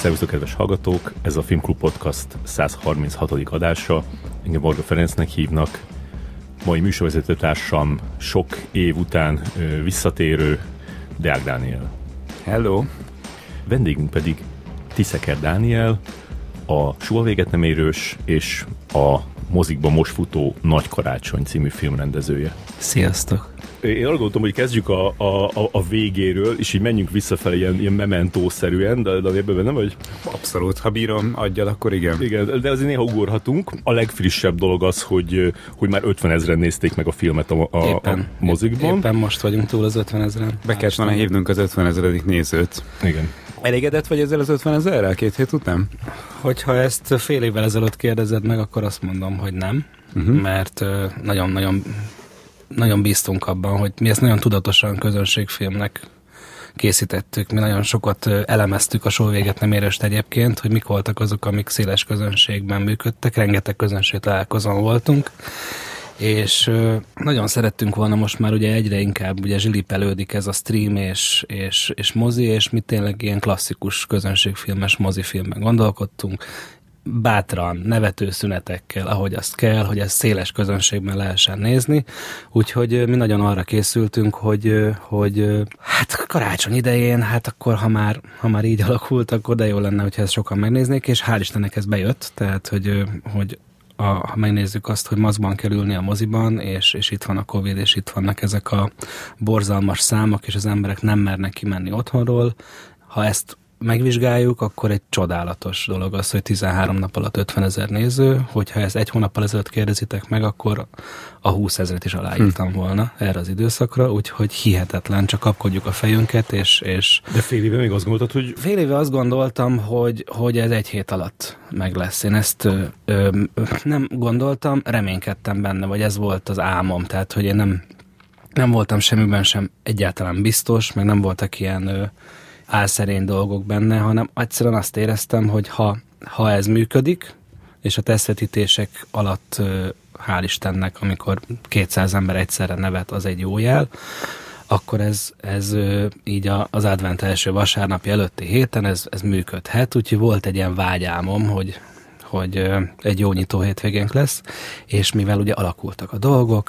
Szervusztok, kedves hallgatók! Ez a Filmklub Podcast 136. adása. Engem Varga Ferencnek hívnak. Mai műsorvezetőtársam sok év után visszatérő Deák Dániel. Hello! Vendégünk pedig Tiszeker Dániel, a Soha véget nem érős és a mozikban most futó Nagy Karácsony című filmrendezője. Sziasztok! Én arra gondoltam, hogy kezdjük a végéről, és így menjünk visszafelé ilyen mementószerűen, de ebben nem vagy? Abszolút, ha bírom, adjad, akkor igen. Igen, de azért néha ugorhatunk. A legfrissebb dolog az, hogy már 50 000-en nézték meg a filmet a mozikban. Éppen most vagyunk túl az 50 000-en. Be kellett volna hívnunk az 50 000. nézőt. Igen. Elégedett vagy ezzel az 50 000-rel 2 hét után? Hogyha ezt fél évvel ezelőtt kérdezed meg, akkor azt mondom, hogy nem, mert nagyon bíztunk abban, hogy mi ezt nagyon tudatosan közönségfilmnek készítettük. Mi nagyon sokat elemeztük a Soha véget nem érőst egyébként, hogy mik voltak azok, amik széles közönségben működtek. Rengeteg közönség találkozón voltunk, és nagyon szerettünk volna most már ugye egyre inkább ugye zsilipelődik ez a stream és mozi, és mi tényleg ilyen klasszikus közönségfilmes mozifilmben gondolkodtunk, bátran, nevető szünetekkel, ahogy azt kell, hogy ezt széles közönségben lehessen nézni. Úgyhogy mi nagyon arra készültünk, hogy hát karácsony idején, hát akkor ha már így alakult, akkor de jó lenne, hogyha ezt sokan megnéznék, és hál' Istennek ez bejött, tehát hogy ha megnézzük azt, hogy maszkban kell ülni a moziban, és itt van a Covid, és itt vannak ezek a borzalmas számok, és az emberek nem mernek kimenni otthonról, ha ezt megvizsgáljuk, akkor egy csodálatos dolog az, hogy 13 nap alatt 50 000 néző, hogyha ezt egy hónappal ezelőtt kérdezitek meg, akkor a 20 000-et is aláírtam volna erre az időszakra, úgyhogy hihetetlen, csak kapkodjuk a fejünket, és... De fél éve még azt gondoltad, hogy... Fél éve azt gondoltam, hogy ez egy hét alatt meg lesz. Én ezt nem gondoltam, reménykedtem benne, vagy ez volt az álmom, tehát, hogy én nem voltam semmiben sem egyáltalán biztos, meg nem voltak ilyen álszerény dolgok benne, hanem egyszerűen azt éreztem, hogy ha ez működik, és a tesztvetítések alatt hál' Istennek, amikor 200 ember egyszerre nevet, az egy jó jel, akkor ez így az advent első vasárnapi előtti héten ez működhet, úgyhogy volt egy ilyen vágyálmom, hogy egy jó nyitó hétvégénk lesz, és mivel ugye alakultak a dolgok,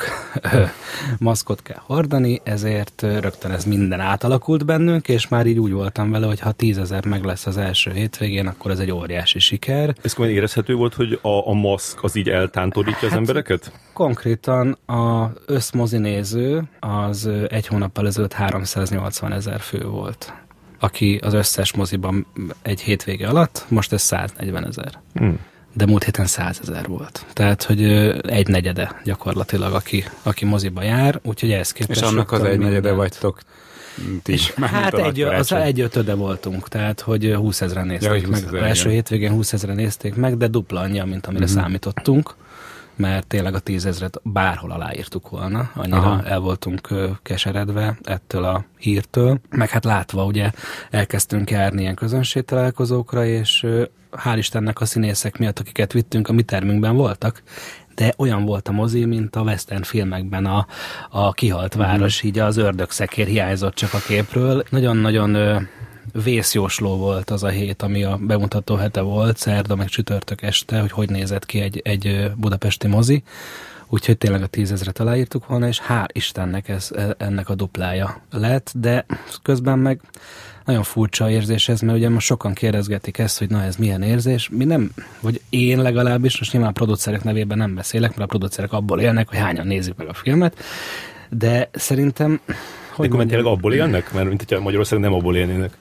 maszkot kell hordani, ezért rögtön ez minden átalakult bennünk, és már így úgy voltam vele, hogy ha 10 000 meg lesz az első hétvégén, akkor ez egy óriási siker. Ez komolyan érezhető volt, hogy a maszk az így eltántorítja az embereket? Konkrétan az összmozinéző az egy hónappal ezelőtt 380 000 fő volt, aki az összes moziban egy hétvége alatt, most ez 140 000. De múlt héten 100 000 volt. Tehát, hogy egy negyede gyakorlatilag, aki moziba jár, úgyhogy ehhez képest... És annak az egy negyede vagytok ti. Hát egy ötöde voltunk, tehát, hogy 20 000 nézték meg. Az első hétvégén 20 000 nézték meg, de dupla annyi, mint amire számítottunk, mert tényleg a 10 000-et bárhol aláírtuk volna, annyira el voltunk keseredve ettől a hírtől, meg hát látva ugye elkezdtünk járni ilyen közönségtalálkozókra, és hál' Istennek a színészek miatt, akiket vittünk, a mi termünkben voltak, de olyan volt a mozi, mint a western filmekben a kihalt város, így az ördögszekér hiányzott csak a képről. Nagyon-nagyon vészjósló volt az a hét, ami a bemutató hete volt, szerda meg csütörtök este, hogy nézett ki egy budapesti mozi. Úgyhogy tényleg a 10 000-et aláírtuk volna, és hál' Istennek ennek a duplája lett, de közben meg nagyon furcsa érzés ez, mert ugye most sokan kérdezgetik ezt, hogy na ez milyen érzés. Mi nem, vagy én legalábbis, most nyilván a producerek nevében nem beszélek, mert a producerek abból élnek, hogy hányan nézik meg a filmet, de szerintem... De kommentjelleg abból élnek? Mert mint hogyha Magyarország nem abból élnének.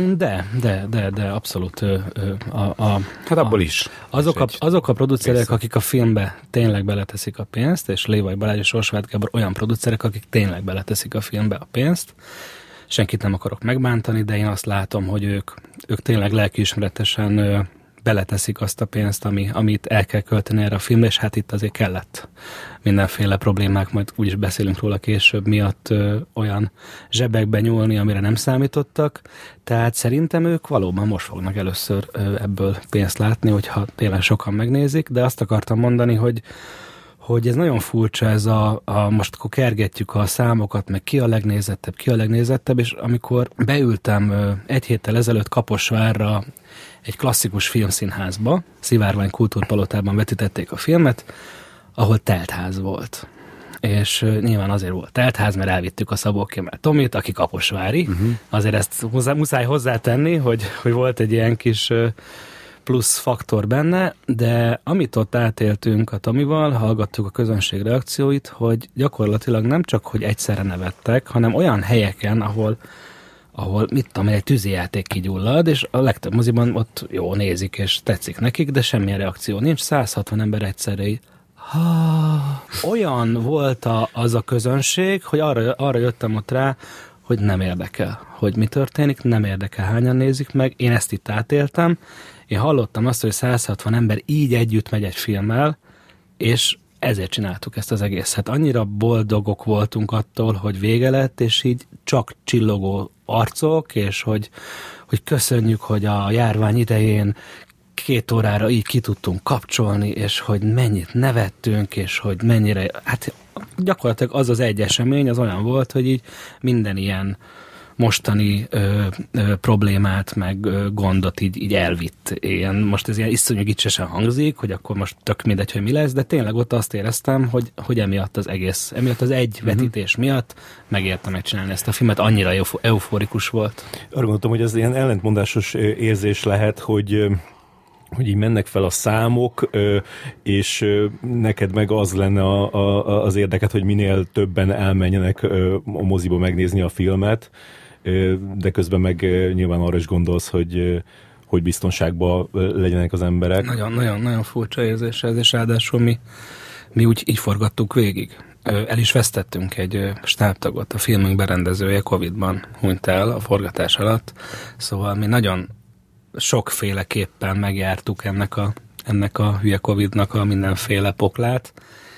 De abszolút. Hát abból is. Azok a producerek, akik a filmbe tényleg beleteszik a pénzt, és Lévai Balázs és Orsváth Gábor olyan producerek, akik tényleg beleteszik a filmbe a pénzt. Senkit nem akarok megbántani, de én azt látom, hogy ők tényleg lelkiismeretesen beleteszik azt a pénzt, amit el kell költeni erre a filmre, és hát itt azért kellett mindenféle problémák, majd úgyis beszélünk róla később, miatt olyan zsebekbe nyúlni, amire nem számítottak. Tehát szerintem ők valóban most fognak először ebből pénzt látni, hogyha tényleg sokan megnézik, de azt akartam mondani, hogy ez nagyon furcsa, ez most akkor kergetjük a számokat, meg ki a legnézettebb, és amikor beültem egy héttel ezelőtt Kaposvárra egy klasszikus filmszínházba, Szivárvány Kultúrpalotában vetítették a filmet, ahol teltház volt. És nyilván azért volt teltház, mert elvittük a Szabó Kemel Tomit, aki kaposvári. Azért ezt muszáj hozzátenni, hogy volt egy ilyen kis plusz faktor benne, de amit ott átéltünk a Tomival, hallgattuk a közönség reakcióit, hogy gyakorlatilag nem csak, hogy egyszerre nevettek, hanem olyan helyeken, ahol mit tudom, egy tűzijáték kigyullad, és a legtöbb moziban ott jó nézik, és tetszik nekik, de semmilyen reakció nincs, 160 ember egyszerre így. Olyan volt az a közönség, hogy arra jöttem ott rá, hogy nem érdekel, hogy mi történik, nem érdekel, hányan nézik meg, én ezt itt átéltem, én hallottam azt, hogy 160 ember így együtt megy egy filmmel, és ezért csináltuk ezt az egészet. Annyira boldogok voltunk attól, hogy vége lett, és így csak csillogó arcok, és hogy köszönjük, hogy a járvány idején 2 órára így ki tudtunk kapcsolni, és hogy mennyit nevettünk, és hogy mennyire, hát gyakorlatilag az egy esemény, az olyan volt, hogy így minden ilyen mostani problémát, meg gondot így elvitt. Most ez ilyen iszonyú gicsesen hangzik, hogy akkor most tök mindegy, hogy mi lesz, de tényleg ott azt éreztem, hogy emiatt az egy vetítés miatt megértem megcsinálni ezt a filmet, annyira euforikus volt. Arra gondoltam, hogy ez ilyen ellentmondásos érzés lehet, hogy így mennek fel a számok, és neked meg az lenne az érdeket, hogy minél többen elmenjenek a moziba megnézni a filmet, de közben meg nyilván arra is gondolsz, hogy biztonságban legyenek az emberek. Nagyon furcsa érzés ez, és ráadásul mi úgy így forgattuk végig. El is vesztettünk egy stábtagot, a filmünk berendezője Covid-ban hunyt el a forgatás alatt, szóval mi nagyon sokféleképpen megjártuk ennek a hülye Covid-nak a mindenféle poklát,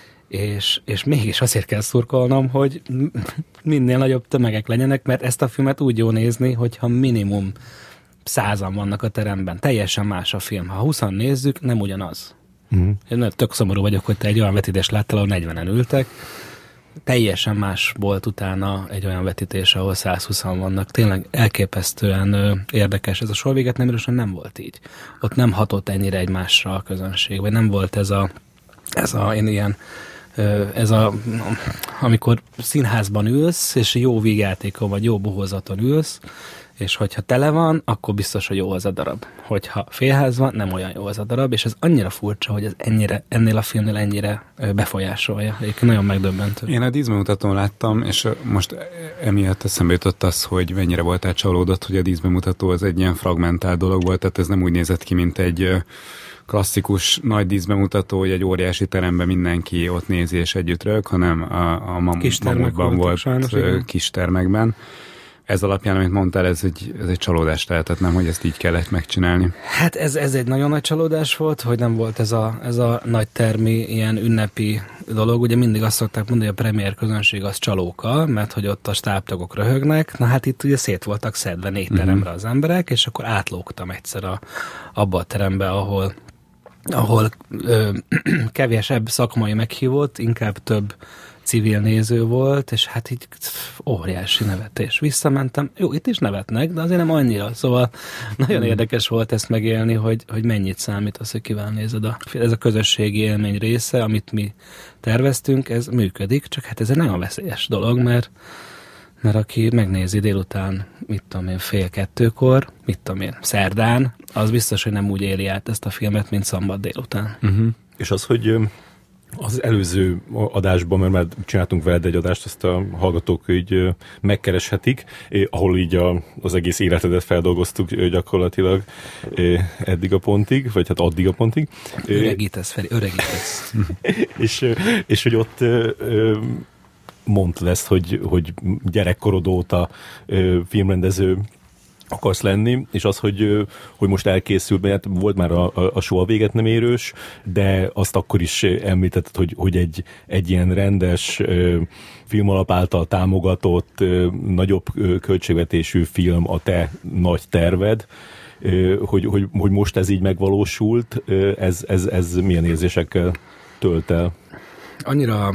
és mégis azért kell szurkolnom, hogy minél nagyobb tömegek legyenek, mert ezt a filmet úgy jó nézni, hogyha minimum 100-an vannak a teremben. Teljesen más a film. Ha 20-an nézzük, nem ugyanaz. Én tök szomorú vagyok, hogy te egy olyan vetítést láttál, ahol 40-en ültek. Teljesen más volt utána egy olyan vetítés, ahol 120-an vannak. Tényleg elképesztően érdekes. Ez a Sorvéget nemrősen nem volt így. Ott nem hatott ennyire egymásra a közönség, vagy nem volt amikor színházban ülsz, és jó vígjátékon vagy jó bohózaton ülsz, és hogyha tele van, akkor biztos, hogy jó az a darab. Hogyha félház van, nem olyan jó az a darab, és ez annyira furcsa, hogy ez ennél a filmnél ennyire befolyásolja. Egyébként nagyon megdöbbentő. Én a díszbemutatón láttam, és most emiatt eszembe jutott az, hogy mennyire voltál csalódott, hogy a díszbemutató az egy ilyen fragmentált dolog volt, tehát ez nem úgy nézett ki, mint egy klasszikus nagy díszbemutató, hogy egy óriási teremben mindenki ott nézi és együtt rög, hanem a mamutban volt kis termekben. Ez alapján, amit mondtál, ez egy csalódás lehetett, nem, hogy ezt így kellett megcsinálni? Hát ez egy nagyon nagy csalódás volt, hogy nem volt ez a nagy termi, ilyen ünnepi dolog. Ugye mindig azt szokták mondani, hogy a premier közönség az csalóka, mert hogy ott a stábtagok röhögnek. Na hát itt ugye szét voltak szedve 4 teremre az emberek, és akkor átlógtam egyszer abba a terembe, ahol kevesebb szakmai meghívott, inkább több civil néző volt, és hát így óriási nevetés. Visszamentem, jó, itt is nevetnek, de azért nem annyira, szóval nagyon érdekes volt ezt megélni, hogy mennyit számít az, hogy kivel nézed. Ez a közösségi élmény része, amit mi terveztünk, ez működik, csak hát ez egy nagyon veszélyes dolog, mert aki megnézi délután, mit tudom én, 1:30, mit tudom én, szerdán, az biztos, hogy nem úgy éli át ezt a filmet, mint szombat délután. És az, hogy az előző adásban, mert már csináltunk veled egy adást, azt a hallgatók így megkereshetik, ahol így az egész életedet feldolgoztuk gyakorlatilag eddig a pontig, vagy hát addig a pontig. Öregítesz, Feri, öregítesz. és hogy ott mondtad ezt, hogy gyerekkorod óta filmrendező akarsz lenni, és az, hogy most elkészült, mert volt már a Soha véget nem érős, de azt akkor is említetted, hogy egy ilyen rendes filmalap által támogatott, nagyobb költségvetésű film a te nagy terved, hogy most ez így megvalósult, ez milyen érzésekkel tölt el? Annyira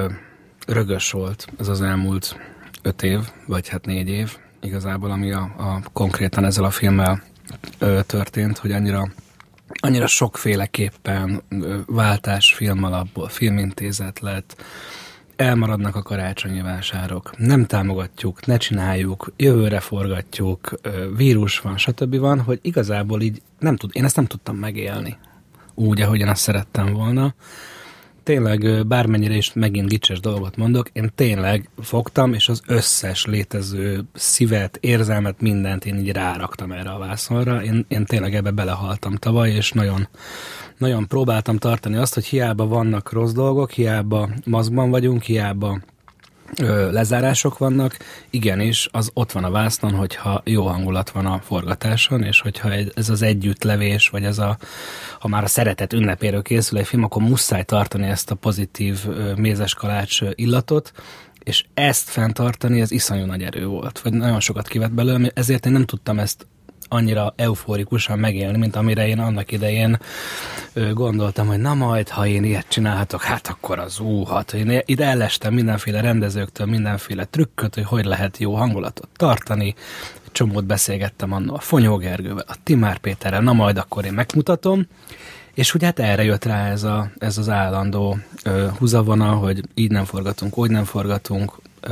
rögös volt ez az elmúlt 5 év, vagy hát 4 év igazából, ami a konkrétan ezzel a filmmel történt, hogy annyira sokféleképpen váltás filmalapból, filmintézet lett, elmaradnak a karácsonyi vásárok, nem támogatjuk, ne csináljuk, jövőre forgatjuk, vírus van, stb. Van, hogy igazából így én ezt nem tudtam megélni úgy, ahogyan azt szerettem volna. Tényleg, bármennyire is megint gicses dolgot mondok, én tényleg fogtam, és az összes létező szívet, érzelmet, mindent én így ráraktam erre a vászonra. Én tényleg ebbe belehaltam tavaly, és nagyon, nagyon próbáltam tartani azt, hogy hiába vannak rossz dolgok, hiába maszkban vagyunk, hiába lezárások vannak, igenis, az ott van a vásznon, hogyha jó hangulat van a forgatáson, és hogyha ez az együttlevés, vagy ha már a szeretet ünnepéről készül egy film, akkor muszáj tartani ezt a pozitív mézes kalács illatot, és ezt fenntartani, ez iszonyú nagy erő volt, vagy nagyon sokat kivett belőle, ezért én nem tudtam ezt annyira euforikusan megélni, mint amire én annak idején gondoltam, hogy na majd, ha én ilyet csinálhatok, hát akkor az hát én ide ellestem mindenféle rendezőktől, mindenféle trükköt, hogy lehet jó hangulatot tartani, csomót beszélgettem annól a Fonyó Gergővel, a Timár Péterrel, na majd akkor én megmutatom, és úgy hát erre jött rá ez az állandó húzavona, hogy így nem forgatunk, úgy nem forgatunk,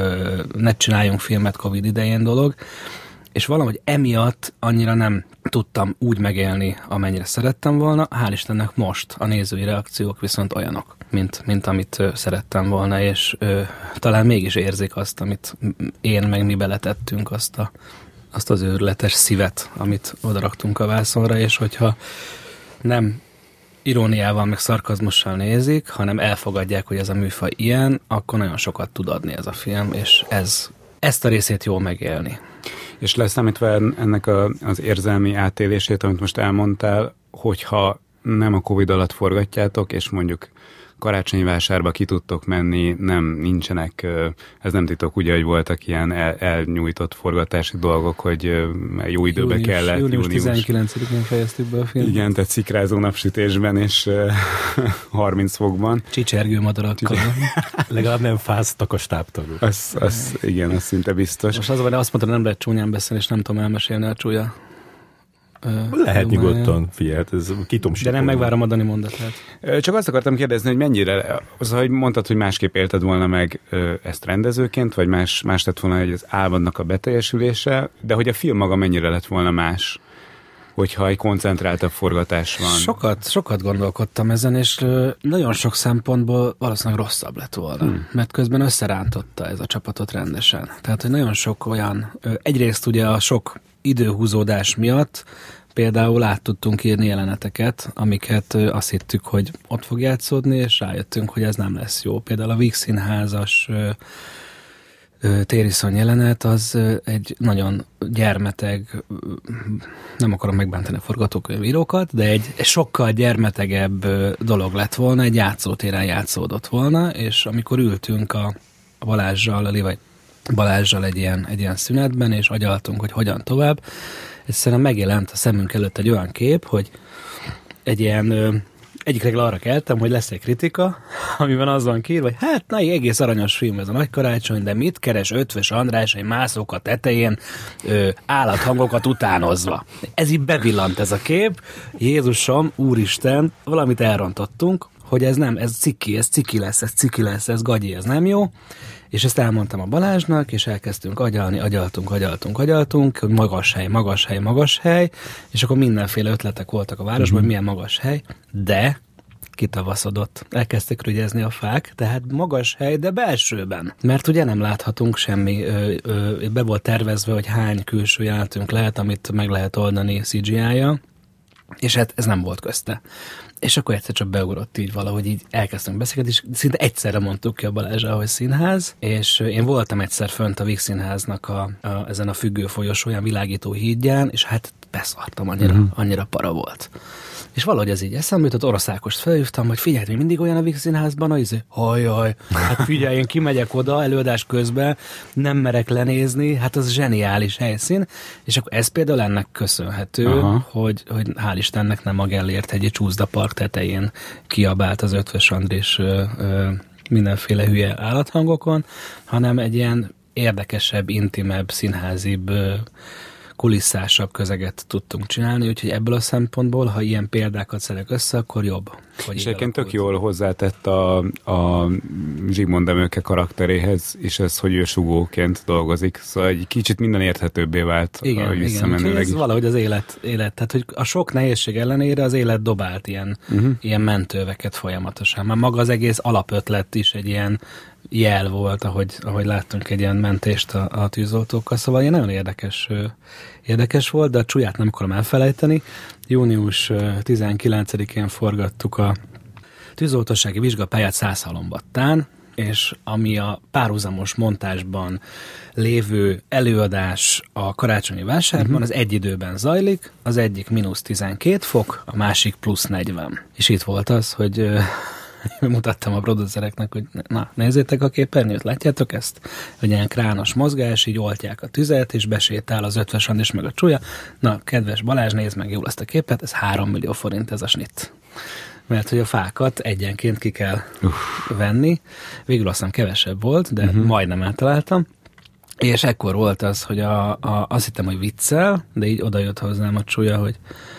ne csináljunk filmet Covid idején dolog, és valahogy emiatt annyira nem tudtam úgy megélni, amennyire szerettem volna. Hál' Istennek most a nézői reakciók viszont olyanok, mint amit szerettem volna, és talán mégis érzik azt, amit én meg mi beletettünk, azt az őrületes szívet, amit odaraktunk a vászonra, és hogyha nem iróniával, meg szarkazmussal nézik, hanem elfogadják, hogy ez a műfaj ilyen, akkor nagyon sokat tud adni ez a film, és ezt a részét jól megélni. És leszámítva ennek az érzelmi átélését, amit most elmondtál, hogyha nem a Covid alatt forgatjátok, és mondjuk karácsonyi vásárba ki tudtok menni, nincsenek, ez nem titok, ugye, hogy voltak ilyen elnyújtott forgatási dolgok, hogy jó időbe kellett. Június 19-én fejeztük be a filmet. Igen, tehát szikrázó napsütésben és 30 fokban. Csicsergő madarakkal. Legalább nem fáztak a stábtagok. Igen, az szinte biztos. Most az van, azt mondta, nem lehet csúnyán beszélni, és nem tudom elmesélni a csúlya. Lehet nyugodtan, figyelj, ez kitomsítom. De nem megvárom a Dani mondatát. Csak azt akartam kérdezni, hogy mennyire, hogy mondtad, hogy másképp élted volna meg ezt rendezőként, vagy más lett volna az álmodnak a beteljesülése, de hogy a film maga mennyire lett volna más, hogyha egy koncentráltabb forgatás van. Sokat gondolkodtam ezen, és nagyon sok szempontból valószínűleg rosszabb lett volna, mert közben összerántotta ez a csapatot rendesen. Tehát, hogy nagyon sok olyan, egyrészt ugye a sok időhúzódás miatt például át tudtunk írni jeleneteket, amiket azt hittük, hogy ott fog játszódni, és rájöttünk, hogy ez nem lesz jó. Például a Víg Színházas Tériszony jelenet az egy nagyon gyermeteg, nem akarom megbántani a forgatókönyvírókat, de egy sokkal gyermetegebb dolog lett volna, egy játszótéren játszódott volna, és amikor ültünk a Balázsral egy ilyen szünetben, és agyaltunk, hogy hogyan tovább, egyszerűen megjelent a szemünk előtt egy olyan kép, hogy egy ilyen egyik reggel arra keltem, hogy lesz egy kritika, amiben az van kiírva, hogy hát na, egész aranyos film ez a Nagy Karácsony, de mit keres Ötvös András egy mászóka tetején állathangokat utánozva. Ez így bevillant ez a kép. Jézusom, Úristen, valamit elrontottunk, hogy ez ciki lesz, ez gagyi, ez nem jó. És ezt elmondtam a Balázsnak, és elkezdtünk agyaltunk, hogy magas hely, és akkor mindenféle ötletek voltak a városban, hogy milyen magas hely, de kitavaszodott. Elkezdtek rügyezni a fák, tehát magas hely, de belsőben. Mert ugye nem láthatunk semmi, be volt tervezve, hogy hány külső jelenetünk lehet, amit meg lehet oldani CGI-jal, és hát ez nem volt közte. És akkor egyszer csak beugrott így valahogy, így elkezdtünk beszélgetni, és szinte egyszerre mondtuk ki a Balázsra, hogy színház, és én voltam egyszer fönt a Víg Színháznak ezen a függő folyosóján, világító hídján, és hát beszartam, annyira para volt. És valahogy ez így eszembe jutott, Orosz Ákost felhívtam, hogy figyelj, még mindig olyan a Víg Színházban, hajjaj, hát figyelj, én kimegyek oda előadás közben, nem merek lenézni, hát az zseniális helyszín, és akkor ez például ennek köszönhető, hogy hál' Istennek nem a Gellért hegyi Csúszda Park tetején kiabált az Ötvös Andrés mindenféle hülye állathangokon, hanem egy ilyen érdekesebb, intimebb, színházibb, kulisszásabb közeget tudtunk csinálni, úgyhogy ebből a szempontból, ha ilyen példákat szedek össze, akkor jobb. És egyébként tök jól hozzátett a Zsigmond Emőke karakteréhez, és ez, hogy ő sugóként dolgozik. Szóval egy kicsit minden érthetőbbé vált. Igen, ez valahogy az élet. Tehát, hogy a sok nehézség ellenére az élet dobált ilyen mentőveket folyamatosan. Már maga az egész alapötlet is egy ilyen jel volt, ahogy láttunk egy ilyen mentést a tűzoltókkal, szóval ilyen nagyon érdekes volt, de a csúlyát nem akarom elfelejteni. Június 19-én forgattuk a tűzoltósági vizsgapályát Szászhalombattán, és ami a párhuzamos montásban lévő előadás a Karácsonyi Vásárban, az egy időben zajlik, az egyik -12 fok, a másik +40. És itt volt az, hogy mutattam a producereknek, hogy na, nézzétek a képernyőt, látjátok ezt? Hogy ilyen krános mozgás, így oltják a tüzet, és besétál az Ötvös Andis meg a csúlya. Na, kedves Balázs, nézd meg jól ezt a képet, ez 3 millió forint ez a snitt. Mert hogy a fákat egyenként ki kell venni. Végül aztán kevesebb volt, de majdnem eltaláltam. És ekkor volt az, hogy azt hittem, hogy viccel, de így odajött hozzám a csúlya, hogy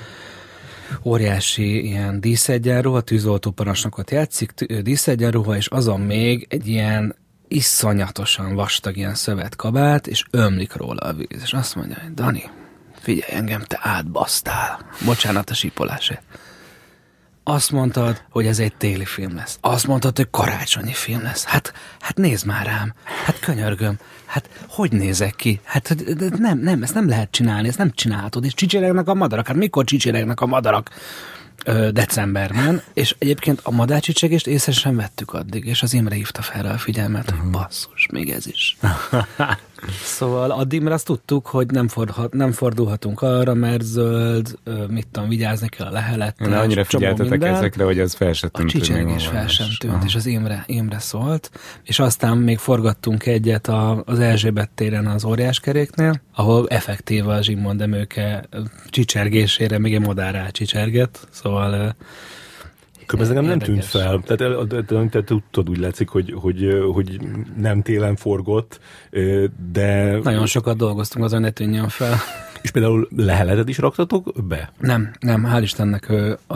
óriási ilyen díszegyenruha, tűzoltóparancsnokot játszik, díszegyenruha, és azon még egy ilyen iszonyatosan vastag ilyen szövetkabát, és ömlik róla a víz. És azt mondja, hogy Dani, figyelj engem, te átbasztál. Bocsánat a sípolásért. Azt mondtad, hogy ez egy téli film lesz. Azt mondtad, hogy karácsonyi film lesz. Hát nézd már rám. Hát könyörgöm. Hát hogy nézek ki? Hát nem, ezt nem lehet csinálni, ezt nem csinálhatod. És csicséregnek a madarak. Hát mikor csicséregnek a madarak? Decemberben, és egyébként a madárcsicsegést észre sem vettük addig, és az Imre hívta fel a figyelmet, hogy basszus, még ez is. Szóval addig, mert azt tudtuk, hogy nem fordulhatunk arra, mert zöld, mit tudom, vigyázni kell a lehelettel. De annyira figyeltetek ezekre, hogy az fel sem tűnt. A csicsegés fel sem tűnt, és az Imre szólt, és aztán még forgattunk egyet az Erzsébet téren az Óriáskeréknél, ahol effektíve a Zsigmond Emőke csicsergésére még egy madár rácsicserget, szóval ez nekem nem tűnt fel. Tehát tudod, úgy látszik, hogy nem télen forgott, de... Nagyon sokat dolgoztunk azon, ne tűnjön fel. És például leheletet is raktatok be? Nem, hál' Istennek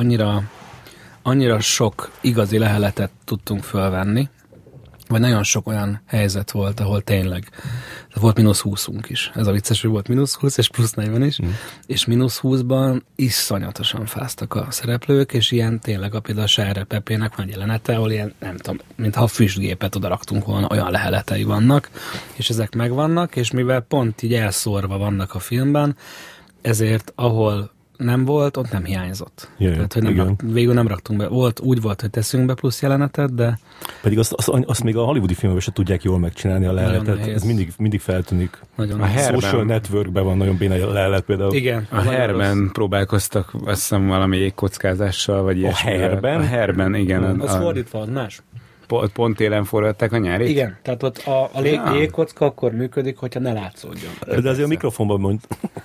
annyira sok igazi leheletet tudtunk fölvenni, vagy nagyon sok olyan helyzet volt, ahol tényleg volt -20-unk is. Ez a vicces, hogy volt -20 és +40 is, és -20-ban iszonyatosan fáztak a szereplők, és ilyen tényleg például a Sárre Pepének van jelenete, ahol ilyen, nem tudom, mintha a füstgépet oda raktunk volna, olyan leheletei vannak, és ezek megvannak, és mivel pont így elszórva vannak a filmben, ezért ahol nem volt, ott nem hiányzott. Tehát, hogy végül nem raktunk be. Úgy volt, hogy teszünk be plusz jelenetet, de... Pedig azt még a hollywoodi filmben se tudják jól megcsinálni a leheletet. Ez mindig feltűnik. Nagyon a Social Networkben van nagyon béna lehelet például. Igen. A Hairben próbálkoztak, azt hiszem valami jégkockázással, vagy ilyesmi. A Hairben? A Hairben, igen. Az fordítva, az más. Pont télen forgatták a nyárit? Igen, tehát ott a jégkocka akkor működik, hogyha ne látszódjon. De azért a mikrofonban mond.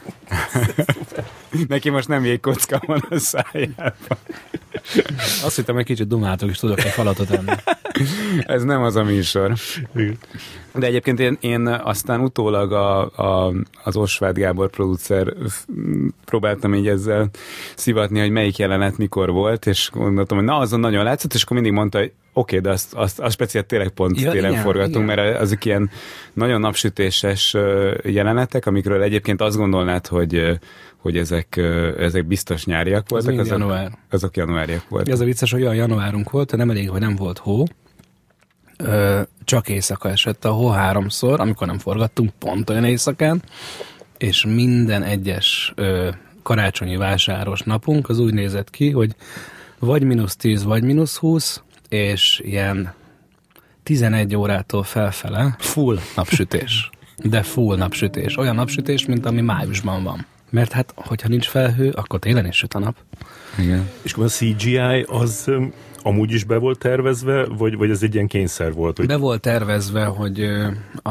Neki most nem jégkocka van a szájában. Azt hittem, hogy kicsit dumáltok, és tudok egy falatot enni. Ez nem az a műsor. De egyébként én aztán utólag az Osváth Gábor producer próbáltam így ezzel szivatni, hogy melyik jelenet mikor volt, és gondoltam, hogy na, azon nagyon látszott, és akkor mindig mondta, hogy oké, de azt speciál tényleg pont télen forgatunk, igen. Mert azok ilyen nagyon napsütéses jelenetek, amikről egyébként azt gondolnád, hogy ezek biztos nyáriak voltak. Azok januáriak voltak. Ez a vicces, hogy olyan januárunk volt, de nem elég, hogy nem volt hó. Csak éjszaka esett a hó 3-szor, amikor nem forgattunk, pont olyan éjszakán, és minden egyes karácsonyi vásáros napunk az úgy nézett ki, hogy vagy -10, vagy -20, és ilyen 11 órától felfele full napsütés. De full napsütés. Olyan napsütés, mint ami májusban van. Mert hát, hogyha nincs felhő, akkor télen is süt a nap. Igen. És akkor a CGI az amúgy is be volt tervezve, vagy ez egy ilyen kényszer volt? Hogy... Be volt tervezve, hogy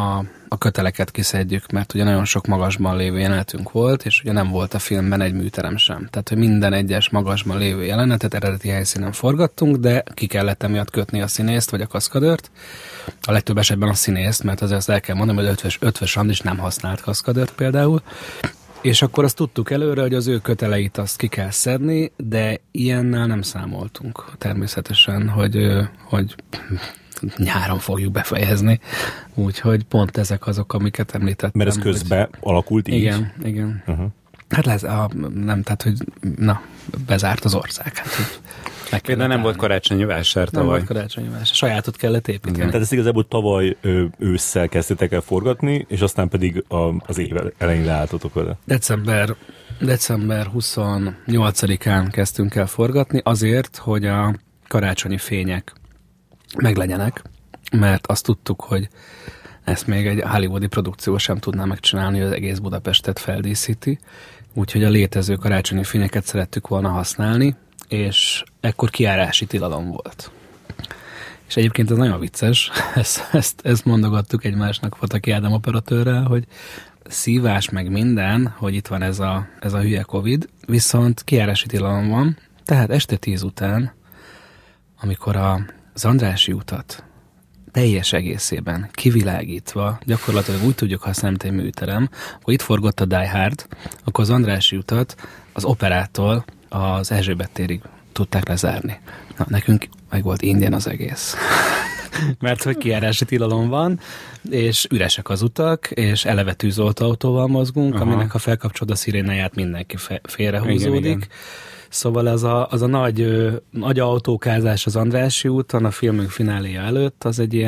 a köteleket kiszedjük, mert ugye nagyon sok magasban lévő jelenetünk volt, és ugye nem volt a filmben egy műterem sem. Tehát, hogy minden egyes magasban lévő jelenetet eredeti helyszínen forgattunk, de ki kellett emiatt kötni a színészt vagy a kaszkadőrt. A legtöbb esetben a színészt, mert azért el kell mondani, hogy Ötvös Andis nem használt kaszkadőrt például. És akkor azt tudtuk előre, hogy az ő köteleit azt ki kell szedni, de ilyennel nem számoltunk természetesen, hogy nyáron fogjuk befejezni. Úgyhogy pont ezek azok, amiket említettem. Mert ez közben alakult így? Igen. Uh-huh. Hát tehát, hogy bezárt az ország. Hát, de nem volt karácsonyi vásár tavaly. Nem volt karácsonyi vásár. Sajátot kellett építeni. Igen. Tehát ezt igazából tavaly ősszel kezdtétek el forgatni, és aztán pedig az év elején leálltatok vele. December 28-án kezdtünk el forgatni azért, hogy a karácsonyi fények meglegyenek, mert azt tudtuk, hogy ezt még egy hollywoodi produkció sem tudná megcsinálni, hogy az egész Budapestet feldíszíti, úgyhogy a létező karácsonyi fényeket szerettük volna használni, és ekkor kijárási tilalom volt. És egyébként ez nagyon vicces, ezt mondogattuk egymásnak Fataki Ádám operatőrrel, hogy szívás meg minden, hogy itt van ez a hülye Covid, viszont kijárási tilalom van, tehát este 10 után, amikor az Andrássy utat teljes egészében kivilágítva, gyakorlatilag úgy tudjuk használni, mint egy műterem, akkor itt forgott a Die Hard, akkor az Andrássy utat az operától az Erzsébet térig tudták lezárni. Na, nekünk meg volt ingyen az egész. Mert hogy kijárási tilalom van, és üresek az utak, és eleve tűzoltóautóval mozgunk, aminek ha felkapcsolod a szirénáját, mindenki félrehúzódik. Igen. Szóval az a nagy autókázás az Andrássy úton, a filmünk fináléja előtt, az egy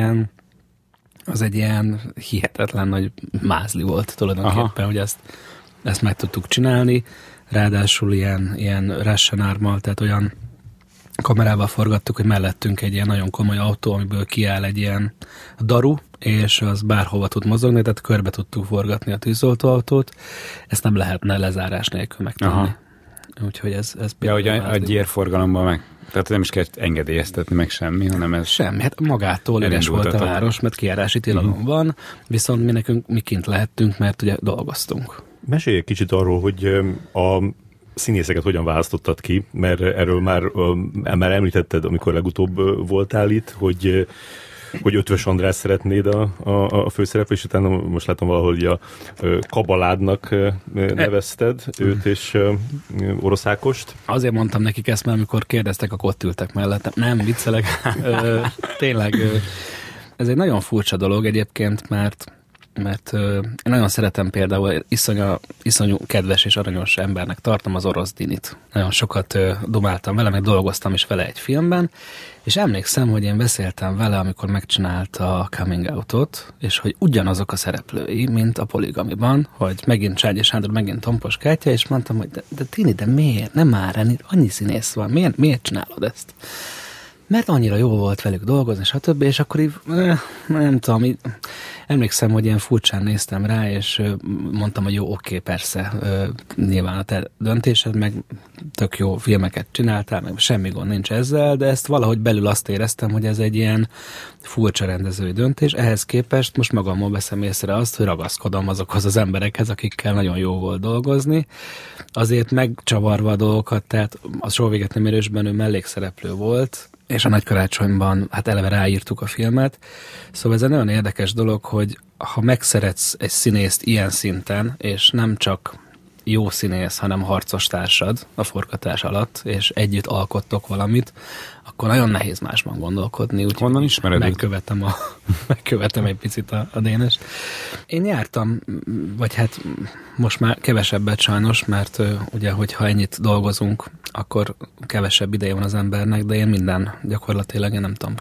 ilyen hihetetlen nagy mázli volt tulajdonképpen, hogy ezt meg tudtuk csinálni. Ráadásul ilyen Russian Arm-mal, tehát olyan kamerával forgattuk, hogy mellettünk egy ilyen nagyon komoly autó, amiből kiáll egy ilyen daru, és az bárhova tud mozogni, tehát körbe tudtuk forgatni a tűzoltóautót. Ezt nem lehetne lezárás nélkül megtenni. Aha. Úgyhogy ez hogy a gyérforgalomban meg, tehát nem is kell engedélyeztetni meg semmi, hanem ez... Semmi, hát magától üres volt a város, mert kijárási tilalom van, viszont mi kint lehettünk, mert ugye dolgoztunk. Mesélj egy kicsit arról, hogy a színészeket hogyan választottad ki, mert erről már említetted, amikor legutóbb voltál itt, hogy Ötvös András szeretnéd a főszereplő, és utána most látom valahol, a Kabaládnak nevezted őt és Orosz Ákost. Azért mondtam nekik ezt, mert amikor kérdeztek, akkor ott ültek mellettem. Nem, viccelek. Tényleg, ez egy nagyon furcsa dolog egyébként, mert én nagyon szeretem például, iszonyú kedves és aranyos embernek tartom az Orosz Dinit. Nagyon sokat dumáltam vele, meg dolgoztam is vele egy filmben, és emlékszem, hogy én beszéltem vele, amikor megcsinálta a Coming Out-ot, és hogy ugyanazok a szereplői, mint a Poligamiban, hogy megint Cságyi Sándor, megint Tompos Kátya, és mondtam, hogy de Tini, de miért? Nem már, annyi színész van, miért csinálod ezt? Mert annyira jó volt velük dolgozni, stb. És akkor így, nem tudom, emlékszem, hogy ilyen furcsán néztem rá, és mondtam, hogy jó, oké, persze, nyilván a te döntésed, meg tök jó filmeket csináltál, meg semmi gond nincs ezzel, de ezt valahogy belül azt éreztem, hogy ez egy ilyen furcsa rendezői döntés. Ehhez képest most magammal veszem észre azt, hogy ragaszkodom azokhoz az emberekhez, akikkel nagyon jó volt dolgozni. Azért megcsavarva a dolgokat, tehát a Soha véget nem érősben ő mellékszereplő volt, és a Nagy Karácsonyban hát eleve ráírtuk a filmet. Szóval ez egy nagyon érdekes dolog, hogy ha megszeretsz egy színészt ilyen szinten, és nem csak jó színész, hanem harcos társad a forgatás alatt, és együtt alkottok valamit, akkor nagyon nehéz másban gondolkodni. Honnan ismered? Megkövetem egy picit a Dénest. Én jártam, vagy hát most már kevesebbet sajnos, mert ugye, hogyha ennyit dolgozunk, akkor kevesebb ideje van az embernek, de én gyakorlatilag, én nem tudom,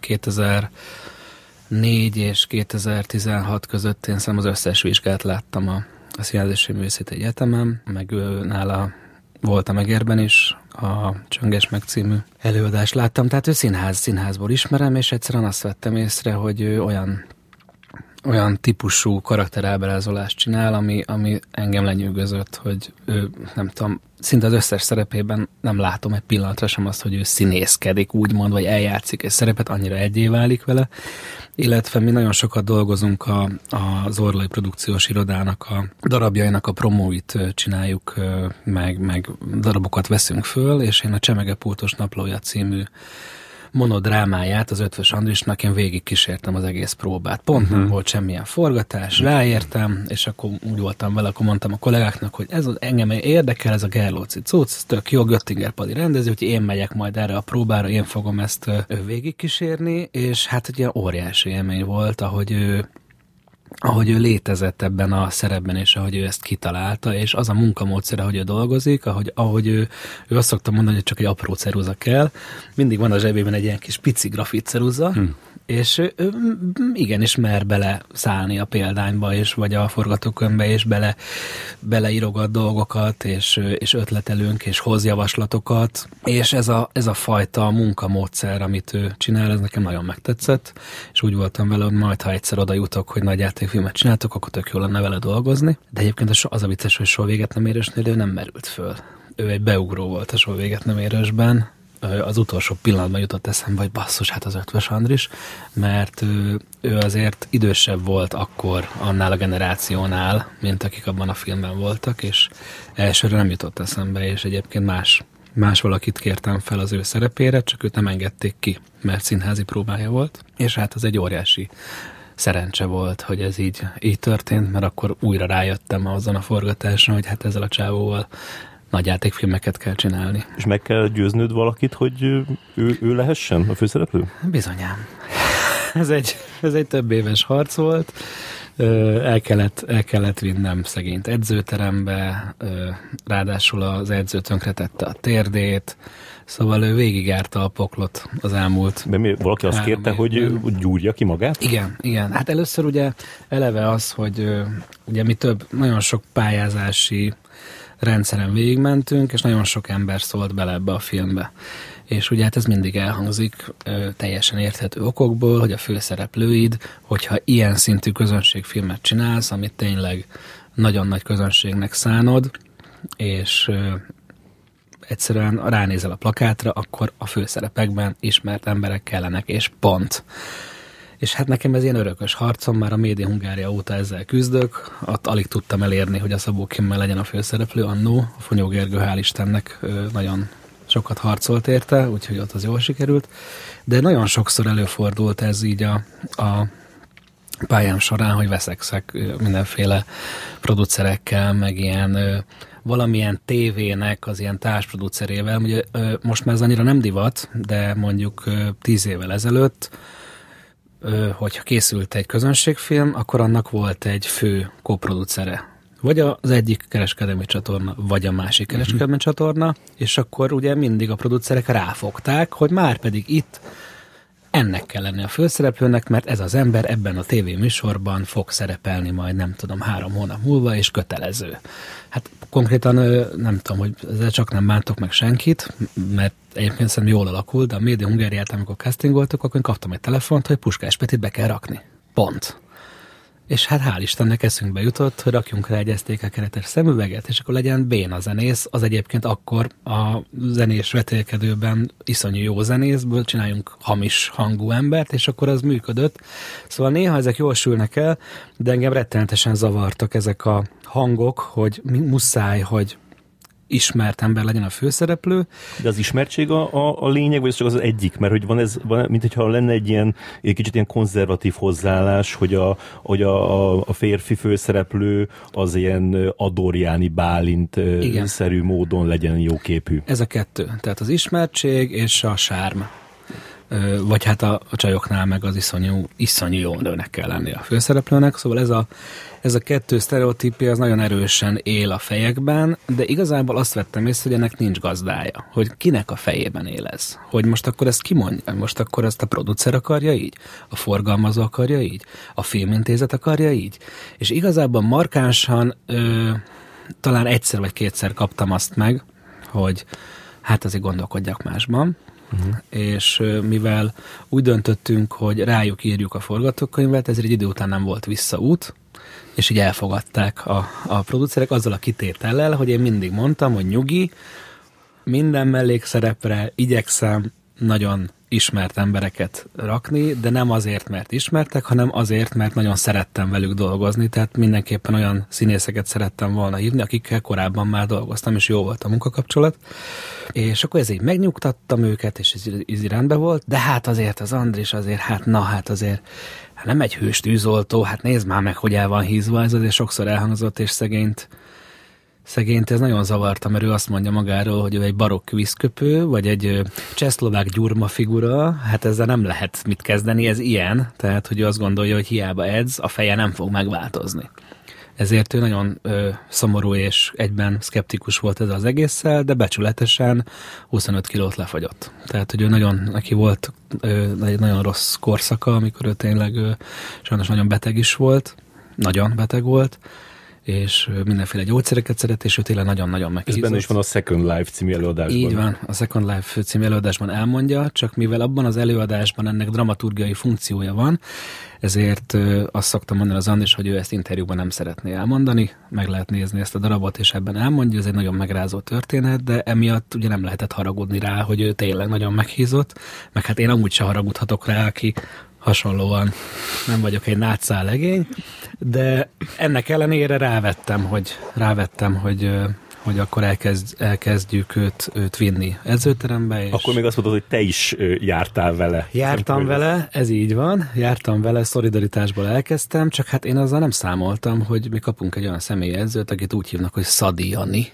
2004 és 2016 között én szerintem az összes vizsgát láttam a Színházi Művészeti Egyetemen, meg nála voltam Egerben is, a Csönges meg című előadást láttam, tehát ő színházból ismerem, és egyszerűen azt vettem észre, hogy ő olyan típusú karakterábrázolást csinál, ami engem lenyűgözött, hogy ő, nem tudom, szinte az összes szerepében nem látom egy pillanatra sem azt, hogy ő színészkedik, úgymond, vagy eljátszik egy szerepet, annyira egyé válik vele, illetve mi nagyon sokat dolgozunk az Orlai Produkciós Irodának a darabjainak a promóit csináljuk, meg darabokat veszünk föl, és én a Csemegepultos Naplója című monodrámáját az Ötvös Andrisnak én végig kísértem az egész próbát. Pont nem volt semmilyen forgatás, ráértem, és akkor úgy voltam vele, akkor mondtam a kollégáknak, hogy engem érdekel, ez a Gerlóci cucc, ez tök jó, Göttinger Pali rendező, hogy én megyek majd erre a próbára, én fogom ezt végig kísérni, és hát egy ilyen óriási élmény volt, ahogy ő létezett ebben a szerepben, és ahogy ő ezt kitalálta, és az a munkamódszer, ahogy ő dolgozik, ahogy ő azt szokta mondani, hogy csak egy apró ceruza kell, mindig van a zsebében egy ilyen kis pici grafit ceruza, és ő igenis mer bele szállni a példányba, és vagy a forgatókönyvbe, és beleírogat dolgokat, és ötletelünk, és hoz javaslatokat, és ez a fajta munkamódszer, amit ő csinál, ez nekem nagyon megtetszett, és úgy voltam vele, hogy majd, ha egyszer oda jutok, hogy nagy játékfilmet csináltok, akkor tök jó lenne vele dolgozni, de egyébként az a vicces, hogy Soha véget nem érősnél ő nem merült föl. Ő egy beugró volt a Soha véget nem érősben, az utolsó pillanatban jutott eszembe, hogy basszus, hát az Ötvös Andris, mert ő azért idősebb volt akkor annál a generációnál, mint akik abban a filmben voltak, és elsőre nem jutott eszembe, és egyébként más valakit kértem fel az ő szerepére, csak őt nem engedték ki, mert színházi próbája volt, és hát az egy óriási szerencse volt, hogy ez így történt, mert akkor újra rájöttem azon a forgatáson, hogy hát ezzel a csávóval nagy játékfilmeket kell csinálni. És meg kell győznöd valakit, hogy ő lehessen a főszereplő? Bizonyám. Ez egy több éves harc volt. El kellett vinnem szegényt edzőterembe, ráadásul az edző tönkretette a térdét, szóval ő végigjárta a poklot az elmúlt. De valaki azt kérte, hogy gyúrja ki magát? Igen. Hát először ugye eleve az, hogy ugye mi nagyon sok pályázási rendszeren végigmentünk, és nagyon sok ember szólt bele ebbe a filmbe. És ugye hát ez mindig elhangzik teljesen érthető okokból, hogy a főszereplőid, hogyha ilyen szintű közönségfilmet csinálsz, amit tényleg nagyon nagy közönségnek szánod, és egyszerűen ránézel a plakátra, akkor a főszerepekben ismert emberek kellenek, és pont. És hát nekem ez ilyen örökös harcom, már a Made in Hungária óta ezzel küzdök, ott alig tudtam elérni, hogy a Szabó Kimmel legyen a főszereplő annó, a Fonyó Gergő hál' Istennek nagyon sokat harcolt érte, úgyhogy ott az jól sikerült, de nagyon sokszor előfordult ez így a pályám során, hogy veszekszek mindenféle producerekkel, meg ilyen valamilyen tévének az ilyen társproducerével. Ugye most már ez annyira nem divat, de mondjuk 10 évvel ezelőtt, hogyha készült egy közönségfilm, akkor annak volt egy fő koproducere. Vagy az egyik kereskedelmi csatorna, vagy a másik kereskedelmi csatorna, és akkor ugye mindig a producerek ráfogták, hogy már pedig itt ennek kell lenni a főszereplőnek, mert ez az ember ebben a tévéműsorban fog szerepelni majd, nem tudom, 3 hónap múlva, és kötelező. Hát konkrétan nem tudom, hogy ezzel csak nem bántok meg senkit, mert egyébként szerintem jól alakult, de a Made in Hungáriát, amikor castingoltuk, akkor én kaptam egy telefont, hogy Puskás Petit be kell rakni. Pont. És hát hál' Istennek eszünkbe jutott, hogy rakjunk rá egy STK-keretes szemüveget, és akkor legyen béna zenész, az egyébként akkor a zenés vetélkedőben iszonyú jó zenészből csináljunk hamis hangú embert, és akkor az működött. Szóval néha ezek jól sülnek el, de engem rettenetesen zavartak ezek a hangok, hogy muszáj, hogy ismert ember legyen a főszereplő. De az ismertség a lényeg, vagy ez csak az egyik? Mert hogy van mint hogyha lenne egy kicsit ilyen konzervatív hozzáállás, hogy a férfi főszereplő az ilyen Adorjáni Bálint-szerű módon legyen jóképű. Ez a kettő. Tehát az ismertség és a sárm. Vagy hát a csajoknál meg az iszonyú jó nőnek kell lenni a főszereplőnek, szóval ez a kettő sztereotípia az nagyon erősen él a fejekben, de igazából azt vettem észre, hogy ennek nincs gazdája, hogy kinek a fejében él ez, hogy most akkor ezt kimondja, most akkor ezt a producer akarja így, a forgalmazó akarja így, a filmintézet akarja így, és igazából markánsan talán egyszer vagy kétszer kaptam azt meg, hogy hát azért gondolkodjak másban, és mivel úgy döntöttünk, hogy rájuk írjuk a forgatókönyvet, ezért egy idő után nem volt visszaút, és így elfogadták a producerek azzal a kitétellel, hogy én mindig mondtam, hogy nyugi, minden mellékszerepre igyekszem nagyon ismert embereket rakni, de nem azért, mert ismertek, hanem azért, mert nagyon szerettem velük dolgozni, tehát mindenképpen olyan színészeket szerettem volna hívni, akikkel korábban már dolgoztam, és jó volt a munkakapcsolat. És akkor ezért megnyugtattam őket, és ez rendben volt, de hát azért az Andris azért, azért nem egy hős tűzoltó, hát nézd már meg, hogy el van hízva, ez azért sokszor elhangzott, és szegényt ez nagyon zavarta, mert ő azt mondja magáról, hogy ő egy barokk vízköpő, vagy egy csehszlovák Gyurma figura, hát ezzel nem lehet mit kezdeni, ez ilyen, tehát hogy ő azt gondolja, hogy hiába edz, a feje nem fog megváltozni. Ezért ő nagyon szomorú és egyben szkeptikus volt ez az egésszel, de becsületesen 25 kilót lefagyott. Tehát, hogy ő neki volt egy nagyon rossz korszaka, amikor ő tényleg sajnos nagyon beteg is volt, nagyon beteg volt, és mindenféle gyógyszereket szeret, és ő tényleg nagyon-nagyon meghízott. Ez benne is van a Second Life című előadásban. Így van, a Second Life című előadásban elmondja, csak mivel abban az előadásban ennek dramaturgiai funkciója van, ezért azt szoktam mondani az Andris, hogy ő ezt interjúban nem szeretné elmondani, meg lehet nézni ezt a darabot, és ebben elmondja, ez egy nagyon megrázó történet, de emiatt ugye nem lehetett haragudni rá, hogy ő tényleg nagyon meghízott, meg hát én amúgy se haragudhatok rá, aki hasonlóan nem vagyok egy nátszál legény, de ennek ellenére rávettem, hogy akkor elkezdjük őt vinni edzőterembe. És akkor még azt mondod, hogy te is jártál vele. Jártam vele, ez így van, szolidaritásból elkezdtem, csak hát én azzal nem számoltam, hogy mi kapunk egy olyan személyi edzőt, akit úgy hívnak, hogy Szadi Jani.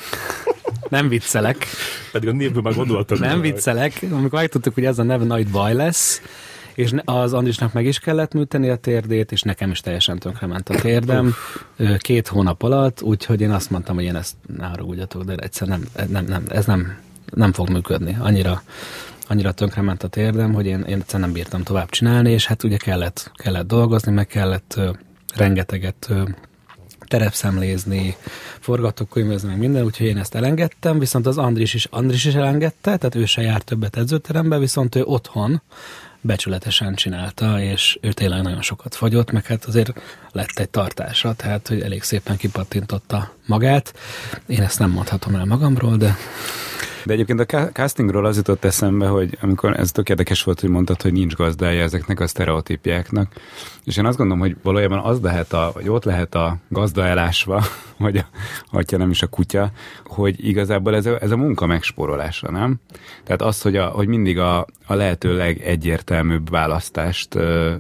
Nem viccelek. Pedig a névből már gondoltam. Nem viccelek. Amikor megtudtuk, hogy ez a neve nagy baj lesz, és az Andrisnak meg is kellett műteni a térdét, és nekem is teljesen tönkrement a térdem 2 hónap alatt, úgyhogy én azt mondtam, hogy én ezt ne haragudjatok, de egyszer ez nem fog működni. Annyira tönkrement a térdem, hogy én egyszer nem bírtam tovább csinálni, és hát ugye kellett dolgozni, meg kellett rengeteget terepszemlézni, forgatókönyvezni, meg minden, úgyhogy én ezt elengedtem, viszont az Andris is elengedte, tehát ő se járt többet edzőterembe, viszont ő otthon becsületesen csinálta, és ő tényleg nagyon sokat fagyott, meg hát azért lett egy tartása, tehát hogy elég szépen kipattintotta magát. Én ezt nem mondhatom el magamról, de egyébként a castingról az jutott eszembe, hogy amikor ez tök érdekes volt, hogy mondtad, hogy nincs gazdája ezeknek a sztereotípiáknak, és én azt gondolom, hogy valójában az lehet vagy ott lehet a gazda elásva, vagy ha nem is a kutya, hogy igazából ez a munka megspórolása, nem? Tehát az, hogy mindig a lehető legegyértelműbb választást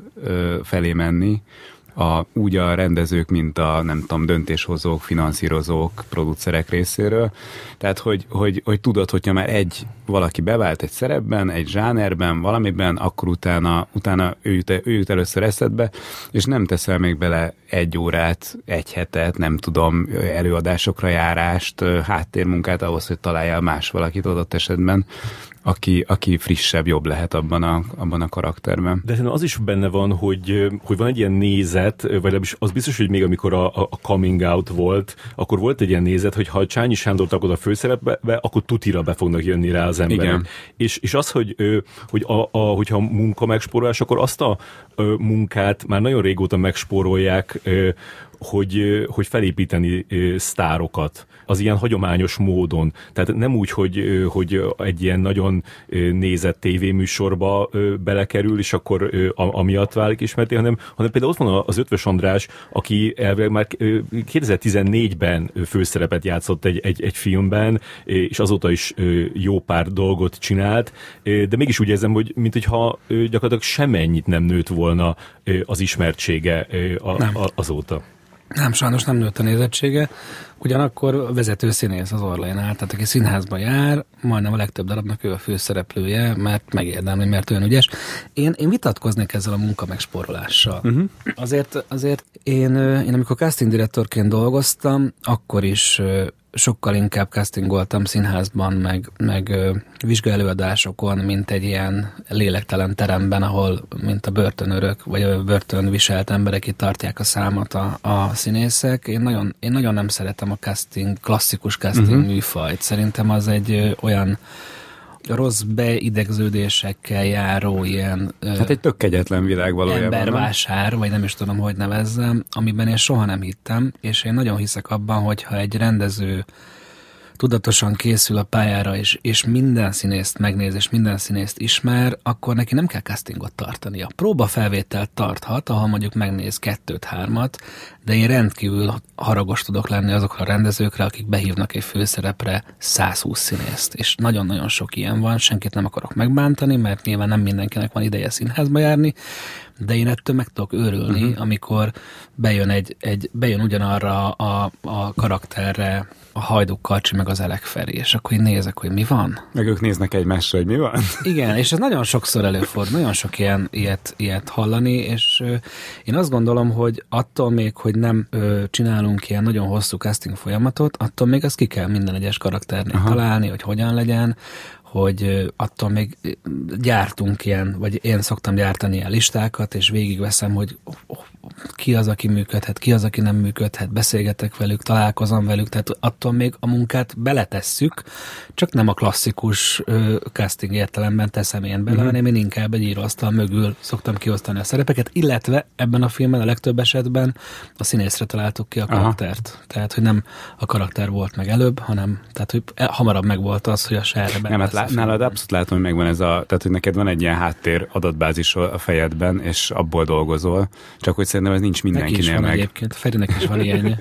felé menni, úgy a rendezők, mint a nem tudom, döntéshozók, finanszírozók, producerek részéről. Tehát, hogy tudod, hogyha már valaki bevált egy szerepben, egy zsánerben, valamiben, akkor utána ő jut először eszedbe, és nem teszel még bele 1 órát, 1 hetet, nem tudom, előadásokra járást, háttérmunkát ahhoz, hogy találjál más valakit adott esetben, aki frissebb, jobb lehet abban a karakterben. De az is benne van, hogy van egy ilyen nézet, vagy legalábbis az biztos, hogy még amikor a coming out volt, akkor volt egy ilyen nézet, hogy ha Csányi Sándort rakod a főszerepbe, akkor tutira be fognak jönni rá az emberek. Igen. És az, hogyha a munka megspórolás, akkor azt a munkát már nagyon régóta megspórolják, hogy felépíteni sztárokat az ilyen hagyományos módon. Tehát nem úgy, hogy egy ilyen nagyon nézett tévéműsorba belekerül, és akkor amiatt válik ismerté, hanem például ott van az Ötvös András, aki elvileg már 2014-ben főszerepet játszott egy filmben, és azóta is jó pár dolgot csinált, de mégis úgy érzem, hogy minthogyha gyakorlatilag semennyit nem nőtt volna az ismertsége azóta. Nem, sajnos nem nőtt a nézettsége. Ugyanakkor vezető színész az Orlainál, tehát aki színházba jár, majdnem a legtöbb darabnak ő a főszereplője, mert megérdemli, mert olyan ügyes. Én vitatkoznék ezzel a munka megspórolással. Azért én amikor casting direktorként dolgoztam, akkor is sokkal inkább castingoltam színházban, meg vizsgaelőadásokon, mint egy ilyen lélektelen teremben, ahol mint a börtönőrök, vagy a börtönviselt emberek itt tartják a számot a színészek. Én nagyon nem szeretem a klasszikus casting műfajt. Szerintem az egy olyan rossz beidegződésekkel járó ilyen hát egy tök kegyetlen világ valójában. Embervásár, vagy nem is tudom, hogy nevezzem, amiben én soha nem hittem, és én nagyon hiszek abban, hogyha egy rendező tudatosan készül a pályára, és minden színészt megnéz, és minden színészt ismer, akkor neki nem kell castingot tartania. Próbafelvételt tarthat, ahol mondjuk megnéz 2-3, de én rendkívül haragos tudok lenni azokra a rendezőkre, akik behívnak egy főszerepre 120 színészt. És nagyon-nagyon sok ilyen van, senkit nem akarok megbántani, mert nyilván nem mindenkinek van ideje színházba járni, de én ettől meg tudok őrülni, amikor bejön ugyanarra a karakterre a Hajduk Karcsi meg az Elek Feri, és akkor én nézek, hogy mi van. Meg ők néznek egymásra, hogy mi van. Igen, és ez nagyon sokszor előfordul, nagyon sok ilyet hallani, és én azt gondolom, hogy attól még, hogy nem csinálunk ilyen nagyon hosszú casting folyamatot, attól még azt ki kell minden egyes karakternél találni, hogy hogyan legyen, hogy attól még gyártunk ilyen, vagy én szoktam gyártani ilyen listákat, és végigveszem, hogy ki az, aki működhet, ki az, aki nem működhet, beszélgetek velük, találkozom velük, tehát attól még a munkát beletesszük, csak nem a klasszikus casting értelemben teszem én bele, hanem én inkább egy íróasztal mögül szoktam kiosztani a szerepeket, illetve ebben a filmben a legtöbb esetben a színészre találtuk ki a karaktert. Tehát, hogy nem a karakter volt meg előbb, hanem tehát, hogy hamarabb megvolt az, hogy a sárra benne lesz. Nálad abszolút látom, hogy megvan ez tehát, hogy neked van egy ilyen háttér adatbázis a fejedben, és abból dolgozol, csak hogy szerintem ez nincs mindenkinél meg. Egyébként, Ferinek is van ilyenje.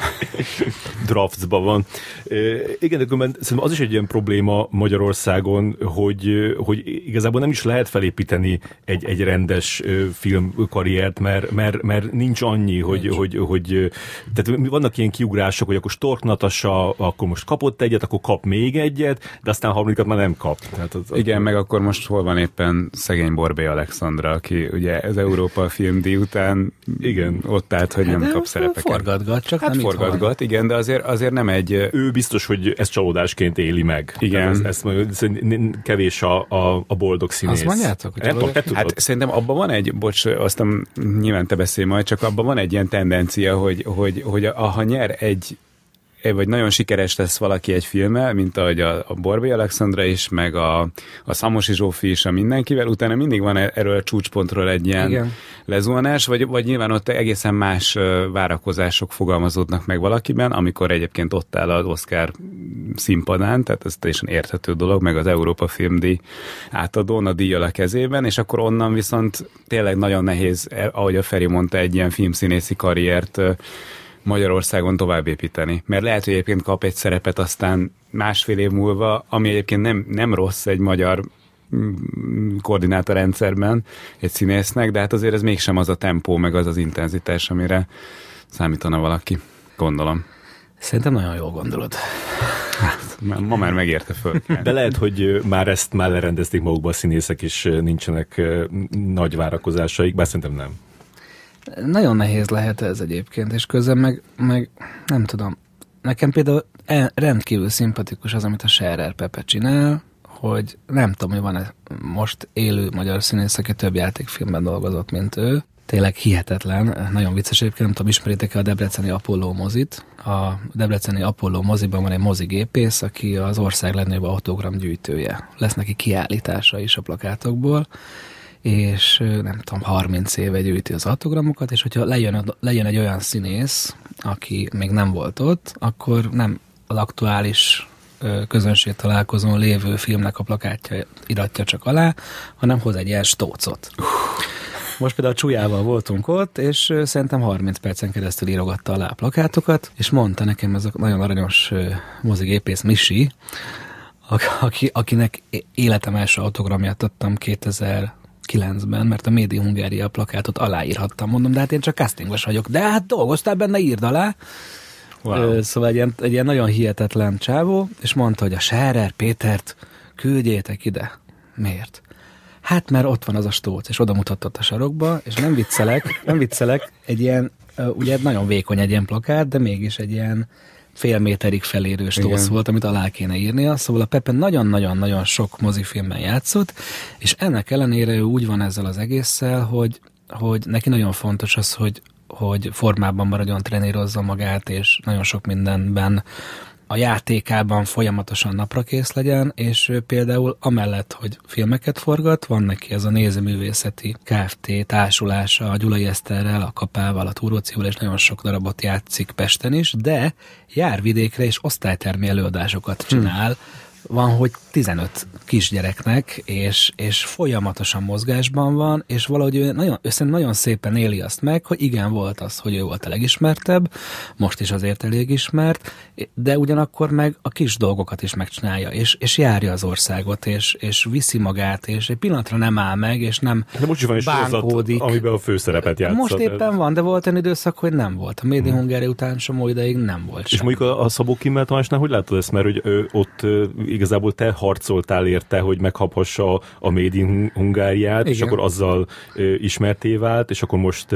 Draftsban van. Igen, de szerintem az is egy ilyen probléma Magyarországon, hogy igazából nem is lehet felépíteni egy rendes filmkarriert, mert nincs annyi, hogy tehát vannak ilyen kiugrások, hogy akkor Stork Natasha, akkor most kapott egyet, akkor kap még egyet, de aztán a harmadikat már nem kap. Tehát igen, meg akkor most hol van éppen szegény Borbély Alexandra, aki ugye az Európa filmdíj után igen, ott állt, hogy nem kap szerepeket. Forgatgat, csak nem forgatgat, igen, de azért nem egy... Ő biztos, hogy ezt csalódásként éli meg. Igen. Ez kevés a boldog színész. Azt mondjátok, hogy hát szerintem abban van egy, aztán nyilván te beszélj majd, csak abban van egy ilyen tendencia, hogy ha nyer vagy nagyon sikeres lesz valaki egy filmmel, mint ahogy a Borbély Alexandra is, meg a Szamosi Zsófi is a mindenkivel, utána mindig van erről a csúcspontról egy ilyen lezuhanás, vagy nyilván ott egészen más várakozások fogalmazódnak meg valakiben, amikor egyébként ott áll az Oscar színpadán, tehát ez teljesen érthető dolog, meg az Európa filmdíj átadón a díjjal a kezében, és akkor onnan viszont tényleg nagyon nehéz, ahogy a Feri mondta, egy ilyen filmszínészi karriert Magyarországon továbbépíteni. Mert lehet, hogy egyébként kap egy szerepet aztán másfél év múlva, ami egyébként nem rossz egy magyar koordinátorrendszerben egy színésznek, de hát azért ez mégsem az a tempó, meg az intenzitás, amire számítana valaki. Gondolom. Szerintem nagyon jól gondolod. Hát, ma már megérte föl. De lehet, hogy már lerendezték magukba a színészek, és nincsenek nagy várakozásaik, bár szerintem nem. Nagyon nehéz lehet ez egyébként, és közben meg nem tudom. Nekem például rendkívül szimpatikus az, amit a Scherer Pepe csinál, hogy nem tudom, hogy van most élő magyar színész, aki több játékfilmben dolgozott, mint ő. Tényleg hihetetlen, nagyon vicces egyébként, nem tudom, ismeritek-e a debreceni Apollo mozit. A debreceni Apollo moziban van egy mozigépész, aki az ország legnagyobb autogram gyűjtője. Lesz neki kiállítása is a plakátokból, és nem tudom, 30 éve gyűjti az autogramokat, és hogyha lejön egy olyan színész, aki még nem volt ott, akkor nem az aktuális közönség találkozón lévő filmnek a plakátja iratja csak alá, hanem hoz egy ilyen stócot. Most például Csujával voltunk ott, és szerintem 30 percen keresztül írogatta alá a plakátokat, és mondta nekem ez a nagyon aranyos mozigépész Misi, akinek életem első autogramját adtam 2009-ben, mert a Médi Hungária plakátot aláírhattam. Mondom, de hát én csak castingos vagyok. De hát dolgoztál benne, írd alá. Wow. Szóval egy ilyen nagyon hihetetlen csávó, és mondta, hogy a Scherer Pétert küldjétek ide. Miért? Hát, mert ott van az a stóc, és oda mutatott a sarokba, és nem viccelek, egy ilyen, ugye nagyon vékony egy ilyen plakát, de mégis egy ilyen fél méterig felérő stóc volt, amit alá kéne írnia. Szóval a Pepe nagyon-nagyon-nagyon sok mozifilmben játszott, és ennek ellenére ő úgy van ezzel az egésszel, hogy neki nagyon fontos az, hogy formában maradjon, trenírozza magát, és nagyon sok mindenben a játékában folyamatosan naprakész legyen, és például amellett, hogy filmeket forgat, van neki ez a nézőművészeti Kft. Társulása a Gyulai Eszterrel, a Kapával, a Túrócival, és nagyon sok darabot játszik Pesten is, de jár vidékre, és osztálytermi előadásokat csinál, van, hogy 15 kisgyereknek, és folyamatosan mozgásban van, és valahogy ő nagyon szépen éli azt meg, hogy igen, volt az, hogy ő volt a legismertebb, most is azért elég ismert, de ugyanakkor meg a kis dolgokat is megcsinálja, és járja az országot, és viszi magát, és egy pillanatra nem áll meg, és nem de most is van egy sorozat, amiben a főszerepet játszott. Most éppen van, de volt egy időszak, hogy nem volt. A Made in Hungary után somó ideig nem volt sem. És mondjuk a Szabó Kimmel Tamásnál hogy látod ezt, mert hogy ott igazából te harcoltál érte, hogy meghaphassa a Made in Hungáriát, és akkor azzal ismerté vált, és akkor most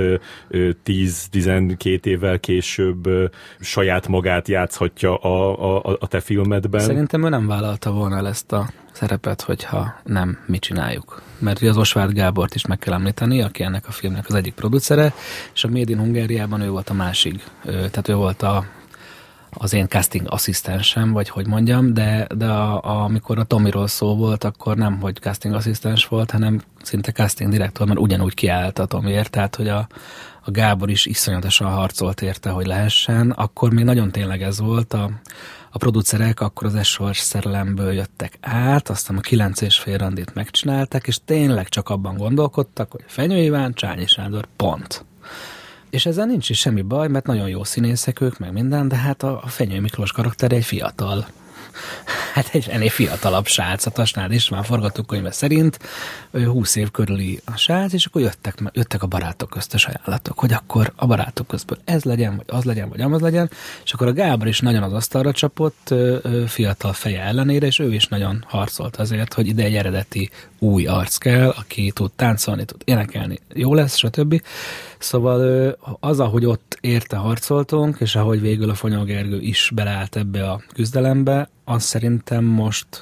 10-12 évvel később saját magát játszhatja a te filmedben. Szerintem ő nem vállalta volna el ezt a szerepet, hogyha nem mi csináljuk. Mert az Osvárd Gábort is meg kell említeni, aki ennek a filmnek az egyik producere, és a Made in Hungáriában ő volt a másik. Tehát ő volt az én casting asszisztensem, vagy hogy mondjam, de amikor a Tomiról szó volt, akkor nem, hogy casting asszisztens volt, hanem szinte casting direktor, mert ugyanúgy kiállt a Tomiért, tehát hogy a Gábor is iszonyatosan harcolt érte, hogy lehessen. Akkor még nagyon tényleg ez volt, a producerek akkor az Esors szerelemből jöttek át, aztán a 9,5 randit megcsinálták, és tényleg csak abban gondolkodtak, hogy Fenyő Iván, Csányi Sándor, pont. És ezzel nincs is semmi baj, mert nagyon jó színészek ők, meg minden, de hát a Fenyő Miklós karakter egy fiatal. Hát egy ennél fiatalabb srác, a Tasnád István forgatókönyve szerint 20 év körüli a srác, és akkor jöttek a barátok köztes ajánlatok, hogy akkor a barátok közből ez legyen, vagy az legyen, vagy amaz legyen, és akkor a Gábor is nagyon az asztalra csapott fiatal feje ellenére, és ő is nagyon harcolt azért, hogy ide egy eredeti új arc kell, aki tud táncolni, tud énekelni, jó lesz, stb. Szóval az, ahogy ott érte harcoltunk, és ahogy végül a Fonyó Gergő is beleállt ebbe a küzdelembe, az szerintem most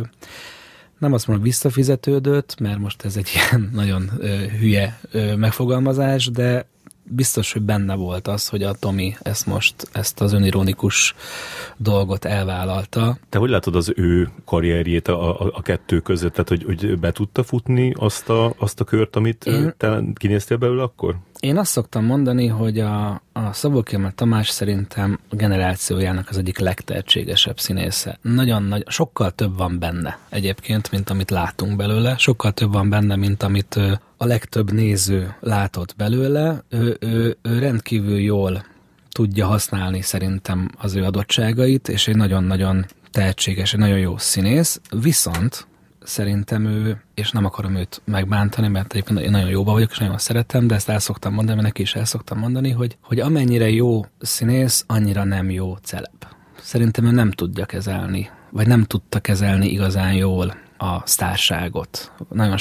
nem azt mondom, visszafizetődött, mert most ez egy ilyen nagyon hülye megfogalmazás, de biztos, hogy benne volt az, hogy a Tomi ezt az önironikus dolgot elvállalta. Te hogy látod az ő karrierjét a kettő között? Tehát, hogy be tudta futni azt a kört, amit te kinéztél belőle akkor? Én azt szoktam mondani, hogy a Szabó Kimmel Tamás szerintem a generációjának az egyik legtehetségesebb színésze. Nagyon sokkal több van benne egyébként, mint amit látunk belőle. Sokkal több van benne, mint amit a legtöbb néző látott belőle. Ő rendkívül jól tudja használni szerintem az ő adottságait, és egy nagyon-nagyon tehetséges, egy nagyon jó színész. Viszont szerintem ő, és nem akarom őt megbántani, mert egyébként én nagyon jóban vagyok, és nagyon szeretem, de ezt el szoktam mondani, mert neki is el szoktam mondani, hogy amennyire jó színész, annyira nem jó celeb. Szerintem ő nem tudja kezelni, vagy nem tudta kezelni igazán jól a sztárságot.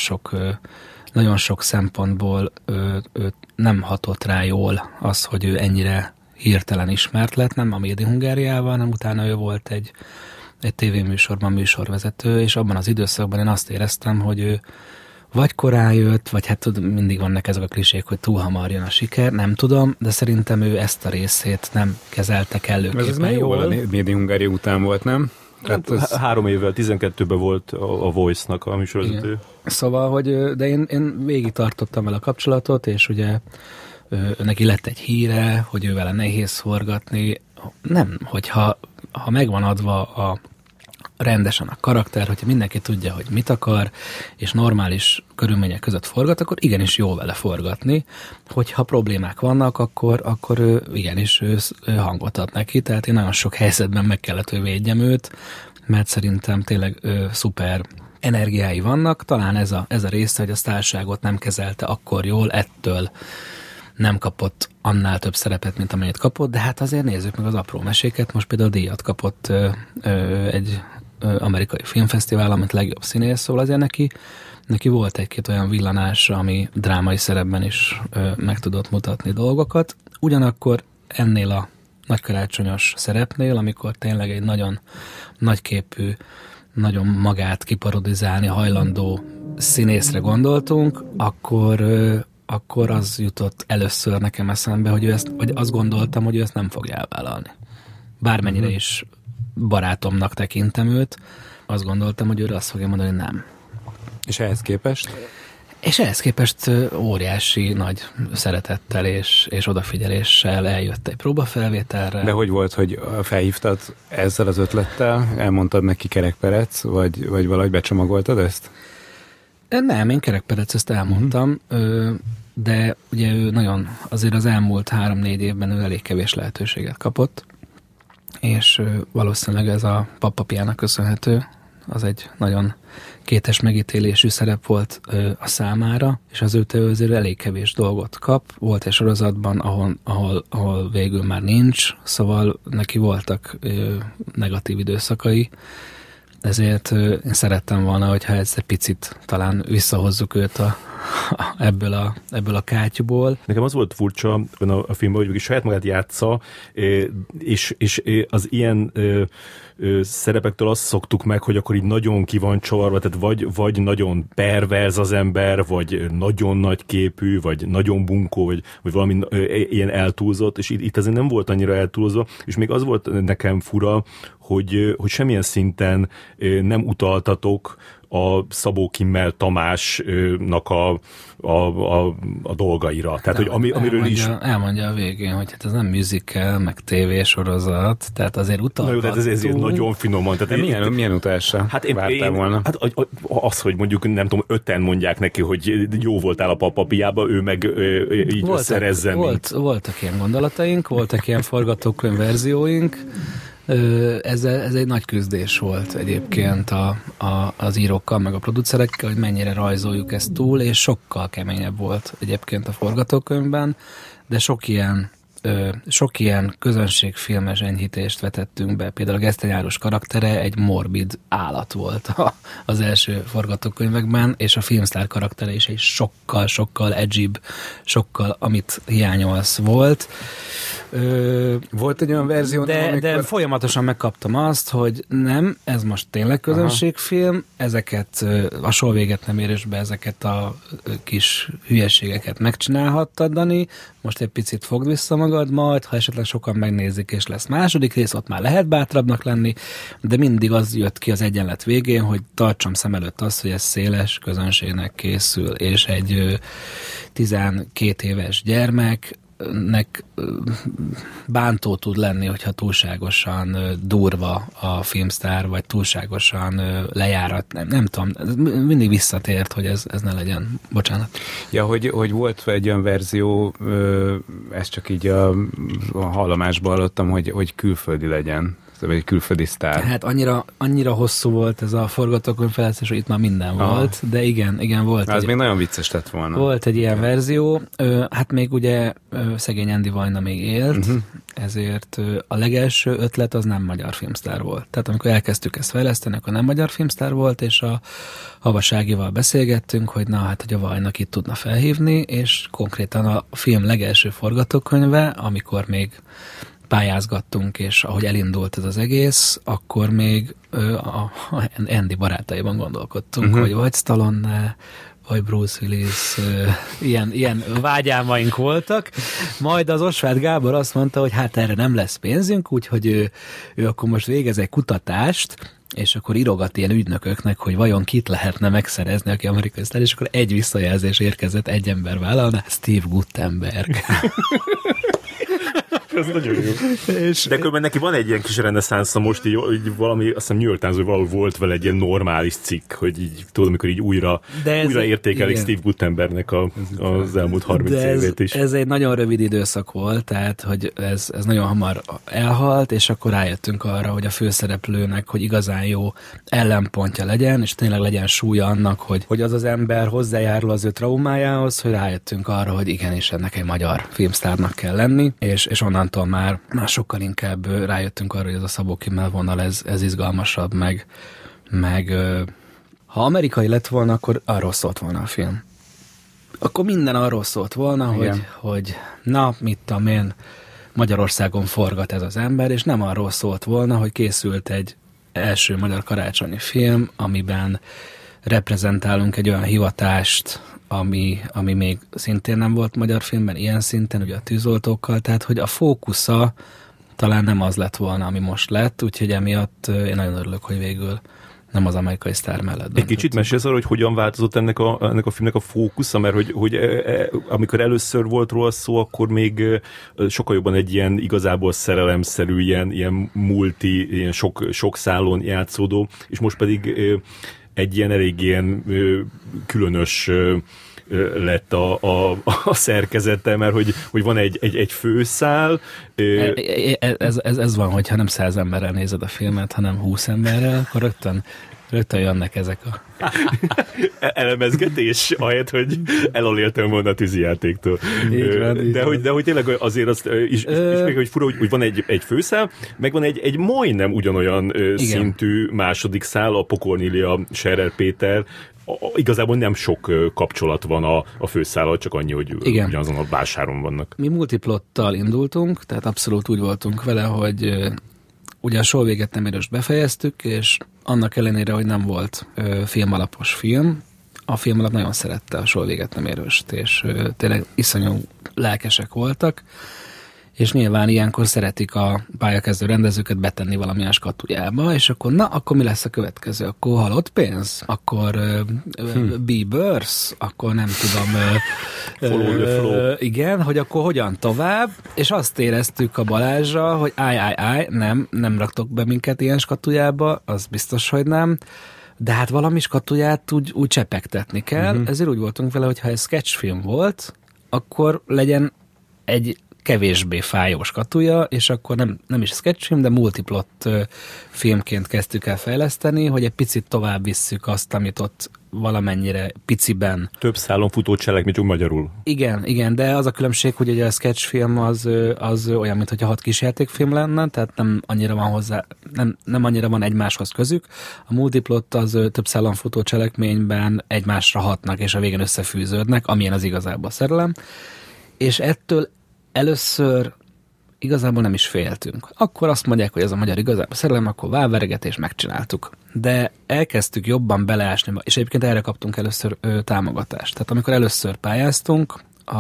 Nagyon sok szempontból nem hatott rá jól az, hogy ő ennyire hirtelen ismert lett, nem a Made in Hungáriával, hanem utána ő volt egy tévéműsorban műsorvezető, és abban az időszakban én azt éreztem, hogy ő vagy korán jött, vagy hát mindig vannak ezek a klisék, hogy túl hamar jön a siker, nem tudom, de szerintem ő ezt a részét nem kezelte kellőképpen ez már jól. A Made in Hungária után volt, nem? Hát 3 évvel, 12-ben volt a Voice-nak a műsorvezető. Szóval, hogy de én végig tartottam vele a kapcsolatot, és ugye neki lett egy híre, hogy ő vele nehéz forgatni. Nem, hogyha megvan adva rendesen a karakter, hogyha mindenki tudja, hogy mit akar, és normális körülmények között forgat, akkor igenis jó vele forgatni. Hogyha problémák vannak, akkor ő igenis ő hangot ad neki, tehát én nagyon sok helyzetben meg kellett, hogy védjem őt, mert szerintem tényleg szuper energiái vannak. Talán ez a része, hogy a sztárságot nem kezelte akkor jól, ettől nem kapott annál több szerepet, mint amennyit kapott, de hát azért nézzük meg az apró meséket. Most például díjat kapott egy amerikai filmfesztivál, amit legjobb színész, szóval azért neki volt egy-két olyan villanás, ami drámai szerepben is meg tudott mutatni dolgokat. Ugyanakkor ennél a nagykarácsonyos szerepnél, amikor tényleg egy nagyon nagyképű, nagyon magát kiparodizálni hajlandó színészre gondoltunk, akkor az jutott először nekem eszembe, hogy azt gondoltam, hogy ő ezt nem fogja elvállalni. Bármennyire is barátomnak tekintem őt, azt gondoltam, hogy ő azt fogja mondani, hogy nem. És ehhez képest? És ehhez képest óriási nagy szeretettel és odafigyeléssel eljött egy próbafelvételre. De hogy volt, hogy felhívtad ezzel az ötlettel, elmondtad neki Kerekperec, vagy valahogy becsomagoltad ezt? Nem, én Kerekperec ezt elmondtam, de ugye ő nagyon, azért az elmúlt 3-4 évben ő elég kevés lehetőséget kapott, és valószínűleg ez a Pappapiának köszönhető, az egy nagyon kétes megítélésű szerep volt a számára, és az ő azért elég kevés dolgot kap. Volt egy sorozatban, ahol végül már nincs, szóval neki voltak negatív időszakai, ezért én szerettem volna, hogyha ez egy picit talán visszahozzuk őt ebből a kátyúból. Nekem az volt furcsa a filmben, hogy saját magát játsza, és az ilyen szerepektől azt szoktuk meg, hogy akkor így nagyon ki van csavarva, tehát vagy nagyon perverz az ember, vagy nagyon nagy képű, vagy nagyon bunkó, vagy valami ilyen eltúlzott, és itt azért nem volt annyira eltúlzva, és még az volt nekem fura, hogy semmilyen szinten nem utaltatok a Szabó Kimmel Tamásnak a dolgaira. Tehát, hogy amiről is... Elmondja a végén, hogy hát ez nem musical, meg tévésorozat, tehát azért utaltattunk. Na jó, de ezért nagyon finoman. Tehát milyen utálsa vártál volna? Hát az, hogy mondjuk, nem tudom, 5-en mondják neki, hogy jó voltál a Pappapiába, ő meg így szerezzen. Voltak ilyen gondolataink, voltak ilyen forgatókönyv verzióink. Ez egy nagy küzdés volt egyébként az írókkal, meg a producerekkel, hogy mennyire rajzoljuk ezt túl, és sokkal keményebb volt egyébként a forgatókönyvben, de sok ilyen közönségfilmes enyhítést vetettünk be. Például a Gesztenyi Áros karaktere egy morbid állat volt az első forgatókönyvekben, és a Filmsztár karaktere is egy sokkal edgibb, sokkal, amit hiányolsz volt. Volt egy olyan verzió, de folyamatosan megkaptam azt, hogy nem, ez most tényleg közönségfilm, ezeket a Soha véget nem érésbe ezeket a kis hülyeségeket megcsinálhattad, Dani, most egy picit fogd vissza magad, majd, ha esetleg sokan megnézik, és lesz második rész, ott már lehet bátrabbnak lenni, de mindig az jött ki az egyenlet végén, hogy tartsam szem előtt azt, hogy ez széles közönségnek készül, és egy 12 éves gyermeknek bántó tud lenni, hogyha túlságosan durva a Filmsztár, vagy túlságosan lejárat, nem tudom, mindig visszatért, hogy ez ne legyen. Bocsánat. Ja, hogy volt egy olyan verzió, ezt csak így a hallomásban hallottam, hogy külföldi legyen. Egy külföldi sztár. Hát annyira hosszú volt ez a forgatókönyv fejlesztés, hogy itt már minden volt, de igen volt. Az még nagyon vicces lett volna. Volt egy ilyen verzió, hát még ugye szegény Andy Vajna még élt, ezért a legelső ötlet az nem magyar filmsztár volt. Tehát amikor elkezdtük ezt fejleszteni, akkor nem magyar filmsztár volt, és a Havaságival beszélgettünk, hogy na hát, hogy a Vajnak itt tudna felhívni, és konkrétan a film legelső forgatókönyve, amikor még pályázgattunk, és ahogy elindult ez az egész, akkor még a Andy barátaiban gondolkodtunk, hogy vagy Stallone, vagy Bruce Willis, ilyen vágyálmaink voltak. Majd az Osváth Gábor azt mondta, hogy hát erre nem lesz pénzünk, úgyhogy ő akkor most végez egy kutatást, és akkor írogat ilyen ügynököknek, hogy vajon kit lehetne megszerezni, aki amerikai sztár, és akkor egy visszajelzés érkezett, egy ember vállalná, Steve Guttenberg. Ez nagyon jó. De különben neki van egy ilyen kis reneszánsza most, így valami, azt hiszem New York Times-ban valahol volt vele egy ilyen normális cikk, hogy így, tudod, amikor így újra értékelik Steve Guttenbergnek az elmúlt 30 évét is. Ez egy nagyon rövid időszak volt, tehát, hogy ez nagyon hamar elhalt, és akkor rájöttünk arra, hogy a főszereplőnek, hogy igazán jó ellenpontja legyen, és tényleg legyen súlya annak, hogy az ember hozzájárul az ő traumájához, hogy rájöttünk arra, hogy igenis ennek egy magyar filmsztárnak kell lenni, és onnantól már sokkal inkább rájöttünk arra, hogy ez a Szabó Kimmel vonal, ez izgalmasabb, meg ha amerikai lett volna, akkor arról szólt volna a film. Akkor minden arról szólt volna, hogy na, mit tudom én, Magyarországon forgat ez az ember, és nem arról szólt volna, hogy készült egy első magyar karácsonyi film, amiben reprezentálunk egy olyan hivatást, ami még szintén nem volt magyar filmben, ilyen szinten, ugye a tűzoltókkal, tehát hogy a fókusza talán nem az lett volna, ami most lett, úgyhogy emiatt én nagyon örülök, hogy végül nem az Amerikai Sztár mellett döntött. Egy kicsit mesélsz arra, hogy hogyan változott ennek a filmnek a fókusza, mert hogy amikor először volt róla szó, akkor még sokkal jobban egy ilyen igazából szerelemszerű, ilyen multi, ilyen sok szálon játszódó, és most pedig egy ilyen elég ilyen különös lett a szerkezete, mert hogy van egy főszál. Ez van, hogyha nem 100 emberrel nézed a filmet, hanem 20 emberrel, akkor rögtön jönnek ezek a... elemezgetés, ahelyett, hogy elaléltem volna a tűzijátéktól. De hogy tényleg azért azt is még, hogy fura, hogy van egy főszál, meg van egy majdnem ugyanolyan szintű második szál, a Pokornília, Scherer Péter. Igazából nem sok kapcsolat van a főszállal, csak annyi, hogy ugyanazon a vásáron vannak. Mi multiplottal indultunk, tehát abszolút úgy voltunk vele, hogy ugye a Só véget nem érőst befejeztük, és annak ellenére, hogy nem volt filmalapos film, a filmalap nagyon szerette a Só véget nem érőst, és tényleg iszonyú lelkesek voltak, és nyilván ilyenkor szeretik a pályakezdő rendezőket betenni valamilyen skatujába, és akkor mi lesz a következő? Akkor halott pénz? Akkor B-Birth? Akkor nem tudom... Follow the flow. Igen, hogy akkor hogyan tovább? És azt éreztük a Balázsra, hogy nem raktok be minket ilyen skatujába, az biztos, hogy nem. De hát valami skatuját úgy csepegtetni kell. Ezért úgy voltunk vele, hogy ha ez sketchfilm volt, akkor legyen egy kevésbé fájó skatuja, és akkor nem is sketchfilm, de multiplot filmként kezdtük el fejleszteni, hogy egy picit tovább visszük azt, amit ott valamennyire piciben. Több szálon futó cselekmény, csak magyarul. Igen, de az a különbség, hogy ugye a sketchfilm az olyan, mintha 6 kísértékfilm lenne, tehát nem annyira van hozzá, nem annyira van egymáshoz közük. A multiplot az több szálon futó cselekményben egymásra hatnak, és a végén összefűződnek, amilyen az igazából a szerelem. És ettől először igazából nem is féltünk. Akkor azt mondják, hogy ez a magyar igazából szerelem, akkor válveregetés, megcsináltuk. De elkezdtük jobban beleásni, és egyébként erre kaptunk először támogatást. Tehát amikor először pályáztunk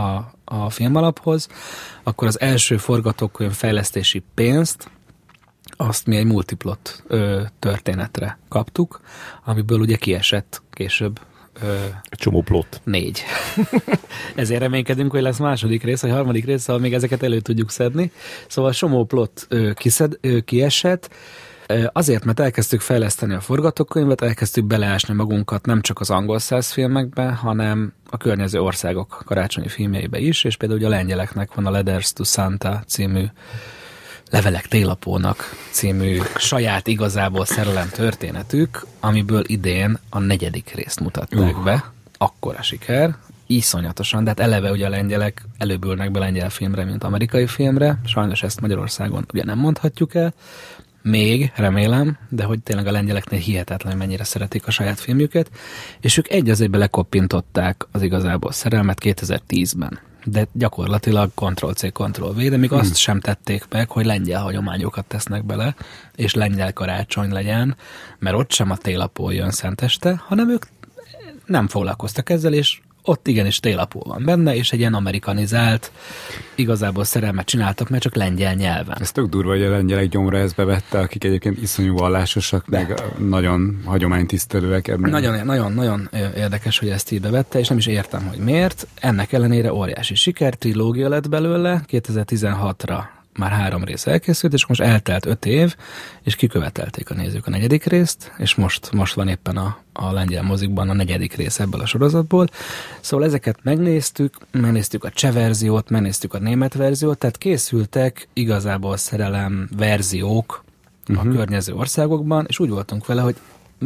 a filmalaphoz, akkor az első forgatókönyv fejlesztési pénzt azt mi egy multiplot történetre kaptuk, amiből ugye kiesett később csomó plot. 4. Ezért reménykedünk, hogy lesz második rész, vagy harmadik rész, szóval még ezeket elő tudjuk szedni. Szóval csomó plot kiesett, azért, mert elkezdtük fejleszteni a forgatókönyvet, elkezdtük beleásni magunkat nem csak az angol száz filmekbe, hanem a környező országok karácsonyi filmjeibe is, és például ugye a lengyeleknek van a Letters to Santa című Levelek télapónak című saját igazából szerelem történetük, amiből idén a 4. részt mutatták be. Akkora siker, iszonyatosan, de hát eleve ugye a lengyelek előbb ülnek be lengyel filmre, mint amerikai filmre. Sajnos ezt Magyarországon ugye nem mondhatjuk el. Még, remélem, de hogy tényleg a lengyeleknél hihetetlen, mennyire szeretik a saját filmjüket, és ők egy az egybe lekoppintották az igazából szerelmet 2010-ben. De gyakorlatilag Ctrl-C, Ctrl-V, de még azt sem tették meg, hogy lengyel hagyományokat tesznek bele, és lengyel karácsony legyen, mert ott sem a télapó jön szenteste, hanem ők nem foglalkoztak ezzel, és ott igenis télapó van benne, és egy ilyen amerikanizált, igazából szerelmet csináltak, mert csak lengyel nyelven. Ez tök durva, hogy a lengyelek gyomra ezt bevette, akik egyébként iszonyú vallásosak, meg nagyon hagyománytisztelőek ebben. Nagyon érdekes, hogy ezt így bevette, és nem is értem, hogy miért. Ennek ellenére óriási siker, trilógia lett belőle, 2016-ra már 3 rész elkészült, és most eltelt 5 év, és kikövetelték a nézők a 4. részt, és most van éppen a lengyel mozikban a 4. rész ebből a sorozatból. Szóval ezeket megnéztük a cseh verziót, megnéztük a német verziót, tehát készültek igazából szerelem verziók a környező országokban, és úgy voltunk vele, hogy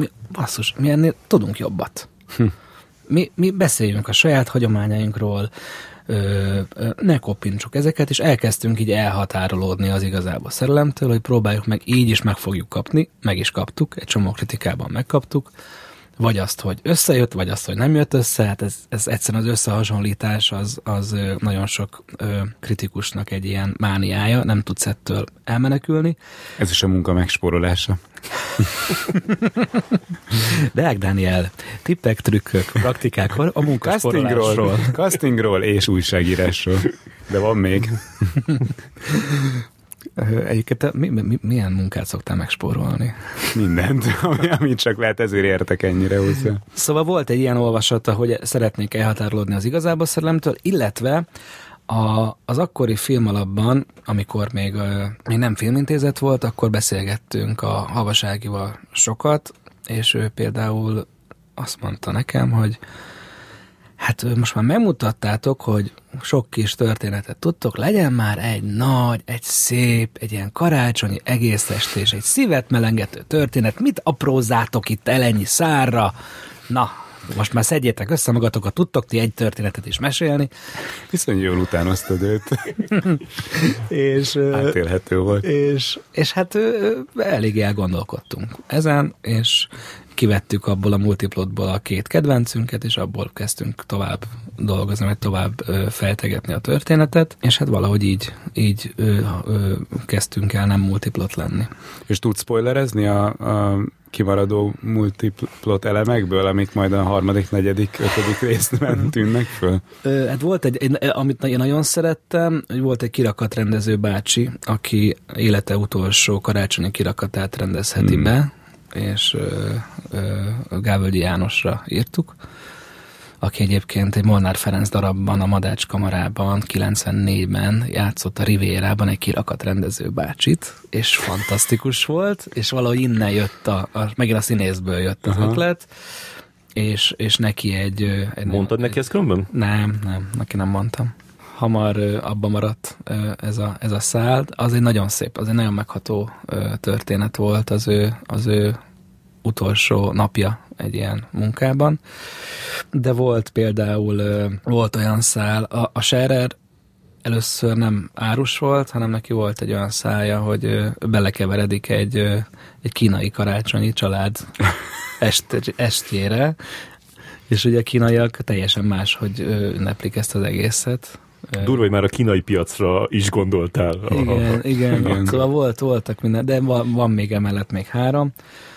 mi ennél tudunk jobbat. Mi beszéljünk a saját hagyományainkról, ne koppintsuk ezeket, és elkezdtünk így elhatárolódni az igazából szerelemtől, hogy próbáljuk meg, így is meg fogjuk kapni, meg is kaptuk, egy csomó kritikában megkaptuk, vagy azt, hogy összejött, vagy azt, hogy nem jött össze, hát ez egyszerűen az összehasonlítás az nagyon sok kritikusnak egy ilyen mániája, nem tudsz ettől elmenekülni. Ez is a munka megspórolása. Deák Dániel, tippek, trükkök, praktikák a munkasporolásról. Castingról és újságírásról. De van még. Egyébként milyen munkát szoktál megspórolni? Mindent, amit csak lehet, ezért értek ennyire hozzá. Szóval volt egy ilyen olvasata, hogy szeretnék elhatárolódni az igazából szerelemtől, illetve az akkori filmalapban, amikor még nem filmintézet volt, akkor beszélgettünk a Havaságival sokat, és ő például azt mondta nekem, hogy hát most már megmutattátok, hogy sok kis történetet tudtok, legyen már egy nagy, egy szép, egy ilyen karácsonyi egész estés, egy szívet melengető történet, mit aprózzátok itt el ennyi szárra? Na, most már szedjétek össze magatokat, tudtok ti egy történetet is mesélni. Viszont jól utánoztad őt. És, átélhető volt. És hát elég elgondolkodtunk ezen, és kivettük abból a multiplotból a két kedvencünket, és abból kezdtünk tovább dolgozni, vagy tovább fejtegetni a történetet, és hát valahogy így kezdtünk el nem multiplot lenni. És tudsz spoilerezni a kimaradó multiplot elemekből, amik majd a 3., 4., 5. részben tűnnek föl? Hát volt amit én nagyon szerettem, hogy volt egy kirakatrendező bácsi, aki élete utolsó karácsonyi kirakatát rendezheti be, és Gávölgyi Jánosra írtuk, aki egyébként egy Molnár Ferenc darabban, a Madács kamarában 94-ben játszott a Rivérában egy kirakatrendező bácsit, és fantasztikus volt, és valahogy innen jött, megint a színészből jött az ötlet, és neki egy Mondtad neki ezt különben? Nem, neki nem mondtam. Hamar abba maradt ez a szál. Az egy nagyon szép, az egy nagyon megható történet volt az ő utolsó napja egy ilyen munkában. De volt például volt olyan szál, a Scherer először nem árus volt, hanem neki volt egy olyan szálja, hogy belekeveredik egy kínai karácsonyi család estjére, és ugye a kínaiak teljesen más, hogy ünneplik ezt az egészet. Durva, hogy már a kínai piacra is gondoltál. Igen. Szóval voltak minden, de van még emellett még 3.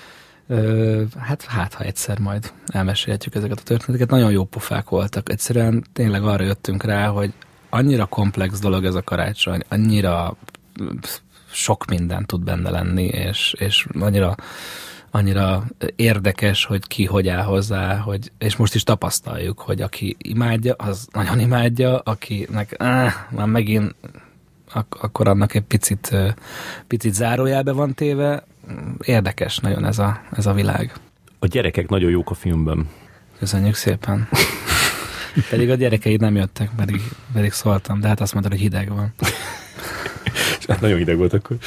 Hát ha egyszer majd elmesélhetjük ezeket a történeteket. Nagyon jó pofák voltak. Egyszerűen tényleg arra jöttünk rá, hogy annyira komplex dolog ez a karácsony, annyira sok minden tud benne lenni, és annyira érdekes, hogy ki hogy áll hozzá, és most is tapasztaljuk, hogy aki imádja, az nagyon imádja, akinek már megint akkor annak egy picit zárójelbe van téve. Érdekes nagyon ez a világ. A gyerekek nagyon jók a filmben. Köszönjük szépen. Pedig a gyerekeid nem jöttek, pedig szóltam, de hát azt mondtad, hogy hideg van. Hát nagyon hideg volt akkor.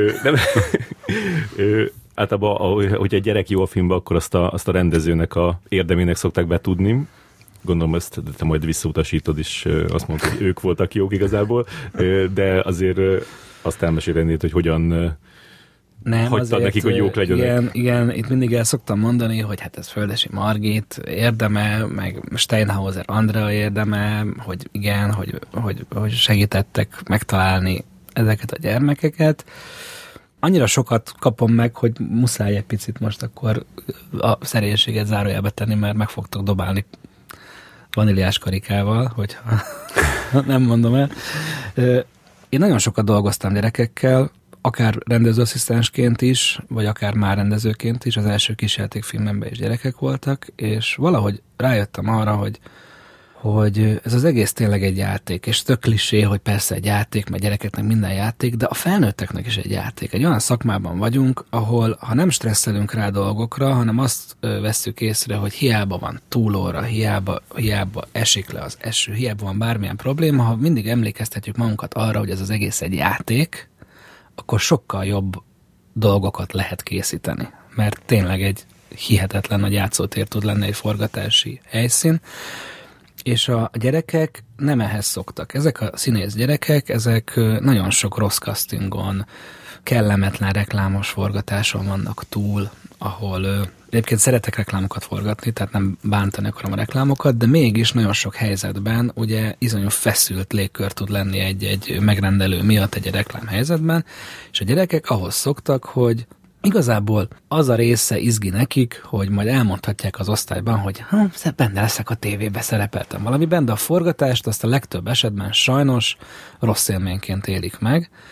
Általában, hogyha egy gyerek jó a filmben, akkor azt a rendezőnek a érdemének szokták betudni. Gondolom ezt te majd visszautasítod, és azt mondod, hogy ők voltak jók igazából, de azért azt elmesélnéd, hogy hogyan hagytad nekik, hogy jók legyenek. Igen, itt mindig el szoktam mondani, hogy hát ez Földesi Margit érdeme, meg Steinhauser Andrea érdeme, hogy igen, hogy segítettek megtalálni ezeket a gyermekeket. Annyira sokat kapom meg, hogy muszáj egy picit most akkor a szerénységet zárójelbe tenni, mert meg fogtok dobálni vaníliás karikával, hogyha nem mondom el. Én nagyon sokat dolgoztam gyerekekkel, akár rendezőasszisztensként is, vagy akár már rendezőként is, az első kisjátékfilmemben is gyerekek voltak, és valahogy rájöttem arra, hogy ez az egész tényleg egy játék, és tök klisé, hogy persze egy játék, mert gyerekeknek minden játék, de a felnőtteknek is egy játék. Egy olyan szakmában vagyunk, ahol ha nem stresszelünk rá dolgokra, hanem azt vesszük észre, hogy hiába van túlóra, hiába esik le az eső, hiába van bármilyen probléma, ha mindig emlékeztetjük magunkat arra, hogy ez az egész egy játék, akkor sokkal jobb dolgokat lehet készíteni. Mert tényleg egy hihetetlen nagy játszótér tud lenni egy forgatási helyszín, és a gyerekek nem ehhez szoktak. Ezek a színész gyerekek, ezek nagyon sok rossz castingon, kellemetlen reklámos forgatáson vannak túl, ahol egyébként szeretek reklámokat forgatni, tehát nem bántani akarom a reklámokat, de mégis nagyon sok helyzetben ugye izonyú feszült légkör tud lenni egy megrendelő miatt egy reklám helyzetben, és a gyerekek ahhoz szoktak, hogy igazából az a része izgi nekik, hogy majd elmondhatják az osztályban, hogy benne leszek a tévébe, szerepeltem valamiben, de a forgatást azt a legtöbb esetben sajnos rossz élményként élik meg,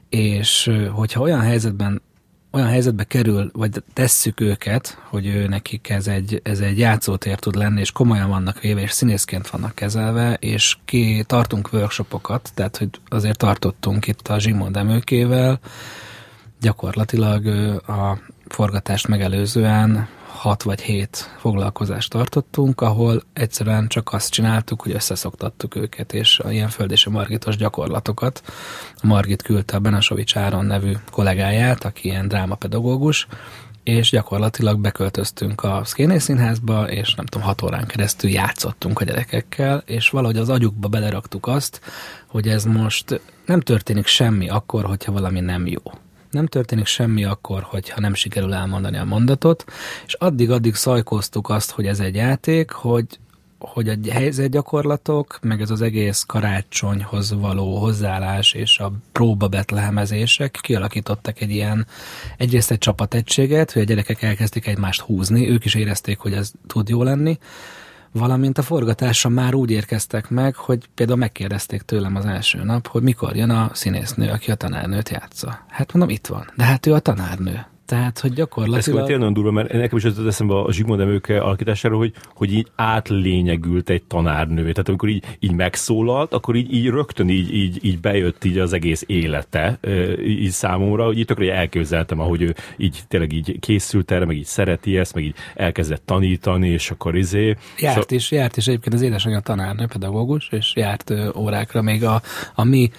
és hogyha olyan helyzetbe kerül, vagy tesszük őket, hogy nekik ez egy játszótér tud lenni, és komolyan vannak véve, és színészként vannak kezelve, és tartunk workshopokat, tehát hogy azért tartottunk itt a Zsigmond Emőkével, gyakorlatilag a forgatást megelőzően 6 vagy 7 foglalkozást tartottunk, ahol egyszerűen csak azt csináltuk, hogy összeszoktattuk őket, és ilyen Föld és a Margitos gyakorlatokat. A Margit küldte a Benasovics Áron nevű kollégáját, aki ilyen drámapedagógus, és gyakorlatilag beköltöztünk a Szkénész Színházba, és nem tudom, 6 órán keresztül játszottunk a gyerekekkel, és valahogy az agyukba beleraktuk azt, hogy ez most nem történik semmi akkor, hogyha valami nem jó. Nem történik semmi akkor, hogyha nem sikerül elmondani a mondatot, és addig szajkóztuk azt, hogy ez egy játék, hogy a helyzetgyakorlatok, meg ez az egész karácsonyhoz való hozzáállás és a próba betlehemezések kialakítottak egyrészt egy csapategységet, hogy a gyerekek elkezdték egymást húzni, ők is érezték, hogy ez tud jó lenni, valamint a forgatásra már úgy érkeztek meg, hogy például megkérdezték tőlem az első nap, hogy mikor jön a színésznő, aki a tanárnőt játsza. Hát mondom, itt van. De hát ő a tanárnő. Tehát, hogy gyakorlatilag... Ez tényleg nagyon durva, mert nekem is az eszembe a Zsigmond Emőke alakításáról, hogy így átlényegült egy tanárnővé. Tehát amikor így megszólalt, akkor így rögtön így bejött így az egész élete így számomra, hogy így tökre elképzeltem, ahogy ő így tényleg így készült erre, meg így szereti ezt, meg így elkezdett tanítani, és akkor Járt is egyébként az édesanyja tanárnő, pedagógus, és járt órákra, még a mi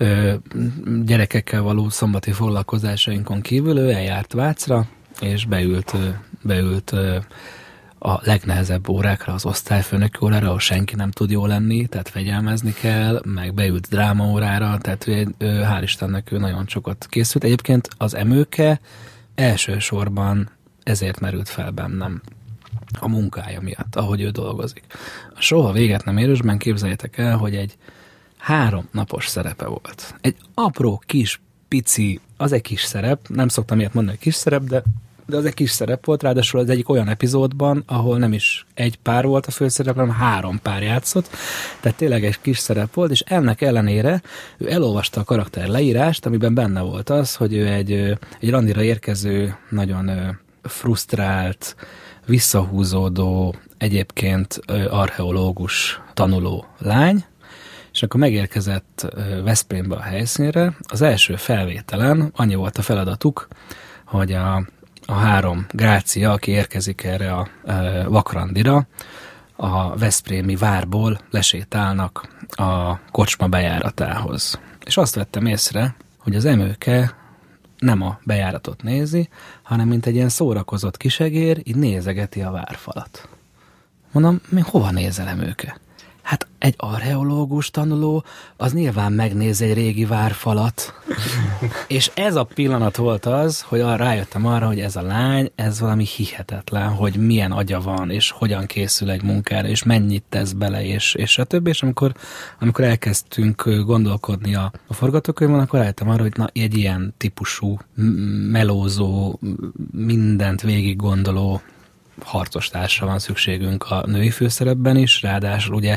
gyerekekkel való szombati foglalkozásainkon kívül ő eljárt Vácra, és beült a legnehezebb órákra, az osztályfőnöki órára, ahol senki nem tud jól lenni, tehát fegyelmezni kell, meg beült drámaórára, tehát ő hál' Istennek ő nagyon sokat készült. Egyébként az Emőke elsősorban ezért merült fel bennem a munkája miatt, ahogy ő dolgozik. A Soha véget nem érősben képzeljétek el, hogy egy 3 napos szerepe volt. Egy apró kis pici, az egy kis szerep, nem szoktam ilyet mondani, hogy kis szerep, de az egy kis szerep volt, ráadásul az egyik olyan epizódban, ahol nem is egy pár volt a főszerep, hanem 3 pár játszott, tehát tényleg egy kis szerep volt, és ennek ellenére ő elolvasta a karakter leírást, amiben benne volt az, hogy ő egy randira érkező, nagyon frusztrált, visszahúzódó, egyébként archeológus tanuló lány, és akkor megérkezett Veszprémbe a helyszínre. Az első felvételen annyi volt a feladatuk, hogy a 3 grácia, aki érkezik erre a vakrandira, a veszprémi várból lesétálnak a kocsma bejáratához. És azt vettem észre, hogy az Emőke nem a bejáratot nézi, hanem mint egy ilyen szórakozott kisegér, így nézegeti a várfalat. Mondom, hova nézel, Emőke? Hát egy archeológus tanuló, az nyilván megnéz egy régi várfalat. És ez a pillanat volt az, hogy rájöttem arra, hogy ez a lány, ez valami hihetetlen, hogy milyen agya van, és hogyan készül egy munkára, és mennyit tesz bele, és stb. És amikor elkezdtünk gondolkodni a forgatókönyvön, akkor rájöttem arra, hogy na, egy ilyen típusú, melózó, mindent végig gondoló harcos társra van szükségünk a női főszerepben is, ráadásul ugye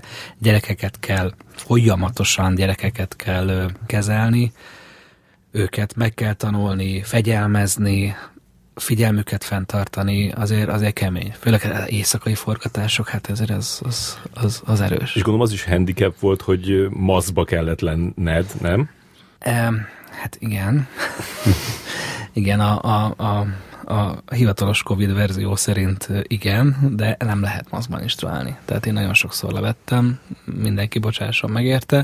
folyamatosan gyerekeket kell kezelni, őket meg kell tanulni, fegyelmezni, figyelmüket fenntartani, azért kemény. Főleg éjszakai forgatások, hát ezért az erős. És gondolom az is handicap volt, hogy maszkba kellett lenned, nem? Hát igen. Igen, a hivatalos Covid verzió szerint igen, de nem lehet maszkban instruálni. Tehát én nagyon sokszor levettem, mindenki bocsásson meg érte.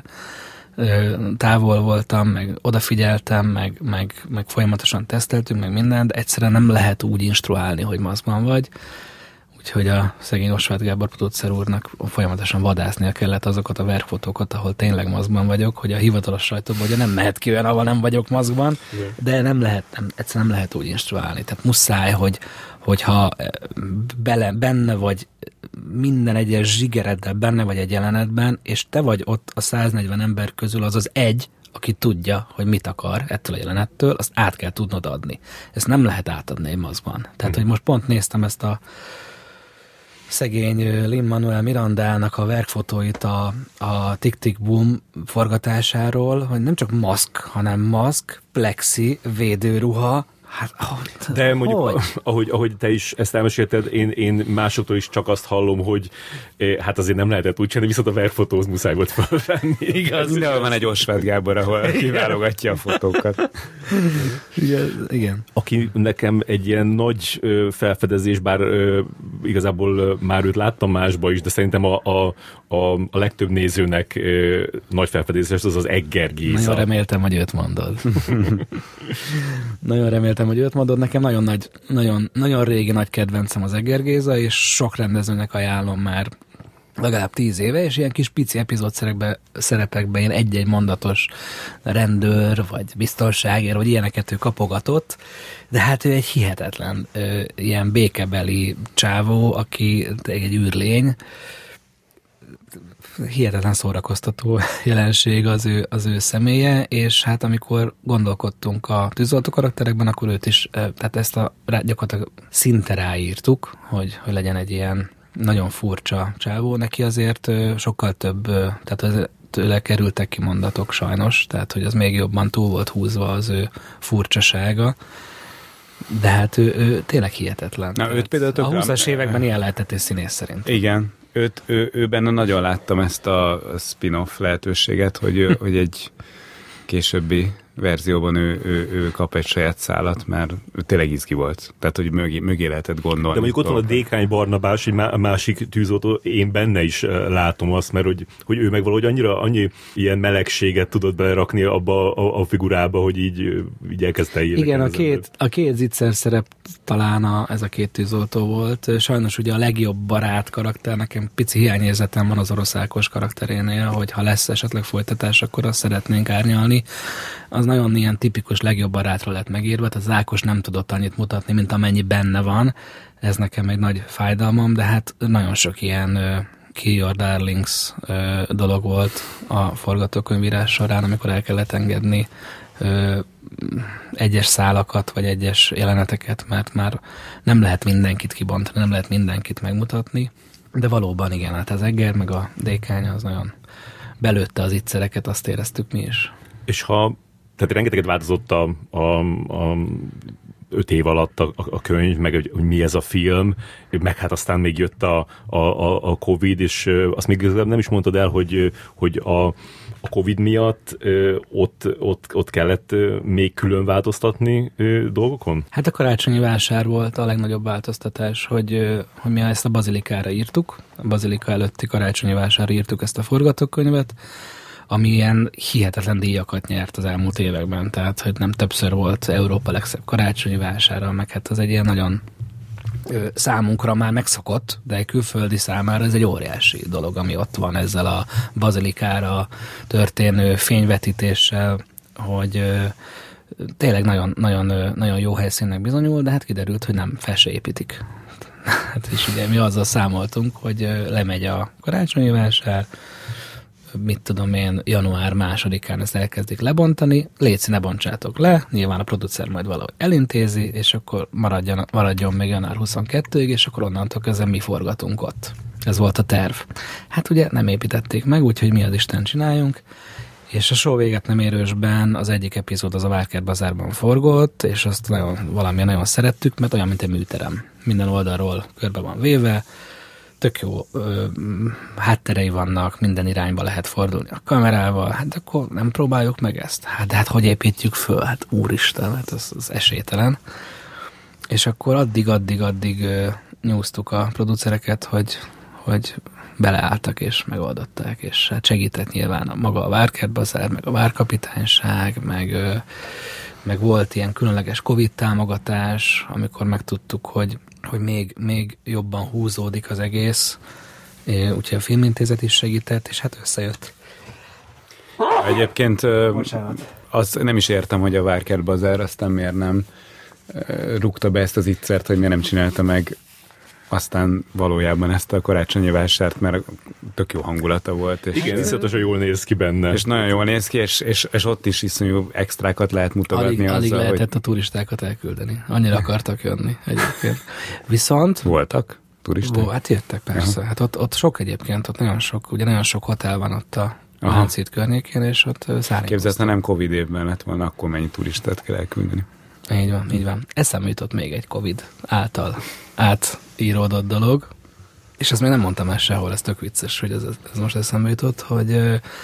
Távol voltam, meg odafigyeltem, meg folyamatosan teszteltünk, meg mindent, de egyszerűen nem lehet úgy instruálni, hogy maszkban vagy. Úgyhogy a szegény Osváth Gábor producer úrnak folyamatosan vadásznia kellett azokat a verkfotókat, ahol tényleg maszkban vagyok, hogy a hivatalos sajtóban ugye nem mehet ki olyan, ahol nem vagyok maszkban, de egyszerűen nem lehet úgy instruálni. Tehát muszáj, hogyha benne vagy minden egyes zsigereddel benne vagy egy jelenetben, és te vagy ott a 140 ember közül az egy, aki tudja, hogy mit akar ettől a jelenettől, azt át kell tudnod adni. Ezt nem lehet átadni egy maszkban. Tehát, hogy most pont néztem ezt szegény Lin-Manuel Mirandának a verkfotóit a Tick-Tick-Boom forgatásáról, hogy nem csak maszk, hanem maszk, plexi, védőruha. Hát, de mondjuk, ahogy te is ezt elmesélted, én másoktól is csak azt hallom, hogy hát azért nem lehetett úgy csinálni, viszont a verkfotóhoz muszáj volt felvenni. Igaz, mindenhol van egy Osved Gábor, ahol kiválogatja a fotókat. Igen. Aki nekem egy ilyen nagy felfedezés, bár igazából már őt láttam másba is, de szerintem a legtöbb nézőnek nagy felfedezés az Egger Géza. Nagyon reméltem, hogy őt mondod. Nagyon reméltem, hogy őt mondod. Nekem nagyon régi nagy kedvencem az Egger Géza, és sok rendezőnek ajánlom már legalább 10 éve, és ilyen kis pici epizódszerepekben ilyen egy-egy mondatos rendőr, vagy biztonságért, vagy ilyeneket ő kapogatott, de hát ő egy hihetetlen ilyen békebeli csávó, aki egy űrlény, hihetetlen szórakoztató jelenség az ő személye, és hát amikor gondolkodtunk a tűzoltó karakterekben, akkor őt is, tehát ezt gyakorlatilag szinte ráírtuk, hogy legyen egy ilyen nagyon furcsa csávó. Neki azért sokkal több, tehát tőle kerültek ki mondatok sajnos, tehát hogy az még jobban túl volt húzva az ő furcsasága. De hát ő tényleg hihetetlen. Na, őt például a 20-as években ilyen lehetett egy színész szerint. Igen. Ő benne nagyon láttam ezt a spin-off lehetőséget, hogy egy későbbi verzióban ő kap egy saját szálat, mert ő tényleg izgi volt. Tehát, hogy mögé lehetett gondolni. De mondjuk ott van a Dékány Barnabás, egy másik tűzoltó, én benne is látom azt, mert hogy ő meg valahogy annyi ilyen melegséget tudott belerakni abba a figurába, hogy így elkezdte írni. Igen, a két zicser szerep talán ez a két tűzoltó volt. Sajnos ugye a legjobb barát karakter, nekem pici hiányérzetem van az Orosz Ákos karakterénél, hogy ha lesz esetleg folytatás, akkor azt szeretnénk árnyalni. Az nagyon ilyen tipikus legjobb barátra lett megírva, tehát az Ákos nem tudott annyit mutatni, mint amennyi benne van. Ez nekem egy nagy fájdalmam, de hát nagyon sok ilyen Kill Your Darlings dolog volt a forgatókönyvírás során, amikor el kellett engedni egyes szálakat, vagy egyes jeleneteket, mert már nem lehet mindenkit kibontani, nem lehet mindenkit megmutatni. De valóban igen, hát az Egger meg a Dékány az nagyon belőtte az ittszereket, azt éreztük mi is. És tehát rengeteget változott a 5 év alatt a könyv, meg hogy mi ez a film, meg hát aztán még jött a Covid, és azt még nem is mondtad el, hogy a Covid miatt ott kellett még külön változtatni dolgokon? Hát a karácsonyi vásár volt a legnagyobb változtatás, hogy mi ezt a Bazilikára írtuk, a Bazilika előtti karácsonyi vásárra írtuk ezt a forgatókönyvet, ami ilyen hihetetlen díjakat nyert az elmúlt években, tehát hogy nem többször volt Európa legszebb karácsonyi vására, meg hát az egy ilyen nagyon számunkra már megszokott, de egy külföldi számára ez egy óriási dolog, ami ott van ezzel a Bazilikára történő fényvetítéssel, hogy tényleg nagyon, nagyon, nagyon jó helyszínnek bizonyul, de hát kiderült, hogy nem fel se építik. Hát és ugye mi azzal számoltunk, hogy lemegy a karácsonyi vásár, mit tudom én, január 2-án ezt elkezdik lebontani, léci, ne bontsátok le, nyilván a producer majd valahogy elintézi, és akkor maradjon még január 22-ig, és akkor onnantól kezdve mi forgatunk ott. Ez volt a terv. Hát ugye nem építették meg, úgyhogy mi az Isten csináljunk, és a Só véget nem érősben az egyik epizód az a Várkert Bazárban forgott, és azt valamilyen nagyon szerettük, mert olyan, mint egy műterem. Minden oldalról körbe van véve, tök jó hátterei vannak, minden irányba lehet fordulni a kamerával, hát akkor nem próbáljuk meg ezt? Hát de hát hogy építjük föl? Hát úristen, hát az esélytelen. És akkor addig nyúztuk a producereket, hogy beleálltak és megoldották, és hát segített nyilván maga a Várkert Bazár, meg a Várkapitányság, meg volt ilyen különleges Covid támogatás, amikor megtudtuk, hogy még jobban húzódik az egész, úgyhogy a Filmintézet is segített, és hát összejött. Egyébként azt nem is értem, hogy a Várkert Bazár aztán miért nem rúgta be ezt az ittszert, hogy miért nem csinálta meg aztán valójában ezt a karácsonyi vásárt, mert tök jó hangulata volt. És igen, iszonyatosan jól néz ki benne. És nagyon jól néz ki, és ott is iszonyú extrákat lehet mutogatni. Alig lehetett a turistákat elküldeni. Annyira akartak jönni egyébként. Viszont... Voltak turisták? Hát jöttek persze. Hát ott sok egyébként, ott nagyon sok hotel van ott a Lánchíd környékén, és ott szállítoztak. Képzeld, ha nem Covid évben lett volna, akkor mennyi turistát kell elküldeni. Így van. Eszembe jutott még egy Covid által átíródott dolog, és ezt még nem mondtam el sehol, ez tök vicces, hogy ez most eszembe jutott, hogy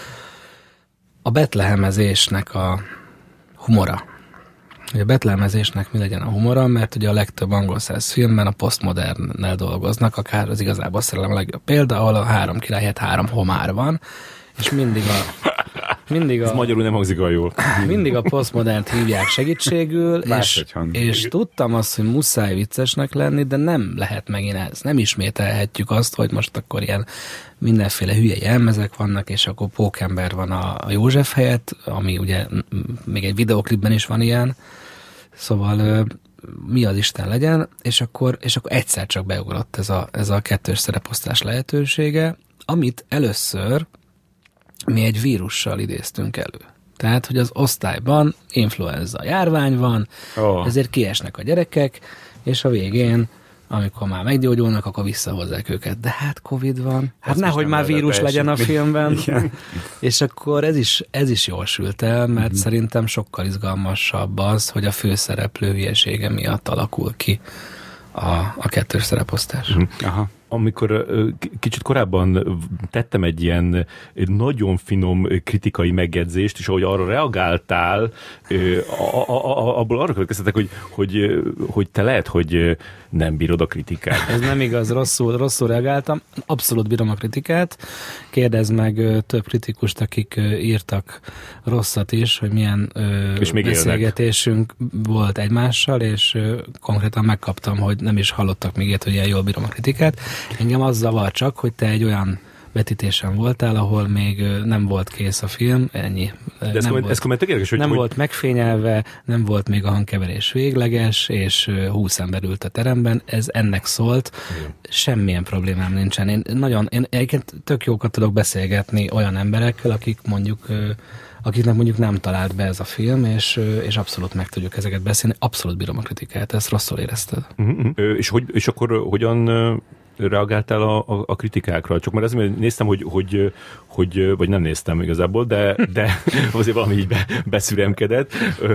a betlehemezésnek a humora. Hogy a betlehemezésnek mi legyen a humora, mert ugye a legtöbb angol száz filmben a posztmodernnel dolgoznak, akár az igazából szerelem a legjobb példa, ahol a 3 király helyett 3 homár van, és mindig a ez magyarul nem hangzik olyan jól. Mindig a posztmodernt hívják segítségül, és tudtam azt, hogy muszáj viccesnek lenni, de nem lehet megint ez. Nem ismételhetjük azt, hogy most akkor ilyen mindenféle hülye jelmezek vannak, és akkor pókember van a József helyett, ami ugye még egy videoklipben is van ilyen. Szóval mi az Isten legyen, és akkor egyszer csak beugrott ez a kettős szereposztás lehetősége, amit először mi egy vírussal idéztünk elő. Tehát, hogy az osztályban influenza járvány van, ezért kiesnek a gyerekek, és a végén, amikor már meggyógyulnak, akkor visszahozzák őket. De hát Covid van. Hát nehogy már vírus legyen a filmben. És akkor ez is jól sült el, mert szerintem sokkal izgalmasabb az, hogy a főszereplő hülyesége miatt alakul ki a kettős szereposztás. Aha. Amikor kicsit korábban tettem egy ilyen nagyon finom kritikai megjegyzést, és ahogy arra reagáltál, abból arra következtetek, hogy te lehet, hogy nem bírod a kritikát. Ez nem igaz, rosszul reagáltam. Abszolút bírom a kritikát. Kérdezd meg több kritikust, akik írtak rosszat is, hogy milyen beszélgetésünk volt egymással, és konkrétan megkaptam, hogy nem is hallottak még ilyet, hogy ilyen jól bírom a kritikát. Engem az zavar csak, hogy te egy olyan vetítésen voltál, ahol még nem volt kész a film, ennyi. De nem volt megfényelve, nem volt még a hangkeverés végleges, és 20 ember ült a teremben, ez ennek szólt, semmilyen problémám nincsen. Én egyébként tök jókat tudok beszélgetni olyan emberekkel, akiknek mondjuk nem talált be ez a film, és abszolút meg tudjuk ezeket beszélni, abszolút bírom a kritikát, ezt rosszul érezted. És akkor hogyan reagáltál a kritikákra? Csak már azért néztem, hogy vagy nem néztem igazából, de azért valami így beszüremkedett,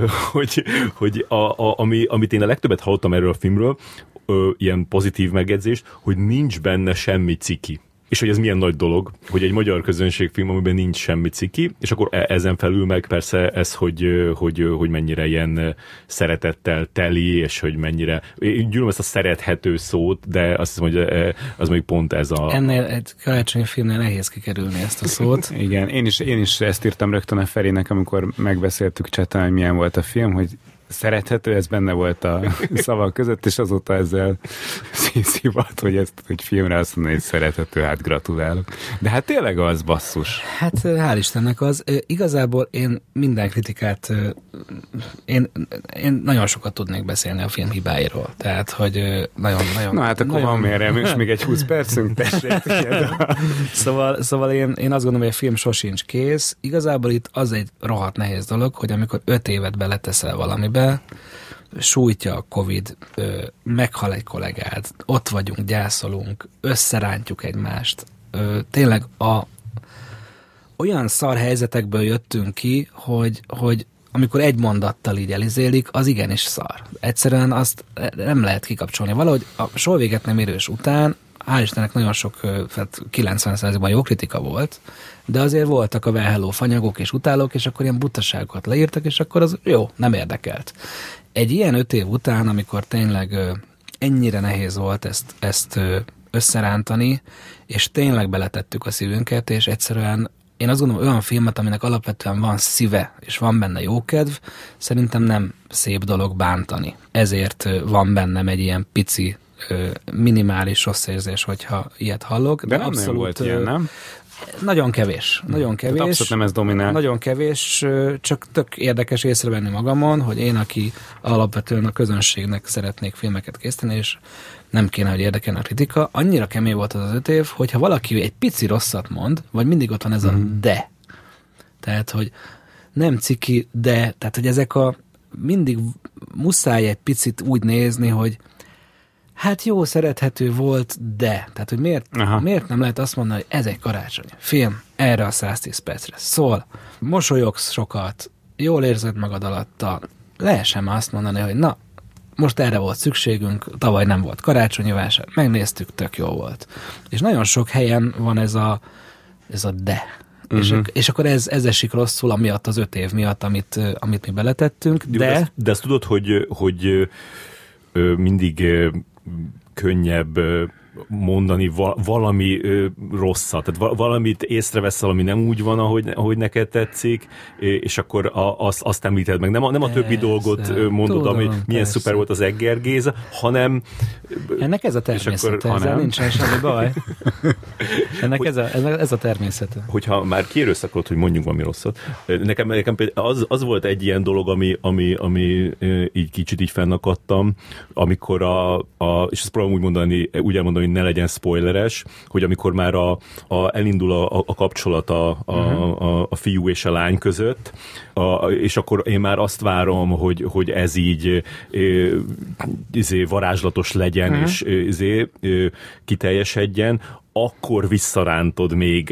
hogy amit én a legtöbbet hallottam erről a filmről, ilyen pozitív megjegyzést, hogy nincs benne semmi ciki. És hogy ez milyen nagy dolog, hogy egy magyar közönségfilm, amiben nincs semmi ciki, és akkor ezen felül meg persze ez, hogy mennyire ilyen szeretettel teli, és hogy mennyire... Én gyűlöm ezt a szerethető szót, de azt hiszem, hogy az még pont ez a... Ennél egy karácsonyi filmnél nehéz kikerülni ezt a szót. Igen, én is ezt írtam rögtön a Ferinek, amikor megbeszéltük chaten, hogy milyen volt a film, hogy szerethető, ez benne volt a szavak között, és azóta ezzel szívott, hogy filmre azt mondani, hogy szerethető, hát gratulálok. De hát tényleg az, basszus. Hát hál' Istennek az. Igazából én minden kritikát, én nagyon sokat tudnék beszélni a film hibáiról. Tehát, hogy nagyon... Na hát akkor van mérem, és még egy 20 percünk, tessék. Szóval én azt gondolom, hogy a film sosincs kész. Igazából itt az egy rohadt nehéz dolog, hogy amikor 5 évet beleteszel valamibe, sújtja a Covid, meghal egy kollégád, ott vagyunk, gyászolunk, összerántjuk egymást. Tényleg olyan szar helyzetekből jöttünk ki, hogy amikor egy mondattal így elizélik, az igenis szar. Egyszerűen azt nem lehet kikapcsolni. Valahogy a Soha véget nem érős után, hál' Istennek nagyon sok, 90%-ban jó kritika volt, de azért voltak a well-hello fanyagok és utálók, és akkor ilyen butaságokat leírtak, és akkor az jó, nem érdekelt. Egy ilyen 5 év után, amikor tényleg ennyire nehéz volt ezt összerántani, és tényleg beletettük a szívünket, és egyszerűen én azt gondolom, olyan filmet, aminek alapvetően van szíve, és van benne jókedv, szerintem nem szép dolog bántani. Ezért van bennem egy ilyen pici, minimális rossz érzés, hogyha ilyet hallok. De abszolút, nem volt ilyen, nem? Nagyon kevés. Abszolút nem ez dominál. Nagyon kevés, csak tök érdekes észrevenni magamon, hogy én, aki alapvetően a közönségnek szeretnék filmeket készíteni, és nem kéne, hogy érdekelne a kritika, annyira kemény volt az 5 év, hogyha valaki egy pici rosszat mond, vagy mindig ott van ez a de. Tehát, hogy nem ciki, de, tehát, hogy ezek mindig muszáj egy picit úgy nézni, hogy hát jó, szerethető volt, de. Tehát, hogy miért nem lehet azt mondani, hogy ez egy karácsonyi film, erre a 110 percre szól, mosolyogsz sokat, jól érzed magad alatta, lehessen már azt mondani, hogy na, most erre volt szükségünk, tavaly nem volt karácsonyi vásár, megnéztük, tök jó volt. És nagyon sok helyen van ez a de. És akkor ez esik rosszul, amiatt az 5 év miatt, amit mi beletettünk, de... De azt tudod, hogy mindig könnyebb mondani valami rosszat, tehát valamit észreveszel, ami nem úgy van, ahogy neked tetszik, és akkor azt említed meg. Nem a többi dolgot mondod, ami milyen szuper volt az Egger Géza, hanem... Ennek ez a természete, ezzel nincsen semmi baj. Ennek ez a természete. Hogyha már kierőszakolod, hogy mondjunk valami rosszat, nekem az volt egy ilyen dolog, ami így kicsit így fennakadtam, amikor és ezt próbálom úgy elmondani, hogy ne legyen spoileres, hogy amikor már elindul a kapcsolat a fiú és a lány között, és akkor én már azt várom, hogy ez így varázslatos legyen, és kiteljesedjen, akkor visszarántod még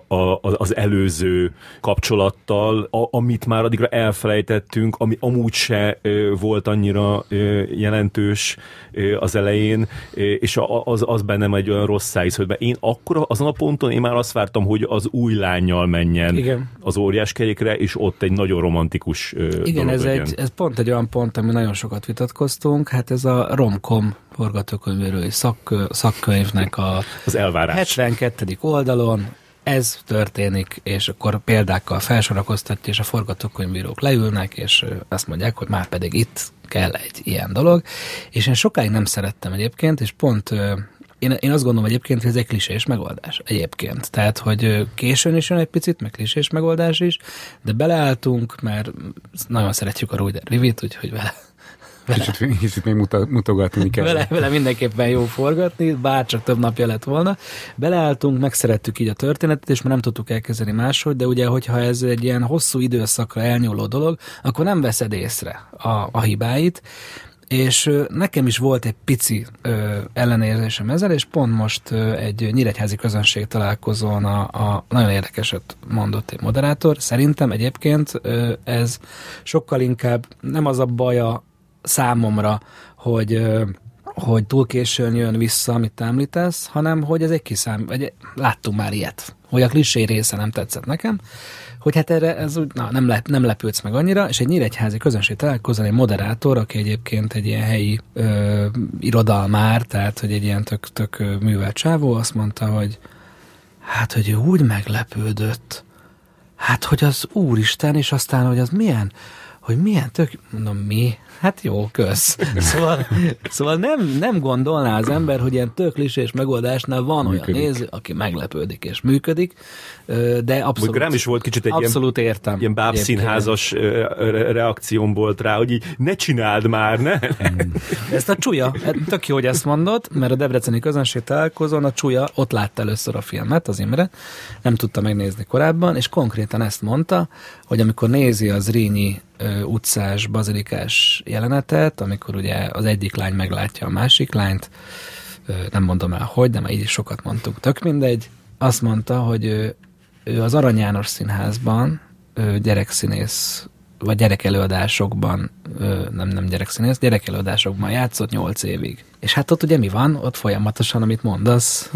az előző kapcsolattal, amit már addigra elfelejtettünk, ami amúgy se volt annyira jelentős az elején, és az bennem egy olyan rossz szájsz, hogy én akkor azon a ponton én már azt vártam, hogy az új lánnyal menjen igen. az óriáskerékre, és ott egy nagyon romantikus igen, dolog ez pont egy olyan pont, ami nagyon sokat vitatkoztunk, hát ez a rom-com forgatókönyvírói szakkönyvnek az elvárás. 72. oldalon ez történik, és akkor példákkal felsorakoztatja, és a forgatókönyvírók leülnek, és azt mondják, hogy már pedig itt kell egy ilyen dolog. És én sokáig nem szerettem egyébként, és pont én azt gondolom egyébként, hogy ez egy klisés megoldás egyébként. Tehát, hogy későn is jön egy picit, meg klisés megoldás is, de beleálltunk, mert nagyon szeretjük a Ruder Rivit, úgyhogy Kicsit még mutogatni kell. Vele mindenképpen jó forgatni, bárcsak több napja lett volna. Beleálltunk, megszerettük így a történetet, és már nem tudtuk elkezdeni máshogy, de ugye, hogyha ez egy ilyen hosszú időszakra elnyúló dolog, akkor nem veszed észre a hibáit, és nekem is volt egy pici ellenérzésem ezzel, és pont most egy nyíregyházi közönség találkozón nagyon érdekeset mondott egy moderátor. Szerintem egyébként ez sokkal inkább nem az a baja számomra, hogy túl későn jön vissza, amit te említesz, hanem hogy ez egy láttunk már ilyet, hogy a klisé része nem tetszett nekem, hogy hát erre ez úgy, nem lepődsz meg annyira, és egy nyíregyházi közönség találkozón egy moderátor, aki egyébként egy ilyen helyi irodalmár, tehát hogy egy ilyen tök művelt csávó, azt mondta, hogy hát, hogy ő úgy meglepődött, hát, hogy az Úristen, és aztán, hogy az milyen tök, mondom, mi? Hát jó, kösz. Szóval nem gondolná az ember, hogy ilyen tök klisés megoldásnál van működik. Olyan néző, aki meglepődik és működik, de abszolút, rám is volt kicsit egy abszolút értem. Ilyen bábszínházas reakcióm volt rá, hogy így ne csináld már, ne? Ezt a Csuja, tök jó, hogy ezt mondod, mert a debreceni közönség találkozón a Csuja ott látta először a filmet, az Imre, nem tudta megnézni korábban, és konkrétan ezt mondta, hogy amikor nézi az Zrínyi utcás, bazilikás jelenetet, amikor ugye az egyik lány meglátja a másik lányt, nem mondom el hogy, de már így is sokat mondtuk, tök mindegy, azt mondta, hogy ő az Arany János Színházban gyerekszínész, vagy gyerekelőadásokban, nem gyerekszínész, gyerekelőadásokban játszott 8 évig. És hát ott ugye mi van? Ott folyamatosan, amit mondasz,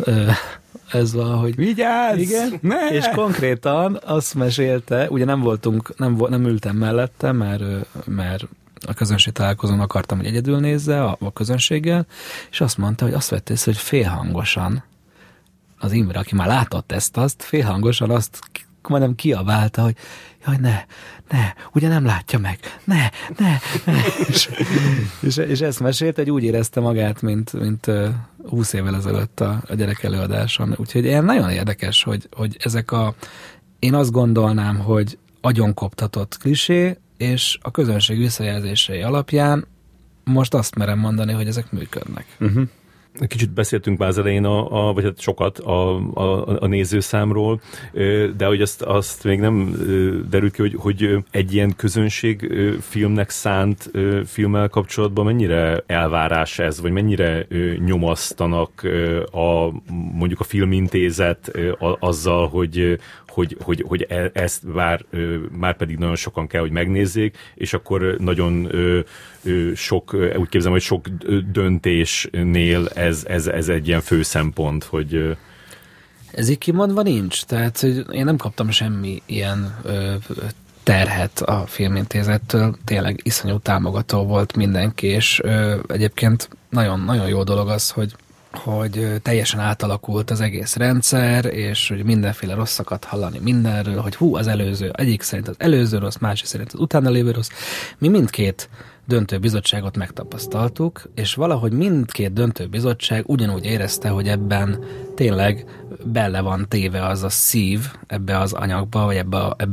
ez van, hogy vigyázz! Igen, és konkrétan azt mesélte, ugye nem ültem mellette, mert a közönség találkozón akartam, hogy egyedül nézze a közönséggel, és azt mondta, hogy azt vett észre, hogy félhangosan az Imre, aki már látott azt félhangosan azt majdnem kiabálta, hogy jaj, ne, ugye nem látja meg, ne. és ezt mesélt, hogy úgy érezte magát, mint 20 évvel ezelőtt a gyerek előadáson. Úgyhogy ilyen nagyon érdekes, hogy ezek én azt gondolnám, hogy agyonkoptatott klisé, és a közönség visszajelzései alapján most azt merem mondani, hogy ezek működnek. Uh-huh. Kicsit beszéltünk már az elején, vagy hát sokat a nézőszámról, de hogy azt még nem derült ki, hogy egy ilyen közönségfilmnek szánt filmmel kapcsolatban mennyire elvárás ez, vagy mennyire nyomasztanak mondjuk a Filmintézet azzal, hogy ezt már pedig nagyon sokan kell, hogy megnézzék, és akkor nagyon sok, úgy képzelem, hogy sok döntésnél ez egy ilyen fő szempont, hogy... Ez így kimondva nincs, tehát én nem kaptam semmi ilyen terhet a Filmintézettől, tényleg iszonyú támogató volt mindenki, és egyébként nagyon jó dolog az, hogy teljesen átalakult az egész rendszer, és hogy mindenféle rosszakat hallani mindenről, hogy az előző, egyik szerint az előző rossz, másik szerint az utána lévő rossz. Mi mindkét döntőbizottságot megtapasztaltuk, és valahogy mindkét döntőbizottság ugyanúgy érezte, hogy ebben tényleg bele van téve az a szív ebbe az anyagba, vagy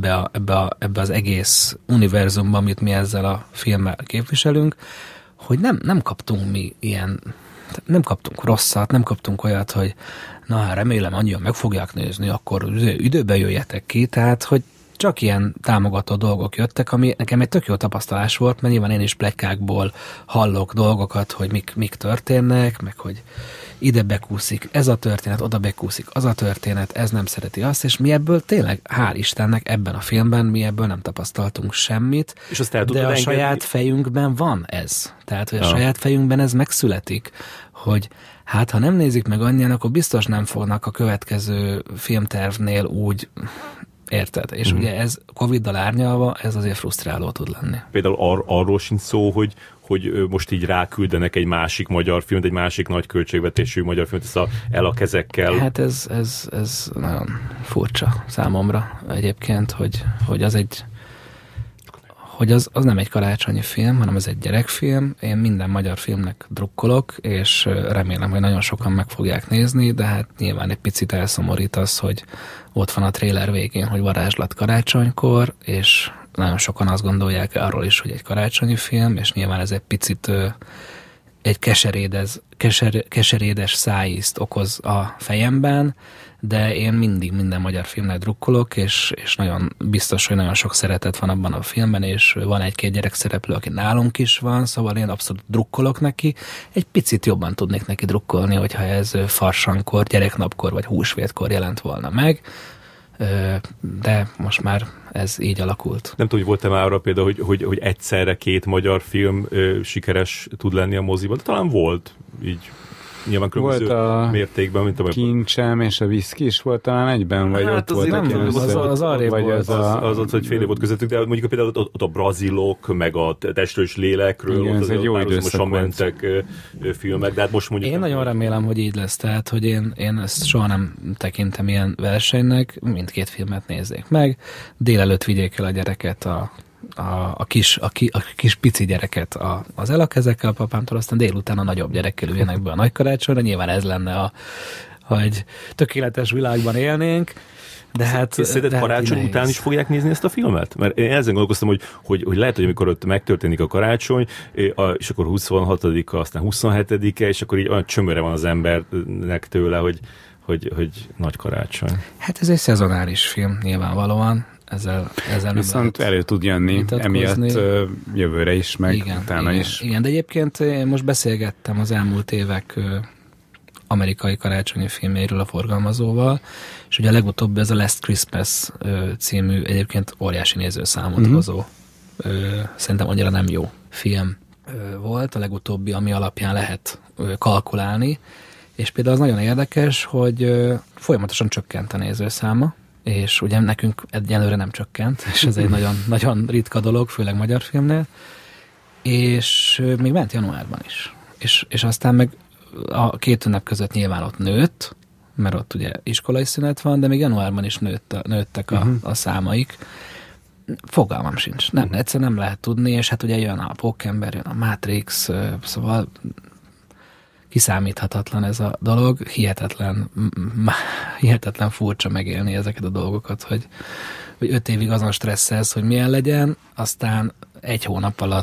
ebbe az egész univerzumban, amit mi ezzel a filmmel képviselünk, hogy nem kaptunk mi ilyen, nem kaptunk rosszat, nem kaptunk olyat, hogy na hát remélem annyian meg fogják nézni, akkor időben jöjjetek ki, tehát hogy csak ilyen támogató dolgok jöttek, ami nekem egy tök jó tapasztalás volt, mert nyilván én is pletykákból hallok dolgokat, hogy mik történnek, meg hogy ide bekúszik ez a történet, oda bekúszik az a történet, ez nem szereti azt, és mi ebből tényleg, hál' Istennek ebben a filmben mi ebből nem tapasztaltunk semmit, és azt de a saját fejünkben van ez. Tehát, hogy a saját fejünkben ez megszületik, hogy hát, ha nem nézik meg annyian, akkor biztos nem fognak a következő filmtervnél úgy, érted? És ugye ez Covid-dal árnyalva, ez azért frusztráló tud lenni. Például arról sincs szó, hogy most így ráküldenek egy másik magyar filmet, egy másik nagy költségvetésű magyar filmet, ezt el a kezekkel. Hát ez nagyon furcsa számomra egyébként, hogy az egy hogy az nem egy karácsonyi film, hanem ez egy gyerekfilm. Én minden magyar filmnek drukkolok, és remélem, hogy nagyon sokan meg fogják nézni, de hát nyilván egy picit elszomorít az, hogy ott van a trailer végén, hogy varázslat karácsonykor, és nagyon sokan azt gondolják arról is, hogy egy karácsonyi film, és nyilván ez egy picit egy keserédes szájízt okoz a fejemben, de én mindig minden magyar filmnek drukkolok, és nagyon biztos, hogy nagyon sok szeretet van abban a filmben, és van egy-két gyerekszereplő, aki nálunk is van, szóval én abszolút drukkolok neki. Egy picit jobban tudnék neki drukkolni, hogyha ez farsankor, gyereknapkor vagy húsvétkor jelent volna meg, de most már ez így alakult. Nem tudom, hogy volt-e már arra például, hogy egyszerre két magyar film sikeres tud lenni a moziban, de talán volt így. Nyilván különböző mértékben, mint a Kincsem és a Viszki is volt talán egyben, vagy hát ott volt az arrébb volt. Az, hogy fél év volt közöttük, de mondjuk például ott a brazilok, meg a Testről és lélekről, igen, ott azért jó időszak mentek filmek, de hát most mondjuk... Én nagyon remélem, hogy így lesz, tehát, hogy én ezt soha nem tekintem ilyen versenynek, mindkét filmet nézzék meg, délelőtt vigyék el a gyereket a kis pici gyereket az elakezekkel a papámtól, aztán délután a nagyobb gyerekkel üljenek be a nagykarácsonyra. Nyilván ez lenne hogy tökéletes világban élnénk, de hát... Szerinted karácsony után is fogják nézni ezt a filmet? Mert én ezen gondolkoztam, hogy lehet, hogy amikor ott megtörténik a karácsony, és akkor 26-a, aztán 27-e, és akkor így olyan csömöre van az embernek tőle, hogy nagy karácsony. Hát ez egy szezonális film, nyilvánvalóan. Ezzel viszont elő tud jönni emiatt jövőre is, meg utána is. Igen, de egyébként én most beszélgettem az elmúlt évek amerikai karácsonyi filméről a forgalmazóval, és ugye a legutóbb ez a Last Christmas című egyébként óriási nézőszámot hozó, szerintem annyira nem jó film volt, a legutóbbi, ami alapján lehet kalkulálni, és például az nagyon érdekes, hogy folyamatosan csökkent a nézőszáma, és ugye nekünk egyelőre nem csökkent, és ez egy nagyon, nagyon ritka dolog, főleg magyar filmnél, és még ment januárban is. És aztán meg a két ünnep között nyilván ott nőtt, mert ott ugye iskolai szünet van, de még januárban is nőttek a számaik. Fogalmam sincs. Egyszerűen nem lehet tudni, és hát ugye jön a Pókember, jön a Matrix, szóval kiszámíthatatlan ez a dolog, hihetetlen furcsa megélni ezeket a dolgokat, hogy 5 évig azon stresszelsz, hogy milyen legyen, aztán 1 hónap alatt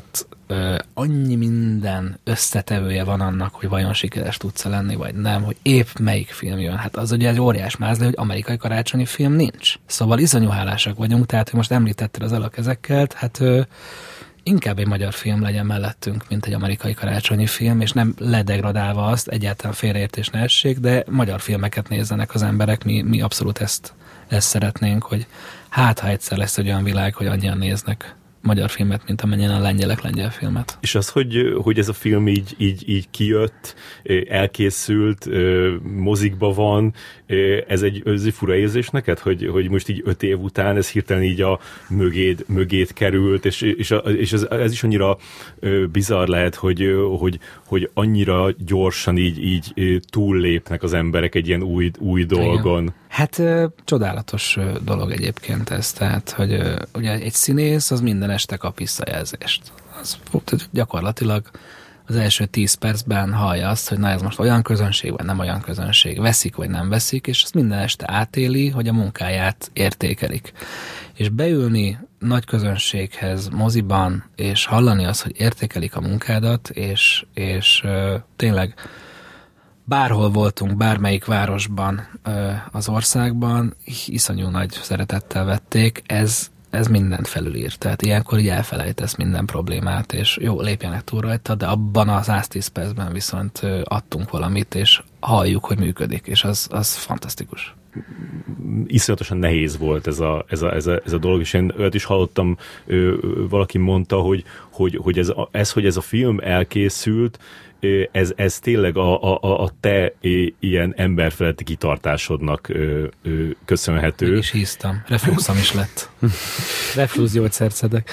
annyi minden összetevője van annak, hogy vajon sikeres tudsz lenni, vagy nem, hogy épp melyik film jön. Hát az ugye egy óriás mázli, hogy amerikai karácsonyi film nincs. Szóval iszonyú hálásak vagyunk, tehát hogy most említetted az alakezekkel, hát inkább egy magyar film legyen mellettünk, mint egy amerikai karácsonyi film, és nem ledegradálva azt, egyáltalán félreértés ne essék, de magyar filmeket nézzenek az emberek, mi abszolút ezt szeretnénk, hogy hát ha egyszer lesz egy olyan világ, hogy annyian néznek magyar filmet, mint amennyien a lengyelek lengyel filmet. És az, hogy ez a film így kijött, elkészült, mozikba van, ez egy fura érzés neked, hogy most így 5 év után ez hirtelen így a mögéd került, és ez is annyira bizarr lehet, hogy annyira gyorsan így túllépnek az emberek egy ilyen új dolgon. Igen. Hát csodálatos dolog egyébként ez, tehát, hogy ugye egy színész az minden este kap visszajelzést. Az gyakorlatilag az első 10 percben hallja azt, hogy na ez most olyan közönség, vagy nem olyan közönség, veszik, vagy nem veszik, és azt minden este átéli, hogy a munkáját értékelik. És beülni nagy közönséghez, moziban, és hallani azt, hogy értékelik a munkádat, és tényleg bárhol voltunk, bármelyik városban az országban, iszonyú nagy szeretettel vették, ez mindent felülír. Tehát ilyenkor így elfelejtesz minden problémát, és jó, lépjenek túl rajta, de abban a 110 percben viszont adtunk valamit, és halljuk, hogy működik, és az fantasztikus. Iszonyatosan nehéz volt ez a dolog, és én olyat is hallottam, valaki mondta, hogy ez a film elkészült, ez tényleg a te ilyen emberfeletti kitartásodnak köszönhető. Meg is híztam. Refluxom is lett. Reflux gyógyszert szedek.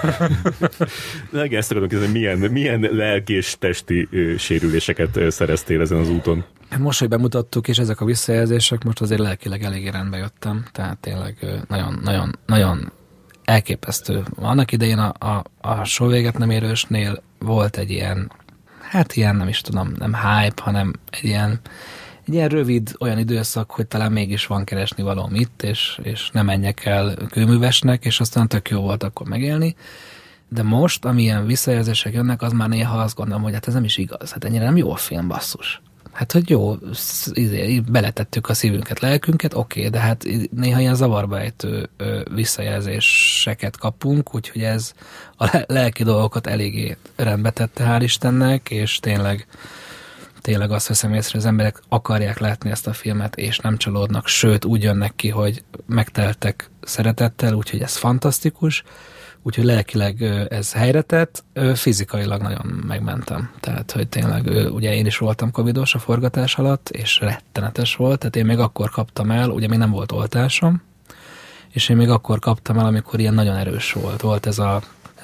Ezt akarom kérdezni, milyen lelki és testi sérüléseket szereztél ezen az úton? Most, hogy bemutattuk, és ezek a visszajelzések, most azért lelkileg eléggé rendbe jöttem, tehát tényleg nagyon elképesztő. Annak idején a Soha véget nem érősnél volt egy ilyen, hát ilyen, nem is tudom, nem hype, hanem egy ilyen rövid olyan időszak, hogy talán mégis van keresni valóm itt, és nem menjek el kőművesnek, és aztán tök jó volt akkor megélni. De most, amilyen visszajelzések jönnek, az már néha azt gondolom, hogy hát ez nem is igaz. Hát ennyire nem jó a film, basszus. Hát, hogy jó, beletettük a szívünket, lelkünket, oké, de hát néha ilyen zavarba ejtő visszajelzéseket kapunk, úgyhogy ez a lelki dolgokat eléggé rendbe tette, hál' Istennek, és tényleg azt veszem észre, hogy az emberek akarják látni ezt a filmet, és nem csalódnak, sőt, úgy jönnek ki, hogy megteltek szeretettel, úgyhogy ez fantasztikus. Úgyhogy lelkileg ez helyre tett, fizikailag nagyon megmentem. Tehát, hogy tényleg, ugye én is voltam covidos a forgatás alatt, és rettenetes volt, tehát én még akkor kaptam el, ugye még nem volt oltásom, és én még akkor kaptam el, amikor ilyen nagyon erős volt. Volt ez a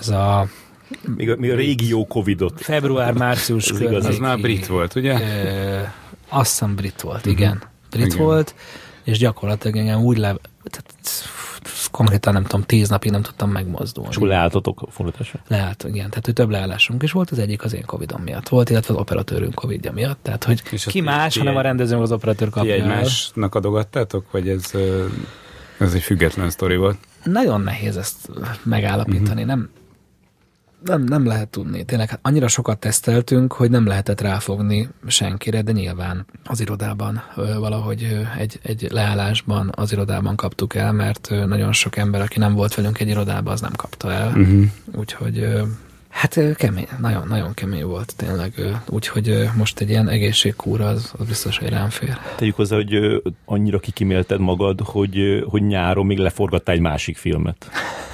még a régió covidot. Február-március környéki. Az már brit volt, ugye? Azt hiszem brit volt, igen. Brit volt, és gyakorlatilag engem úgy konkrétan nem tudom, 10 napig nem tudtam megmozdulni. És akkor leálltatok a forgatásra? Leállt, igen. Tehát, hogy több leállásunk is volt, az egyik az én covidom miatt volt, illetve az operatőrünk covidja miatt. Tehát, hogy ki más, hanem a rendezőnk az operatőr kapja. Ti egymásnak adogattátok, vagy ez egy független sztori volt? Nagyon nehéz ezt megállapítani. Nem lehet tudni. Tényleg hát annyira sokat teszteltünk, hogy nem lehetett ráfogni senkire, de nyilván az irodában valahogy egy leállásban az irodában kaptuk el, mert nagyon sok ember, aki nem volt velünk egy irodában, az nem kapta el. Úgyhogy hát kemény, nagyon kemény volt tényleg. Úgyhogy most egy ilyen egészségkúra az biztos, hogy rám fér. Tegyük hozzá, hogy annyira kikimélted magad, hogy nyáron még leforgattál egy másik filmet.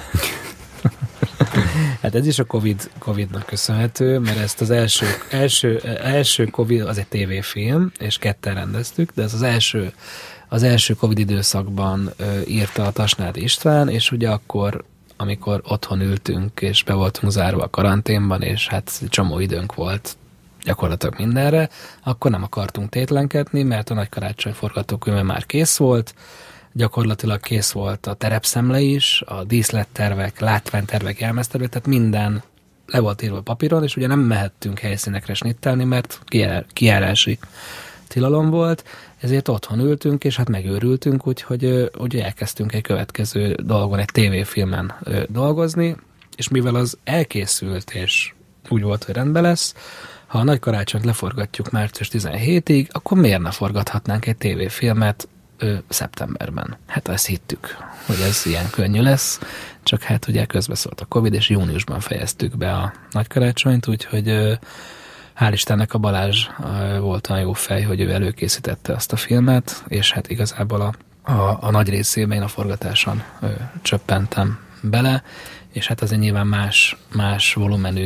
Hát ez is a Covid-nak köszönhető, mert ezt az első Covid, az egy tévéfilm, és 2 rendeztük, de ez az első Covid időszakban írta a Tasnádi István, és ugye akkor, amikor otthon ültünk, és be voltunk zárva a karanténban, és hát csomó időnk volt gyakorlatilag mindenre, akkor nem akartunk tétlenkedni, mert a Nagy Karácsony forgatókönyve már kész volt, gyakorlatilag kész volt a terepszemle is, a díszlettervek, látványtervek, jelmeztervek, tehát minden le volt írva papíron, és ugye nem mehettünk helyszínekre snittelni, mert kijárási tilalom volt, ezért otthon ültünk, és hát megőrültünk, úgyhogy elkezdtünk egy következő dolgon, egy tévéfilmen dolgozni, és mivel az elkészült, és úgy volt, hogy rendben lesz. Ha a Nagy Karácsonyt leforgatjuk március 17-ig, akkor miért ne forgathatnánk egy tévéfilmet szeptemberben? Hát ezt hittük, hogy ez ilyen könnyű lesz, csak hát ugye közbeszólt a Covid, és júniusban fejeztük be a Nagy Karácsonyt, úgyhogy hál' Istennek a Balázs volt olyan jó fej, hogy ő előkészítette azt a filmet, és hát igazából a nagy részében én a forgatáson csöppentem bele, és hát azért nyilván más volumenű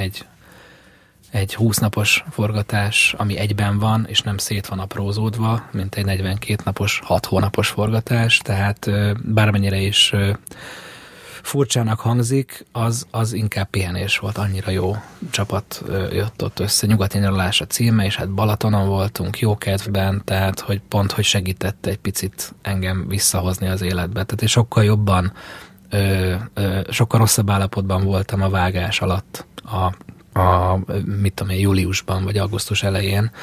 egy 20 napos forgatás, ami egyben van, és nem szét van aprózódva, mint egy 42 napos, 6 hónapos forgatás, tehát bármennyire is furcsának hangzik, az inkább pihenés volt, annyira jó csapat jött ott össze. Nyugati nyaralás a címe, és hát Balatonon voltunk, jó kedvben, tehát hogy pont, hogy segítette egy picit engem visszahozni az életbe. Tehát és sokkal jobban, sokkal rosszabb állapotban voltam a vágás alatt, mit tudom én, júliusban, vagy augusztus elején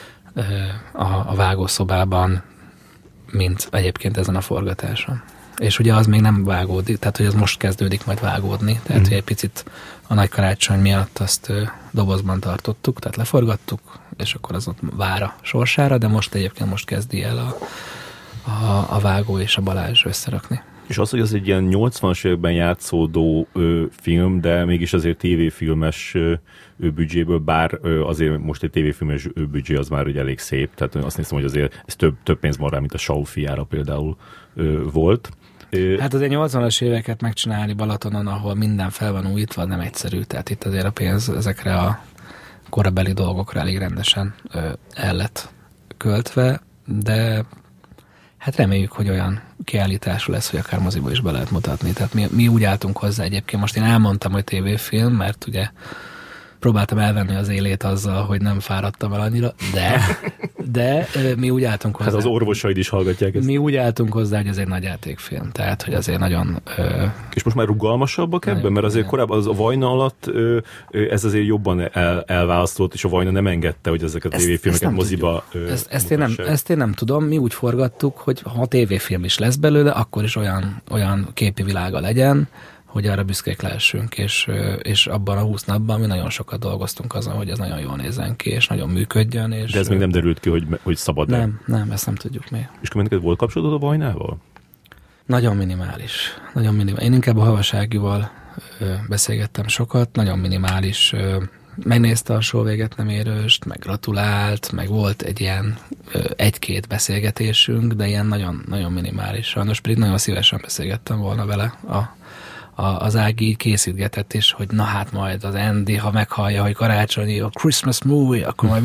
a vágószobában, mint egyébként ezen a forgatáson. És ugye az még nem vágódik, tehát hogy az most kezdődik majd vágódni, tehát hogy egy picit a Nagy Karácsony miatt azt dobozban tartottuk, tehát leforgattuk, és akkor az ott vár a sorsára, de most kezdi el a vágó és a Balázs összerakni. És az, hogy az egy ilyen 80-as években játszódó film, de mégis azért tévéfilmes büdzséből, bár azért most egy tévéfilmes büdzsé az már ugye elég szép, tehát azt néztem, hogy azért ez több pénz van rá, mint a Saul fiára például volt. Hát azért 80-as éveket megcsinálni Balatonon, ahol minden fel van újítva, nem egyszerű, tehát itt azért a pénz ezekre a korabeli dolgokra elég rendesen el lett költve, de hát reméljük, hogy olyan kiállítású lesz, hogy akár moziba is be lehet mutatni. Tehát mi úgy álltunk hozzá egyébként. Most én elmondtam, hogy tévéfilm, mert ugye próbáltam elvenni az élét azzal, hogy nem fáradtam el annyira, de mi úgy álltunk hozzá. Hát az orvosaid is hallgatják ezt. Mi úgy álltunk hozzá, hogy ez egy nagy játékfilm. Tehát, hogy azért nagyon... És most már rugalmasabbak ebben? Mert azért korábban az a Vajna alatt ez azért jobban elválasztott, és a Vajna nem engedte, hogy ezeket a tévéfilmeket moziba ezt én nem tudom. Mi úgy forgattuk, hogy ha tévéfilm is lesz belőle, akkor is olyan képi világa legyen, hogy arra büszkék lehessünk, és abban a 20 napban mi nagyon sokat dolgoztunk azon, hogy ez nagyon jól nézzen ki, és nagyon működjön. És de ez még nem derült ki, hogy szabad-e? Nem, ezt nem tudjuk még. És neked volt kapcsolatod a Vajnával? Nagyon minimális. Én inkább a Havaságival beszélgettem sokat, nagyon minimális. Megnézte a Só véget nem érőst, meg gratulált, meg volt egy ilyen egy-két beszélgetésünk, de ilyen nagyon, nagyon minimális. Sajnos pedig nagyon szívesen beszélgettem volna vele. Az Ági készítgetett is, hogy na hát majd az Andy, ha meghallja, hogy karácsonyi a Christmas movie, akkor majd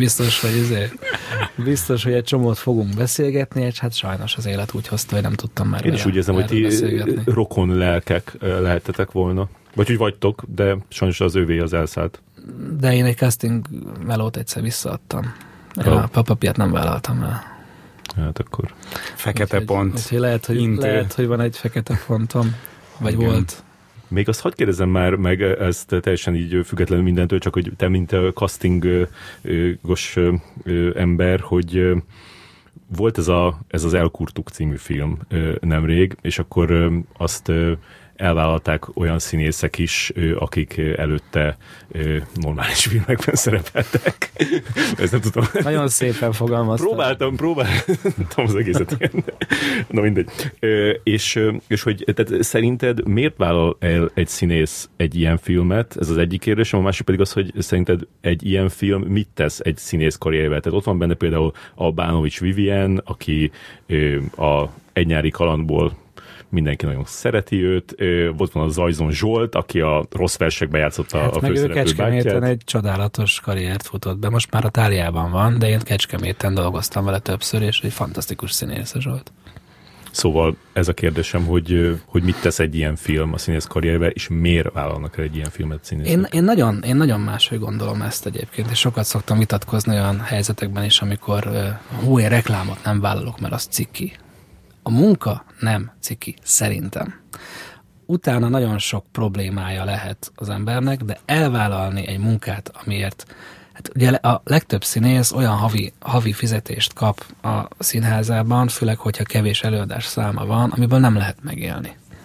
biztos, hogy egy csomót fogunk beszélgetni, és hát sajnos az élet úgy hozta, hogy nem tudtam már. Én is úgy érzem, hogy ti rokon lelkek lehetetek volna. Vagy hogy vagytok, de sajnos az övé az elszállt. De én egy casting melót egyszer visszaadtam. Én a papapiát nem vállaltam el. Hát akkor... Fekete pont. Úgyhogy lehet, hogy van egy fekete pontom. Vagy igen. Volt. Még azt hadd kérdezem már meg, ezt teljesen így függetlenül mindentől, csak hogy te, mint castingos ember, hogy volt ez az Elkurtuk című film nemrég, és akkor azt elvállalták olyan színészek is, akik előtte normális filmekben szerepeltek. Ezt nem tudom. Nagyon szépen fogalmaztam. Próbáltam az egészet ilyen. Na mindegy. És hogy tehát szerinted miért vállal el egy színész egy ilyen filmet? Ez az egyik kérdésem, a másik pedig az, hogy szerinted egy ilyen film mit tesz egy színész karrierjével? Tehát ott van benne például a Bánovics Vivien, aki a Egy nyári kalandból mindenki nagyon szereti őt. Ott van a Zajzon Zsolt, aki a Rossz versekben játszotta a főszereplő bátyját. Meg ő Kecskeméten egy csodálatos karriert futott be. Most már a Táliában van, de én Kecskeméten dolgoztam vele többször, és egy fantasztikus színész Zsolt. Szóval ez a kérdésem, hogy mit tesz egy ilyen film a színész karrierbe, és miért vállalnak el egy ilyen filmet színészek? Én nagyon máshogy gondolom ezt egyébként, és sokat szoktam vitatkozni olyan helyzetekben is, amikor én reklámot nem vállalok, mert az ciki. A munka nem ciki, szerintem. Utána nagyon sok problémája lehet az embernek, de elvállalni egy munkát, amiért hát ugye a legtöbb színész olyan havi fizetést kap a színházában, főleg, hogyha kevés előadás száma van, amiből nem lehet megélni.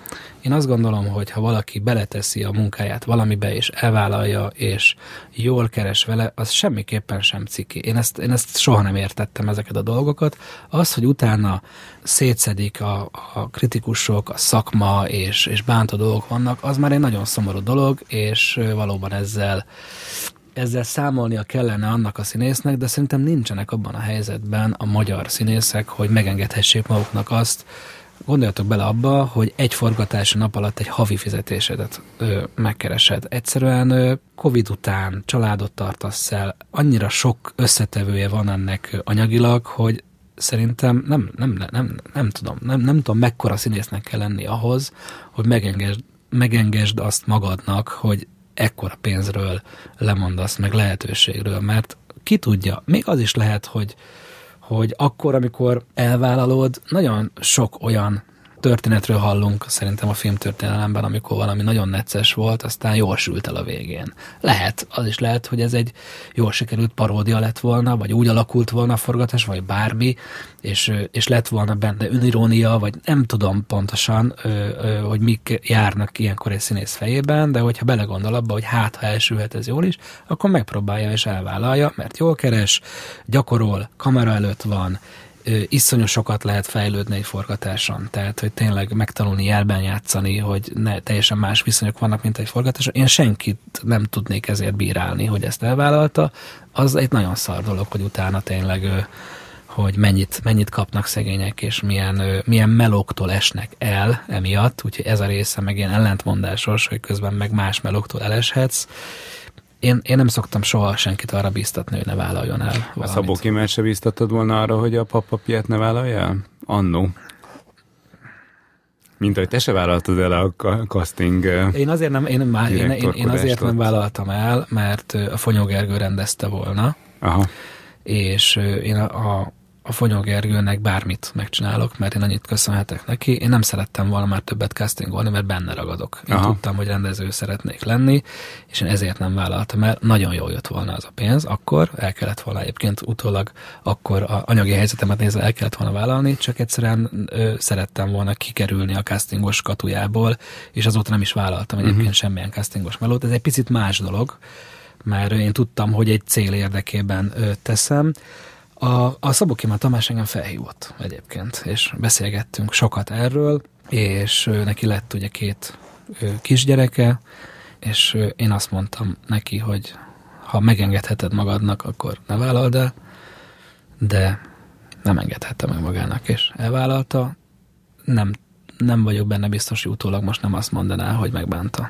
Én azt gondolom, hogy ha valaki beleteszi a munkáját valamibe, és elvállalja, és jól keres vele, az semmiképpen sem ciki. Én ezt soha nem értettem, ezeket a dolgokat. Az, hogy utána szétszedik a kritikusok, a szakma, és bántó dolgok vannak, az már egy nagyon szomorú dolog, és valóban ezzel számolnia kellene annak a színésznek, de szerintem nincsenek abban a helyzetben a magyar színészek, hogy megengedhessék maguknak azt. Gondoljatok bele abba, hogy egy forgatási nap alatt egy havi fizetésedet megkeresed. Egyszerűen Covid után családot tartasz el, annyira sok összetevője van ennek anyagilag, hogy szerintem nem tudom, mekkora színésznek kell lenni ahhoz, hogy megengedj azt magadnak, hogy ekkora pénzről lemondasz, meg lehetőségről, mert ki tudja, még az is lehet, hogy akkor, amikor elvállalod, nagyon sok olyan történetről hallunk szerintem a filmtörténelemben, amikor valami nagyon necces volt, aztán jól sült el a végén. Az is lehet, hogy ez egy jól sikerült paródia lett volna, vagy úgy alakult volna a forgatás, vagy bármi, és lett volna benne önirónia, vagy nem tudom pontosan, hogy mik járnak ilyenkor egy színész fejében, de hogyha belegondol abba, hogy ha elsülhet ez jól is, akkor megpróbálja és elvállalja, mert jól keres, gyakorol, kamera előtt van, iszonyú sokat lehet fejlődni egy forgatáson, tehát, hogy tényleg megtanulni jelben játszani, hogy ne teljesen más viszonyok vannak, mint egy forgatáson. Én senkit nem tudnék ezért bírálni, hogy ezt elvállalta. Az egy nagyon szar dolog, hogy utána tényleg, hogy mennyit kapnak szegények, és milyen melóktól esnek el emiatt, úgyhogy ez a része meg ilyen ellentmondásos, hogy közben meg más melóktól eleshetsz. Én nem szoktam soha senkit arra bíztatni, hogy ne vállaljon el valamit. A Szabó Kímélt se bíztattad volna arra, hogy a Pappapiát ne vállalja el? Annó. Mint hogy te se vállaltad el a casting Én azért nem vállaltam el, mert a Fonyó Gergő rendezte volna. Aha. És én a Fonyó Gergőnek bármit megcsinálok, mert én annyit köszönhetek neki. Én nem szerettem volna már többet castingolni, mert benne ragadok. Én tudtam, hogy rendező szeretnék lenni, és én ezért nem vállaltam el. Nagyon jól jött volna az a pénz, akkor el kellett volna egyébként utólag, akkor a anyagi helyzetemet nézve el kellett volna vállalni, csak egyszerűen szerettem volna kikerülni a castingos katujából, és azóta nem is vállaltam egyébként semmilyen castingos melót. Ez egy picit más dolog, mert én tudtam, hogy egy cél érdekében teszem. A Szabó Kímélt Tamás engem felhívott egyébként, és beszélgettünk sokat erről, és neki lett ugye 2 kisgyereke, és én azt mondtam neki, hogy ha megengedheted magadnak, akkor ne vállald el, de nem engedhette meg magának, és elvállalta. Nem vagyok benne biztos, hogy utólag most nem azt mondaná, hogy megbánta.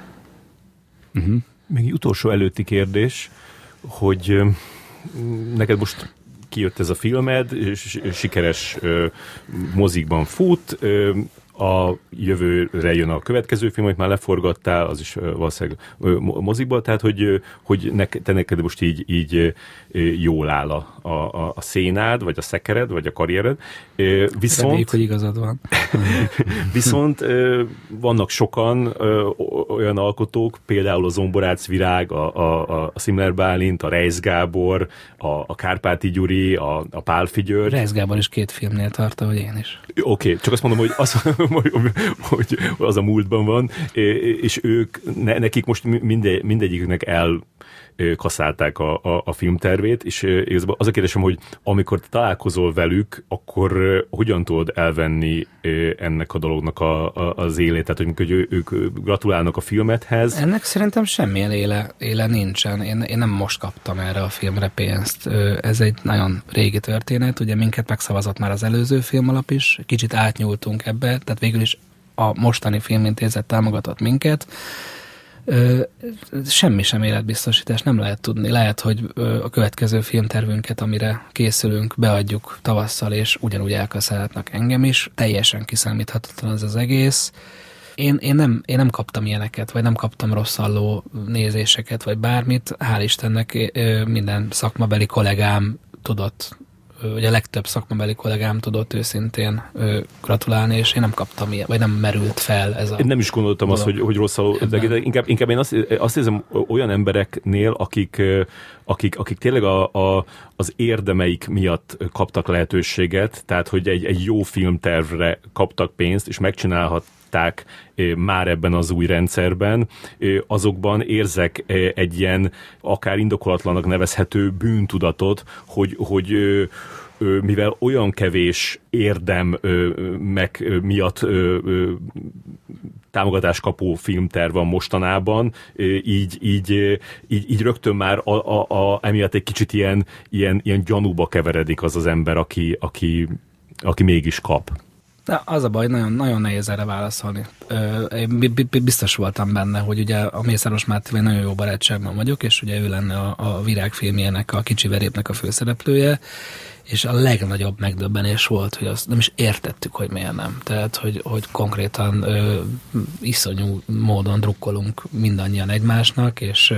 Még utolsó előtti kérdés, hogy neked most kijött ez a filmed, sikeres mozikban fut, a jövőre jön a következő film, amit már leforgattál, az is valószínűleg mozikban, tehát hogy te neked most így jól áll a szénád, vagy a szekered, vagy a karriered. Reméljük, hogy igazad van. Viszont vannak sokan olyan alkotók, például a Zomborác Virág, a Szimler Bálint, a Reisz Gábor, a Kárpáti Gyuri, a Pálfi György. Reisz Gábor is 2 filmnél tart, ahogy én is. Oké, csak azt mondom, hogy hogy az a múltban van, és ők, nekik most mindegyiknek elkaszálták a filmtervét, és az a kérdésem, hogy amikor te találkozol velük, akkor hogyan tudod elvenni ennek a dolognak az élét? Tehát, hogy ők gratulálnak a filmethez. Ennek szerintem semmilyen éle nincsen. Én nem most kaptam erre a filmre pénzt. Ez egy nagyon régi történet, ugye minket megszavazott már az előző filmalap is, kicsit átnyúltunk ebbe, tehát végül is a mostani filmintézet támogatott minket. Semmi sem életbiztosítás nem lehet tudni. Lehet, hogy a következő filmtervünket, amire készülünk, beadjuk tavasszal, és ugyanúgy elkaszálhatnak engem is. Teljesen kiszámíthatatlan ez az egész. Én nem kaptam ilyeneket, vagy nem kaptam rosszalló nézéseket, vagy bármit. Hál' Istennek minden szakmabeli kollégám tudott, vagy a legtöbb szakmabeli kollégám tudott őszintén gratulálni, és én nem kaptam ilyen, vagy nem merült fel ez a... Én nem is gondoltam azt, hogy rosszul, de inkább én azt érzem olyan embereknél, akik tényleg az érdemeik miatt kaptak lehetőséget, tehát hogy egy jó filmtervre kaptak pénzt, és megcsinálhatták már ebben az új rendszerben, azokban érzek egy ilyen akár indokolatlanak nevezhető bűntudatot, hogy mivel olyan kevés érdem miatt támogatást kapó filmterv van mostanában, így rögtön már emiatt egy kicsit ilyen gyanúba keveredik az ember, aki mégis kap. De az a baj, nagyon, nagyon nehéz erre válaszolni. Én biztos voltam benne, hogy ugye a Mészáros Mátéval nagyon jó barátságban vagyok, és ugye ő lenne a Virág filmjének, a Kicsi verépnek a főszereplője, és a legnagyobb megdöbbenés volt, hogy azt nem is értettük, hogy miért nem. Tehát, hogy konkrétan iszonyú módon drukkolunk mindannyian egymásnak, és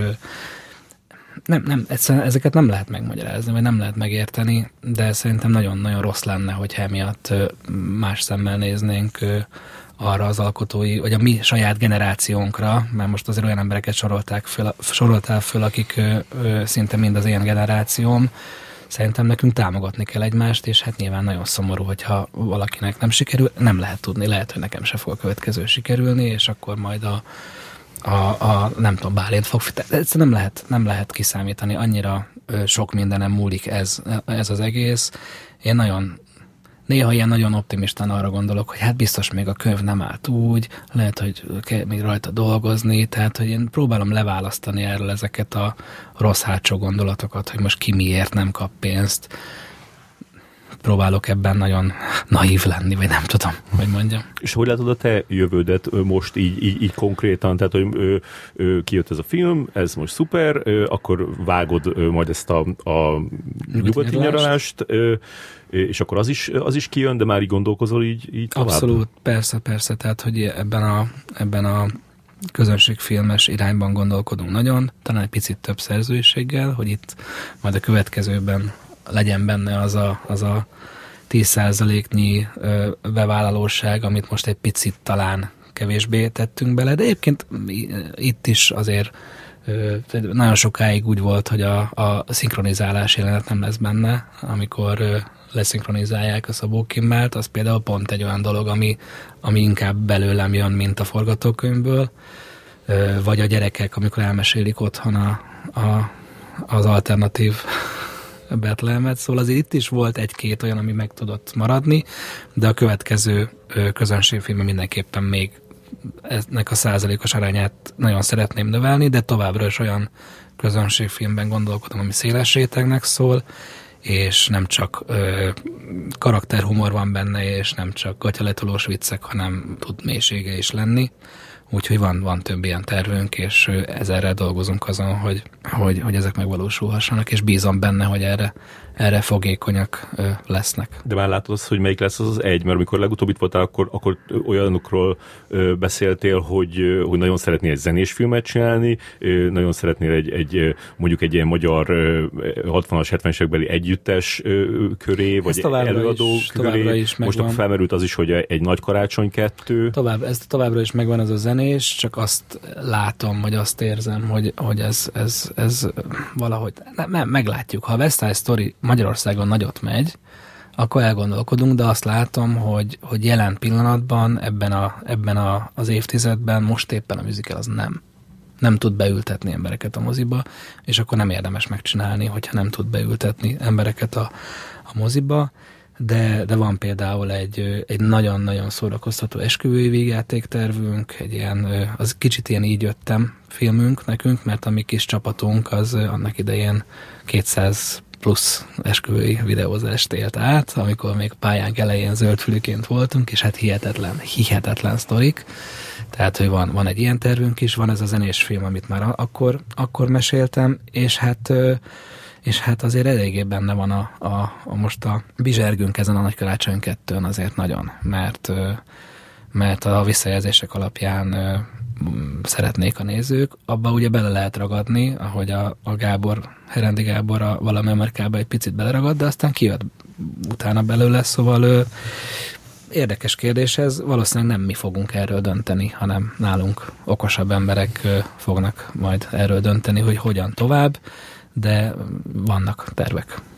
nem, egyszerűen ezeket nem lehet megmagyarázni, vagy nem lehet megérteni, de szerintem nagyon-nagyon rossz lenne, hogyha emiatt más szemmel néznénk arra az alkotói, vagy a mi saját generációnkra, mert most azért olyan embereket soroltál föl, akik szinte mind az én generációm. Szerintem nekünk támogatni kell egymást, és hát nyilván nagyon szomorú, hogyha valakinek nem sikerül, nem lehet tudni, lehet, hogy nekem se fog a következő sikerülni, és akkor majd a nem tudom, Bálint fog... Egyszerűen nem lehet kiszámítani, annyira sok mindenem múlik ez az egész. Én néha ilyen nagyon optimistán arra gondolok, hogy hát biztos még a könyv nem állt úgy, lehet, hogy kell még rajta dolgozni, tehát, hogy én próbálom leválasztani erről ezeket a rossz hátsó gondolatokat, hogy most ki miért nem kap pénzt. Próbálok ebben nagyon naív lenni, vagy nem tudom, hogy mondjam. És hogy látod a te jövődet most így konkrétan? Tehát, hogy kijött ez a film, ez most szuper, akkor vágod majd ezt a nyugati nyaralást, és akkor az is kijön, de már így gondolkozol így tovább? Abszolút, persze, tehát, hogy ebben a közönségfilmes irányban gondolkodunk nagyon, talán egy picit több szerzőséggel, hogy itt majd a következőben legyen benne az a 10%-nyi bevállalóság, amit most egy picit talán kevésbé tettünk bele, de egyébként itt is azért nagyon sokáig úgy volt, hogy a szinkronizálás jelenet nem lesz benne, amikor leszinkronizálják a Szabó Kimmelt, az például pont egy olyan dolog, ami inkább belőlem jön, mint a forgatókönyvből, vagy a gyerekek, amikor elmesélik otthon az alternatív Betlehemet, szóval azért itt is volt egy-két olyan, ami meg tudott maradni, de a következő közönségfilmben mindenképpen még ennek a százalékos arányát nagyon szeretném növelni, de továbbra is olyan közönségfilmben gondolkodom, ami széles rétegnek szól, és nem csak karakterhumor van benne, és nem csak gatyaletolós viccek, hanem tud mélysége is lenni. Úgyhogy van több ilyen tervünk, és ezerrel dolgozunk azon, hogy ezek megvalósulhassanak, és bízom benne, hogy erre fogékonyak lesznek. De már látod azt, hogy melyik lesz az egy? Mert amikor legutóbb itt voltál, akkor olyanokról beszéltél, hogy nagyon szeretnél egy zenés filmet csinálni, nagyon szeretnél mondjuk egy ilyen magyar 60-as, 70-es évekbeli együttes köré, vagy előadó köré. Most akkor felmerült az is, hogy egy Nagy Karácsony 2. Ez továbbra is megvan ez a zenés, csak azt látom, vagy azt érzem, hogy ez valahogy meglátjuk. Ha a West Side Story Magyarországon nagyot megy, akkor elgondolkodunk, de azt látom, hogy jelen pillanatban ebben az évtizedben most éppen a musical az nem tud beültetni embereket a moziba, és akkor nem érdemes megcsinálni, hogyha nem tud beültetni embereket a moziba, de van például egy nagyon-nagyon szórakoztató esküvői végjátéktervünk, egy ilyen, az kicsit ilyen Így jöttem filmünk nekünk, mert a mi kis csapatunk az annak idején 200 plusz esküvői videózást élt át, amikor még pályánk elején zöldfülűként voltunk, és hát hihetetlen sztorik. Tehát, hogy van egy ilyen tervünk is, van ez a zenés film, amit már akkor meséltem, és hát azért eléggé benne van most a bizsergünk ezen a Nagy Karácsony 2-ön azért nagyon, mert a visszajelzések alapján szeretnék a nézők. Abba ugye bele lehet ragadni, ahogy a Herendi Gábor a Valami Amerikába egy picit beleragad, de aztán kijött utána belőle, szóval érdekes kérdés ez. Valószínűleg nem mi fogunk erről dönteni, hanem nálunk okosabb emberek fognak majd erről dönteni, hogy hogyan tovább, de vannak tervek.